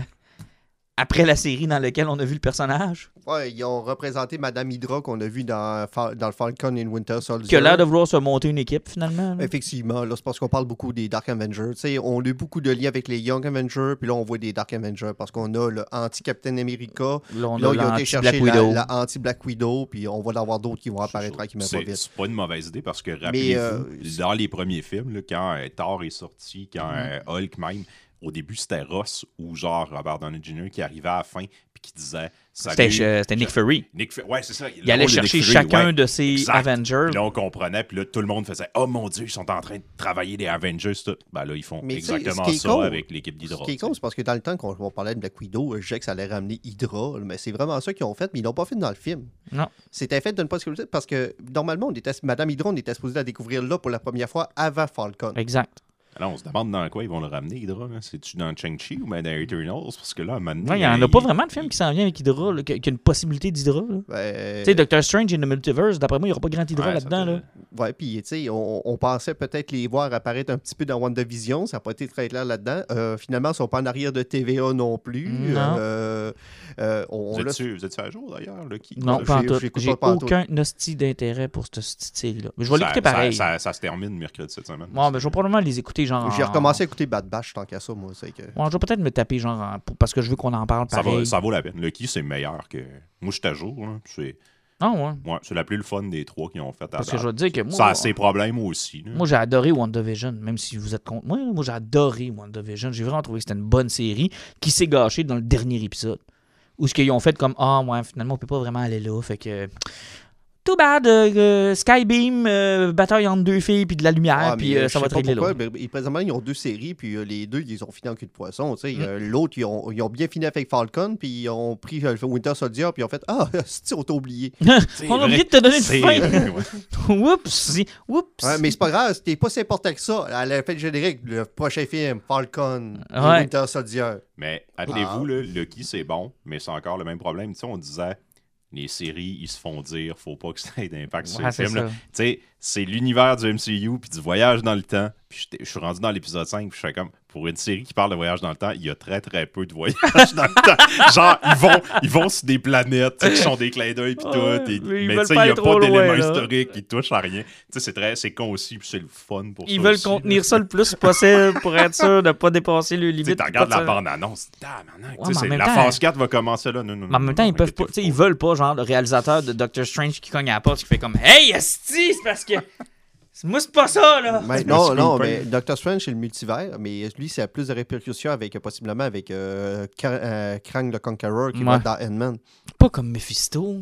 après la série dans laquelle on a vu le personnage. Ouais, ils ont représenté Madame Hydra qu'on a vu dans, Fa- dans le Falcon and Winter Soldier. Qui a l'air de vouloir se monter une équipe finalement. là. Effectivement, là, c'est parce qu'on parle beaucoup des Dark Avengers. Tu sais, on a eu beaucoup de liens avec les Young Avengers, puis là, on voit des Dark Avengers parce qu'on a le anti-Captain America. Là, on Là, a ils ont été l'anti-Black chercher la, Widow. la anti-Black Widow, puis on va en avoir d'autres qui vont apparaître tranquillement pas C'est vite. c'est pas une mauvaise idée parce que rappelez-vous, euh, dans les premiers films, là, quand euh, Thor est sorti, quand Mm-hmm. euh, Hulk même, au début c'était Ross ou genre Robert Downey junior qui arrivait à la fin puis qui disait C'était Salut, euh, c'était Nick je- Fury. Nick Fu- ouais, c'est ça. Il allait chercher chacun de ses Exact. Avengers. Puis là, on comprenait, puis là, tout le monde faisait Oh mon Dieu, ils sont en train de travailler les Avengers. Tout. Ben là, ils font Mais tu sais, exactement ce qui est ça con- avec l'équipe d'Hydra. Ce qui est tu sais. con, c'est parce que dans le temps qu'on on parlait de Black Widow, je disais que ça allait ramener Hydra, mais c'est vraiment ça qu'ils ont fait, mais ils l'ont pas fait dans le film. Non. C'était fait d'une possibilité parce que normalement, on était, Madame Hydra, on était supposé la découvrir là pour la première fois avant Falcon. Exact. Alors, on se demande dans quoi ils vont le ramener, Hydra. là. C'est-tu dans Shang-Chi ou ben dans Eternals? Parce que là, à un moment donné, Ouais, il n'y en a il- pas vraiment de film qui s'en vient avec Hydra, là, qui qui a une possibilité d'Hydra. là. Ben, Tu sais, Doctor Strange in the Multiverse, d'après moi, il n'y aura pas grand Hydra Ouais, là-dedans. ça Là. ouais, puis tu sais, on, on pensait peut-être les voir apparaître un petit peu dans WandaVision, ça n'a pas été très clair là-dedans. Euh, finalement, ils ne sont pas en arrière de T V A non plus. Non. Euh, euh, on, Vous on l'a- êtes-tu vous êtes-tu à jour d'ailleurs? là, qui- Non, j'ai- pas en tout. j'écoute J'ai pas pantoute. aucun hostie d'intérêt pour cette, cette série-là. Mais je vais Ça- l'écouter ça- pareil. Ça, ça se termine mercredi cette semaine. Ouais, mais je vais probablement les écouter genre. J'ai en- recommencé à écouter Bad Batch tant qu'à ça, moi. C'est que... Ouais, je vais peut-être me taper genre en- pour- parce que je veux qu'on en parle Ça, pareil. va, ça vaut la peine. Lucky, c'est meilleur que. Moi, je suis à jour. là. C'est Ah ouais. ouais, c'est la plus le fun des trois qui ont fait à Parce que date. je vais te dire que moi. Ça a ses problèmes aussi. là. Moi, j'ai adoré WandaVision, même si vous êtes contre moi. Moi, j'ai adoré WandaVision. J'ai vraiment trouvé que c'était une bonne série qui s'est gâchée dans le dernier épisode. Où ce qu'ils ont fait comme Ah, ouais, finalement, on peut pas vraiment aller là. Fait que. Too bad, euh, euh, Skybeam, euh, bataille entre deux filles, puis de la lumière, Ah, puis mais, euh, euh, ça je va sais te régler pas là. pourquoi, mais, mais présentement, ils ont deux séries, puis euh, les deux, ils ont fini en cul de poisson. tu sais. Mm. Euh, L'autre, ils ont, ils ont bien fini avec Falcon, puis ils ont pris euh, Winter Soldier, puis ils ont fait Ah, c'est on t'a oublié. C'est On a vrai. oublié de te donner une C'est fin. vrai, ouais. Oups. Oups. Ouais, mais c'est pas grave, c'était pas si important que ça. Elle a fait le générique, le prochain film, Falcon, et Ouais. Winter Soldier. Mais appelez-vous, Ah. là, Lucky, c'est bon, mais c'est encore le même problème. Tu sais, on disait les séries, ils se font dire, faut pas que ça ait d'impact sur Ouais, les c'est films. là. ça. Tu sais, c'est l'univers du M C U puis du voyage dans le temps. Puis j'étais- je suis rendu dans l'épisode cinq, puis je fais comme, pour une série qui parle de voyage dans le temps, il y a très très peu de voyage dans le temps. Genre, ils vont, ils vont sur des planètes tu sais, qui sont des clins d'œil puis Ouais, tout. et- mais ils mais veulent tu sais, pas il n'y a aller pas trop d'éléments loin, là. historiques, ils touchent à rien. Tu sais, c'est très, c'est concis puis c'est le fun pour Ils ça veulent aussi, contenir là. ça le plus possible pour être sûr de ne pas dépasser le Tu sais, limite. tu puis regardes pas la de- bande-annonce, tabarnak, Ouais, tu sais, mais en c'est- même la temps- phase quatre va commencer là. Non, non, Mais en non, même temps, non, ils peuvent pas. arrêtez tu sais, Ils veulent pas, genre, le réalisateur de Doctor Strange qui cogne à la porte qui fait comme Hey, esti, c'est parce que. Moi, c'est pas ça, là. Mais Je me non, suis non, loupé. mais Doctor Strange, c'est le multivers, mais lui, ça a plus de répercussions avec, possiblement avec euh, Kra- euh, Krang le Conqueror qui va Ouais. être dans Ant-Man. Pas comme Mephisto.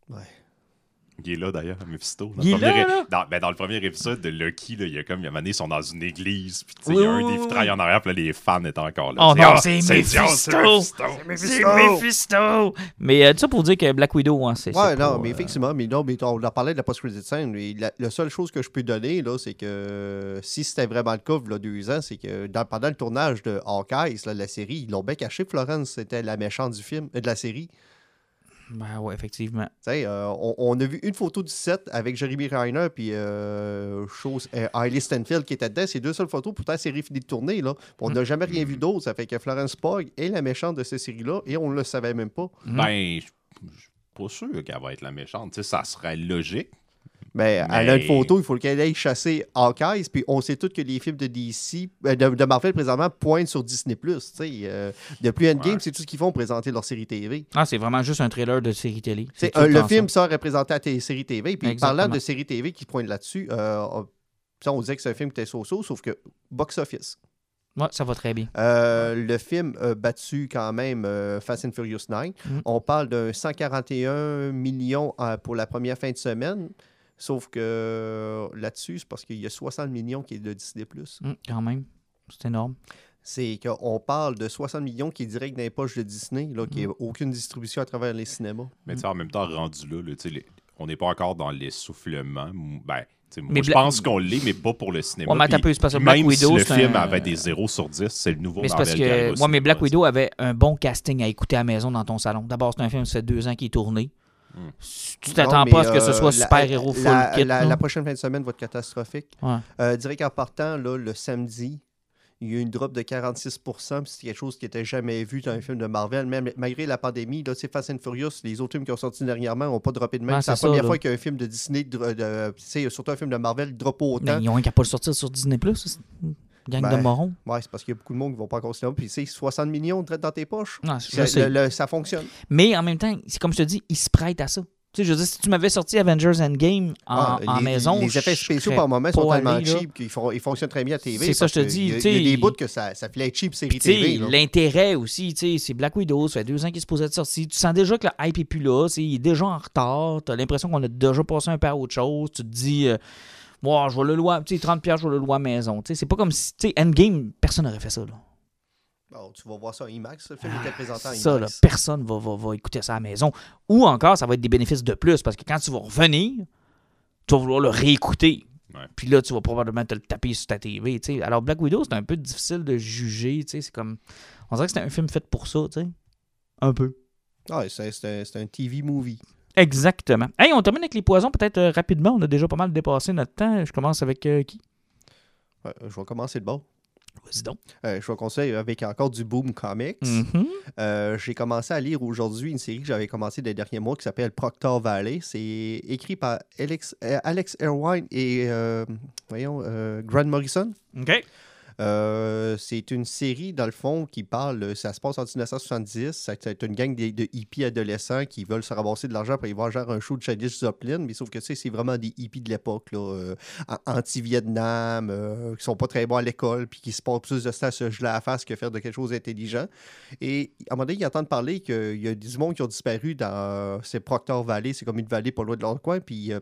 Il est là d'ailleurs, Mephisto. Dans Il le est premier là, é- là? Dans, ben, dans le premier épisode de Lucky, là, il y a comme, il y a un moment donné, ils sont dans une église, puis tu sais, Oui, il y a oui, un des oui, vitrailles en arrière, puis là, les fans étaient encore là. Oh C'est, non, ah, c'est Dieu, Mephisto! c'est Mephisto! C'est Mephisto! Mais euh, tout ça pour dire que Black Widow, hein, c'est. Ouais, c'est non, pas, mais euh, effectivement, mais non, mais on en parlait de la post-credit scene. Mais la, la seule chose que je peux donner, là, c'est que si c'était vraiment le cas, il y a deux ans, c'est que dans- pendant le tournage de Hawkeye, là, la série, ils l'ont bien caché. Florence, c'était la méchante du film, euh, de la série. Ben ouais, effectivement. Tu sais, euh, on, on a vu une photo du set avec Jeremy Renner puis euh, chose, euh, Hailey Steinfeld qui était dedans. C'est deux seules photos. Pourtant, la série finit de tourner. Là. Puis on n'a jamais rien vu d'autre. Ça fait que Florence Pugh est la méchante de cette série-là et on ne le savait même pas. Mm. Ben, je je suis pas sûr qu'elle va être la méchante. Tu sais, ça serait logique. Mais, Mais- elle a une photo, il faut qu'elle aille chasser Hawkeye, puis on sait tous que les films de D C, euh, de, de Marvel présentement, pointent sur Disney+. Euh, depuis Endgame, Ouais. c'est tout ce qu'ils font, présenter leur série T V. Ah, c'est vraiment juste un trailer de série télé. C'est, tout euh, le le temps film ça. sort représenté à la série T V, puis Exactement. parlant de série T V qui pointe là-dessus, euh, on disait que c'est un film qui était so-so, sauf que box-office. Ouais, ça va très bien. Euh, le film a battu quand même euh, Fast and Furious neuf. Mm. On parle d'un cent quarante et un millions euh, pour la première fin de semaine. Sauf que euh, là-dessus, c'est parce qu'il y a soixante millions qui est de Disney+. Hum, quand même. C'est énorme. C'est qu'on parle de soixante millions qui est direct dans les poches de Disney, là, qui n'a aucune distribution à travers les cinémas. Mais tu sais, en même temps, rendu là, là, tu sais, les- on n'est pas encore dans l'essoufflement. Ben, tu sais, moi, Mais je Bla- pense qu'on l'est, mais pas pour le cinéma. Ouais, mais attends un Puis- peu, c'est parce que puis Black même Widow, si le c'est film un- avait des zéro sur dix, c'est le nouveau Mais c'est parce Marvel qui arrive que au moi, mais cinéma, Black tu sais. Widow avait un bon casting à écouter à la maison dans ton salon. D'abord, c'est un film, ça fait deux ans qu'il est tourné. Hmm. Tu t'attends Non, mais, pas à ce que ce euh, soit la- super-héros full la, kit. la, là. la prochaine fin de semaine va être catastrophique. Ouais. Euh, direct en partant, là, le samedi, il y a eu une drop de quarante-six pour cent, puis c'est quelque chose qui n'était jamais vu dans un film de Marvel. Même malgré la pandémie, là, c'est Fast and Furious, les autres films qui ont sorti dernièrement n'ont pas droppé de même. Ouais, c'est la c'est ça, première là. fois qu'un film de Disney, de, de- tu sais, surtout un film de Marvel, drop autant. Ben, ils ont un qu'à pas le sortir sur Disney plus. Gang Ben, de morons. Ouais, c'est parce qu'il y a beaucoup de monde qui ne vont pas encore au cinéma. Puis, c'est soixante millions direct dans tes poches. Non, je Ça, sais. le- le- ça fonctionne. Mais en même temps, c'est comme je te dis, ils se prêtent à ça. Tu sais, je veux dire, si tu m'avais sorti Avengers Endgame en, Ah, en les, maison. Les effets je spéciaux serais par moment sont pas tellement allé, là. cheap qu'ils font- ils fonctionnent très bien à T V. C'est ça, parce je te que dis, Il y a, tu sais, il y a des il- bouts que ça, ça filait cheap série Tu sais, T V. là. l'intérêt aussi, tu sais, c'est Black Widow, ça fait deux ans qu'il est supposé être sorti. Tu sens déjà que le hype est plus là, tu sais, il est déjà en retard. Tu as l'impression qu'on a déjà passé un peu à autre chose. Tu te dis, euh, wow, je vais le louer, tu sais, trente piastres, je vais le louer à la maison. Tu sais, c'est pas comme si, tu sais, Endgame, personne n'aurait fait ça, là. Bon, tu vas voir ça en IMAX. Le film était présenté en Ça, là, IMAX. personne va, va, va écouter ça à la maison. Ou encore, ça va être des bénéfices de plus parce que quand tu vas revenir, tu vas vouloir le réécouter. Ouais. Puis là, tu vas probablement te le taper sur ta T V. tu sais. Alors, Black Widow, c'est un peu difficile de juger. tu sais, C'est comme. On dirait que c'est un film fait pour ça, tu sais. Un peu. Ouais, c'est c'est un, c'est un T V movie. Exactement. Hey, on termine avec les poisons, peut-être euh, rapidement. On a déjà pas mal dépassé notre temps. Je commence avec euh, qui Ouais, je vais commencer de bord. Vas-y donc. Euh, je vais commencer avec encore du Boom Comics. Mhm. Euh, j'ai commencé à lire aujourd'hui une série que j'avais commencé les derniers mois qui s'appelle Proctor Valley. C'est écrit par Alex, euh, Alex Irvine et euh, voyons, euh, Grant Morrison. OK. Euh, c'est une série, dans le fond, qui parle, ça se passe en dix-neuf cent soixante-dix. Ça- C'est une gang de, de hippies adolescents qui veulent se ramasser de l'argent pour y voir genre un show de Janis Joplin. Mais sauf que tu sais, c'est vraiment des hippies de l'époque, là, euh, an- anti-Vietnam, euh, qui sont pas très bons à l'école, puis qui se passent plus de temps à se geler à la face que faire de quelque chose d'intelligent. Et à un moment donné, ils entendent parler qu'il y a des mondes qui ont disparu dans euh, ces Proctor Valley. C'est comme une vallée pas loin de leur coin. Puis. euh,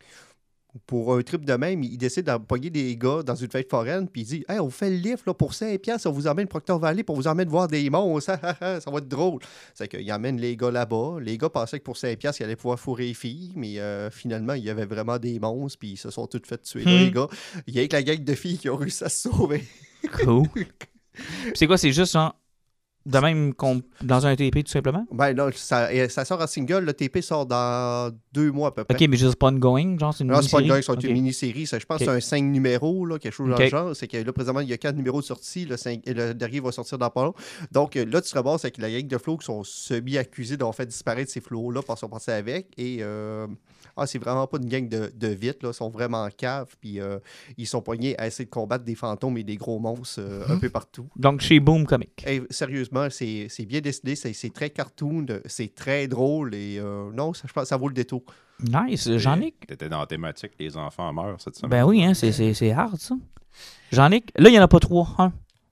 pour un trip de même, il décide d'empoigner des gars dans une fête foraine, puis il dit « Hey, on vous fait le lift là, pour cinq piastres, on vous emmène Proctor Valley, pour vous emmène voir des monstres, ça va être drôle. » C'est qu'il emmène les gars là-bas. Les gars pensaient que pour cinq piastres, ils allaient pouvoir fourrer les filles, mais euh, finalement, il y avait vraiment des monstres, puis ils se sont tous fait tuer, là, Hmm. les gars. Il y a que la gang de filles qui ont réussi à se sauver. Cool. Puis c'est quoi, c'est juste genre, de même qu'on dans un T P tout simplement? Ben non, ça, et ça sort en single, le T P sort dans deux mois à peu près. OK, mais juste pas ongoing, genre c'est une Non, c'est pas une mini-série? gang, c'est OK. une mini-série. Ça, je pense Ok. que c'est un cinq numéros, là, quelque chose dans Ok. le genre. C'est que là, présentement, il y a quatre numéros de sortie. Le, cinq- et le dernier va sortir dans pas long. Donc euh, là, tu te ramasses avec la gang de flots qui sont semi-accusés d'avoir fait disparaître ces flots-là parce qu'ils sont passés avec. Et euh, ah, c'est vraiment pas une gang de, de vite. Là. Ils sont vraiment caves. Puis euh, ils sont poignés à essayer de combattre des fantômes et des gros monstres euh, un Mhm. peu partout. Donc chez Boom Comic. Hey, sérieusement, c'est c'est bien décidé. C'est c'est très cartoon. C'est très drôle. Et euh, non, ça, je pense que ça vaut le détour. Nice. Jean-Nic? T'étais dans la thématique Les enfants meurent cette semaine. Ben oui, hein, c'est, c'est, c'est hard ça. Jean-Nic? Là, il n'y en a pas trois. Un.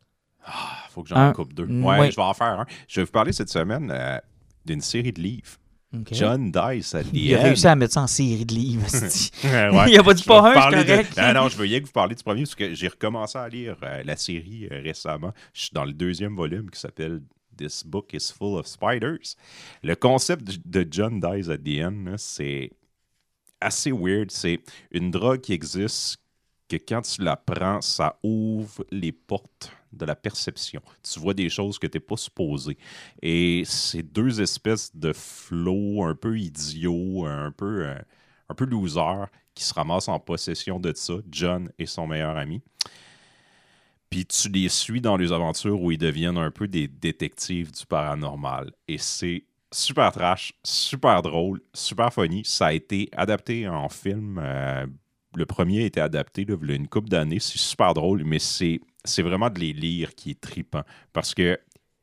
Ah, faut que j'en Un. coupe deux. Mm, Ouais, ouais. je vais en faire un. Je vais vous parler cette semaine euh, d'une série de livres. OK. John Dice at the Il a End. réussi à mettre ça en série de livres. esti. Ouais. Il a pas dit Je vais pas vous un, parler c'est de- correct. Ah non, je veux rien que vous parler du premier parce que j'ai recommencé à lire euh, la série euh, récemment. Je suis dans le deuxième volume qui s'appelle This Book is Full of Spiders. Le concept de John Dies at the End, là, c'est assez weird. C'est une drogue qui existe que quand tu la prends, ça ouvre les portes de la perception. Tu vois des choses que tu n'es pas supposé. Et c'est deux espèces de flots un peu idiots, un peu, euh, un peu losers, qui se ramassent en possession de ça, John et son meilleur ami. Puis tu les suis dans les aventures où ils deviennent un peu des détectives du paranormal. Et c'est super trash, super drôle, super funny. Ça a été adapté en film. Euh, le premier a été adapté là, il y a une couple d'années. C'est super drôle, mais c'est, c'est vraiment de les lire qui est trippant. Parce que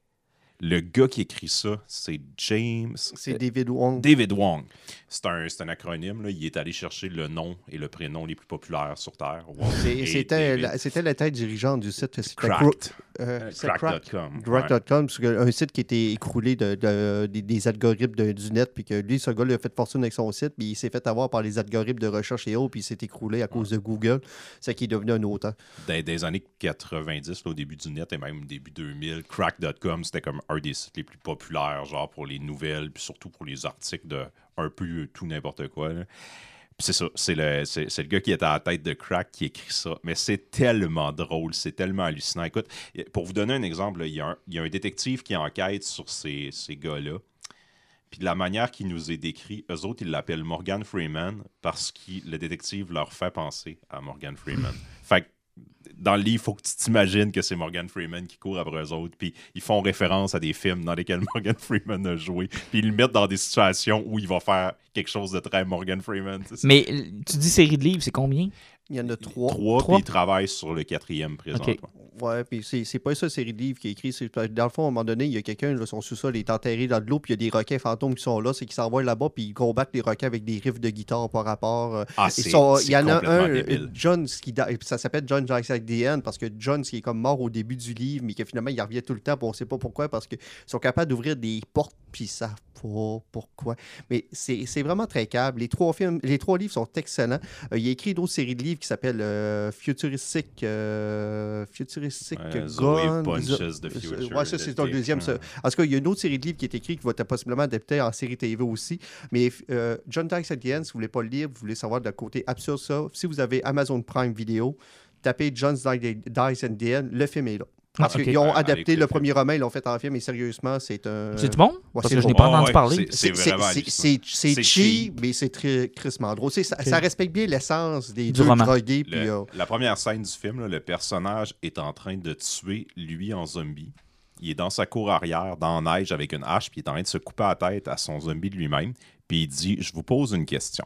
le gars qui écrit ça, c'est James... C'est David Wong. David Wong. C'est un, c'est un acronyme. Là. Il est allé chercher le nom et le prénom les plus populaires sur Terre. C'est, c'était, la, c'était la tête dirigeante du site. C'était Cracked. Euh, Crack dot com. Crack dot com, ouais. Un site qui était écroulé de, de, de, des algorithmes de, du net, puis que lui, ce gars-là, a fait fortune avec son site, puis il s'est fait avoir par les algorithmes de recherche et autres, puis il s'est écroulé à cause ouais. de Google. C'est qu'il est devenu un auteur. Dans des années quatre-vingt-dix, là, au début du net, et même début deux mille, Crack dot com, c'était comme un des sites les plus populaires, genre pour les nouvelles, puis surtout pour les articles de un peu tout n'importe quoi. Là. Puis c'est ça, c'est le, c'est, c'est le gars qui était à la tête de Crack qui écrit ça. Mais c'est tellement drôle, c'est tellement hallucinant. Écoute, pour vous donner un exemple, il y, y a un détective qui enquête sur ces, ces gars-là. Puis de la manière qu'il nous est décrit, eux autres, ils l'appellent Morgan Freeman parce que le détective leur fait penser à Morgan Freeman. Fait que dans le livre, il faut que tu t'imagines que c'est Morgan Freeman qui court après eux autres. Puis ils font référence à des films dans lesquels Morgan Freeman a joué. Puis ils le mettent dans des situations où il va faire quelque chose de très Morgan Freeman. Mais tu dis série de livres, c'est combien? Il y en a trois. Trois, puis il travaille sur le quatrième présentement. Okay. Ouais, puis c'est, c'est pas ça, la série de livres qui est écrit. C'est, dans le fond, à un moment donné, il y a quelqu'un, là, son sous-sol est enterré dans de l'eau, puis il y a des requins fantômes qui sont là. C'est qu'ils s'envoient là-bas, puis ils combattent les requins avec des riffs de guitare par rapport. Ah, c'est, sont, c'est il y en a un, débile. John, qui, ça s'appelle John Dies at the End, parce que John, qui est comme mort au début du livre, mais que finalement, il revient tout le temps, puis on sait pas pourquoi, parce qu'ils sont capables d'ouvrir des portes, puis ils savent pas pourquoi. Mais c'est, c'est vraiment très câble. Les trois films, les trois livres sont excellents. Euh, il a écrit d'autres séries de livres qui s'appellent euh, Futuristic, euh, Futuristic ouais, Gone. Punches the Future. Ouais, ça, c'est ton deuxième. Ça. En tout cas, il y a une autre série de livres qui est écrite qui va être possiblement adaptée en série T V aussi. Mais euh, John Dies at the End, si vous voulez pas le lire, vous voulez savoir de côté absurde ça, si vous avez Amazon Prime Video, tapez John Dies at the End, le film est là. Parce ah, okay. qu'ils ont adapté le premier roman, ils l'ont fait en film, et sérieusement, c'est un... C'est bon? Ouais, Parce c'est que bon. je n'ai pas oh, entendu ouais, parler. C'est, c'est, vraiment c'est, c'est, c'est, c'est cheap, mais c'est très crissement drôle. Ça, okay. ça respecte bien l'essence des du deux roman. drogués. Le, puis, euh... La première scène du film, là, le personnage est en train de tuer lui en zombie. Il est dans sa cour arrière, dans la neige, avec une hache, puis il est en train de se couper la tête à son zombie de lui-même. Puis il dit, je vous pose une question.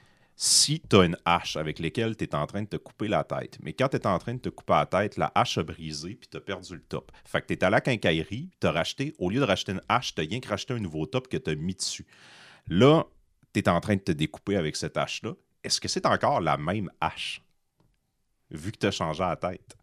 Si tu as une hache avec laquelle tu es en train de te couper la tête, mais quand tu es en train de te couper la tête, la hache a brisé puis tu as perdu le top. Fait que tu es à la quincaillerie, tu as racheté, au lieu de racheter une hache, tu as rien que racheté un nouveau top que tu as mis dessus. Là, tu es en train de te découper avec cette hache-là. Est-ce que c'est encore la même hache, vu que tu as changé la tête?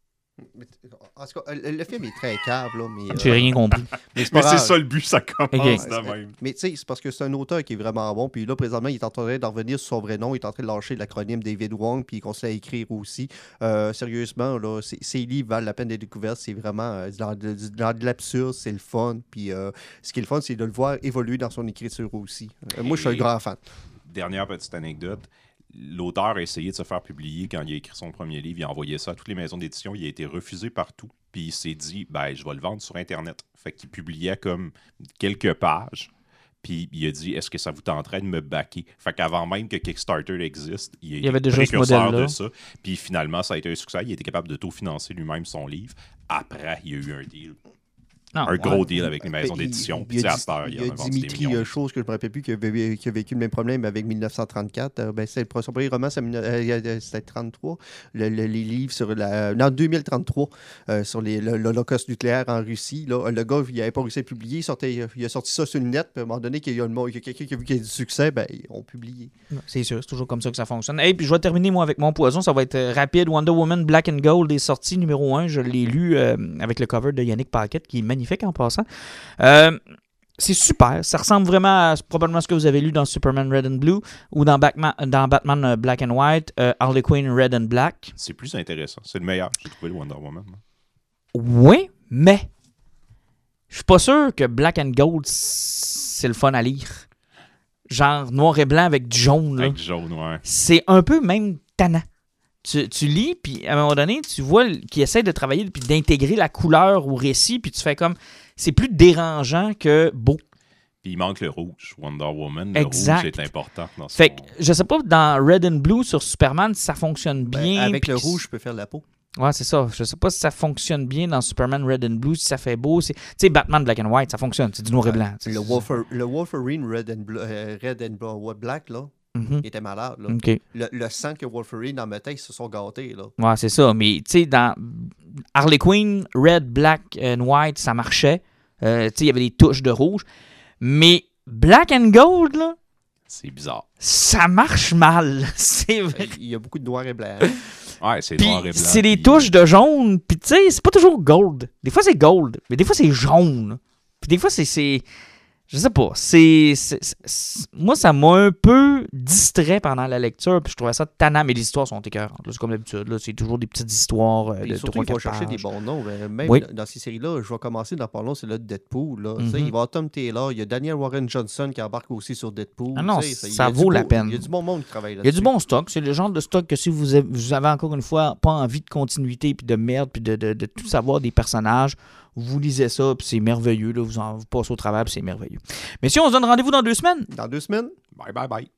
En tout cas, le, le film est très cave, là, mais... J'ai euh, rien compris. Mais c'est, mais c'est ça le but, ça commence okay. de même. Mais tu sais, c'est parce que c'est un auteur qui est vraiment bon, puis là, présentement, il est en train de revenir sur son vrai nom, il est en train de lâcher l'acronyme David Wong, puis il continue à écrire aussi. Euh, sérieusement, là, c'est, ces livres valent la peine d'être découverts, c'est vraiment euh, dans, de, dans de l'absurde, c'est le fun, puis euh, ce qui est le fun, c'est de le voir évoluer dans son écriture aussi. Euh, moi, je suis un grand fan. Dernière petite anecdote. L'auteur a essayé de se faire publier quand il a écrit son premier livre. Il a envoyé ça à toutes les maisons d'édition. Il a été refusé partout. Puis il s'est dit, ben, je vais le vendre sur Internet. Fait qu'il publiait comme quelques pages. Puis il a dit, est-ce que ça vous tenterait de me backer? Fait qu'avant même que Kickstarter existe, il, il y avait déjà ce modèle-là. De ça. Puis finalement, ça a été un succès. Il était capable d'autofinancer lui-même son livre. Après, il y a eu un deal. Non, un gros ouais. deal avec les maisons d'édition. Il, il, il, il, il y a, Dimitri, euh, chose que je ne me rappelle plus, qui a, qui a vécu le même problème avec dix-neuf cent trente-quatre. Euh, ben, c'est, son premier roman, c'est, euh, c'était trente-trois. Le, le, les livres sur la... Non, deux mille trente-trois, euh, sur les, le, l'Holocauste nucléaire en Russie. Là, le gars, il n'avait pas réussi à publier. Il, sortait, il a sorti ça sur le net. Puis à un moment donné, qu'il y a, une, qu'il y a quelqu'un qui a vu qu'il y a du succès, ben, ils ont publié. C'est sûr, c'est toujours comme ça que ça fonctionne. Et hey, puis je vais terminer, moi, avec mon poison. Ça va être rapide. Wonder Woman Black and Gold est sorti numéro un. Je l'ai lu euh, avec le cover de Yannick Paquette, qui est magnifique en passant. Euh, c'est super. Ça ressemble vraiment à probablement ce que vous avez lu dans Superman Red and Blue ou dans Batman, dans Batman uh, Black and White, uh, Harley Quinn Red and Black. C'est plus intéressant. C'est le meilleur. J'ai trouvé le Wonder Woman. Oui, mais je suis pas sûr que Black and Gold, c'est le fun à lire. Genre noir et blanc avec du jaune. Là. Avec du jaune, ouais. C'est un peu même tannant. Tu, tu lis, puis à un moment donné, tu vois qu'il essaie de travailler puis d'intégrer la couleur au récit, puis tu fais comme... C'est plus dérangeant que beau. Puis il manque le rouge. Wonder Woman, le exact. rouge est important dans ce Fait que, je sais pas, dans Red and Blue, sur Superman, ça fonctionne bien. Ben, avec le rouge, je peux faire la peau. Ouais, c'est ça. Je sais pas si ça fonctionne bien dans Superman Red and Blue, si ça fait beau. Tu sais, Batman Black and White, ça fonctionne. C'est du noir et blanc. Le, Wolfer, le Wolverine Red and, Blue, euh, Red and Blue, Black, là, mm-hmm. il était malade. Là. Okay. Le, le sang que Wolverine en mettait, ils se sont gâtés. Là. Ouais, c'est ça. Mais tu sais, dans Harley Quinn, Red, Black and White, ça marchait. Euh, tu sais, il y avait des touches de rouge. Mais Black and Gold, là, c'est bizarre. Ça marche mal. C'est vrai. Il y a beaucoup de noir et blanc. Ouais, c'est puis noir et blanc. C'est des puis... touches de jaune. Puis tu sais, c'est pas toujours gold. Des fois, c'est gold. Mais des fois, c'est jaune. Puis des fois, c'est... c'est... Je sais pas. C'est, c'est, c'est... Moi, ça m'a un peu distrait pendant la lecture. Puis je trouvais ça tannant. Mais les histoires sont écœurantes. C'est comme d'habitude. Là. C'est toujours des petites histoires euh, de surtout, trois ils vont chercher pages. des bons noms. Même oui. dans ces séries-là, je vais commencer dans pas long, c'est là Deadpool. Là. Mm-hmm. Il va y avoir Tom Taylor. Il y a Daniel Warren Johnson qui embarque aussi sur Deadpool. Ah non, ça, ça vaut la beau, peine. Il y a du bon monde qui travaille là-dessus. Il y a du bon stock. C'est le genre de stock que si vous avez, vous avez encore une fois pas envie de continuité, puis de merde, puis de, de, de tout savoir des personnages, vous lisez ça, puis c'est merveilleux. Là, vous, en, vous passez au travers, puis c'est merveilleux. Mais si on se donne rendez-vous dans deux semaines. Dans deux semaines. Bye, bye, bye.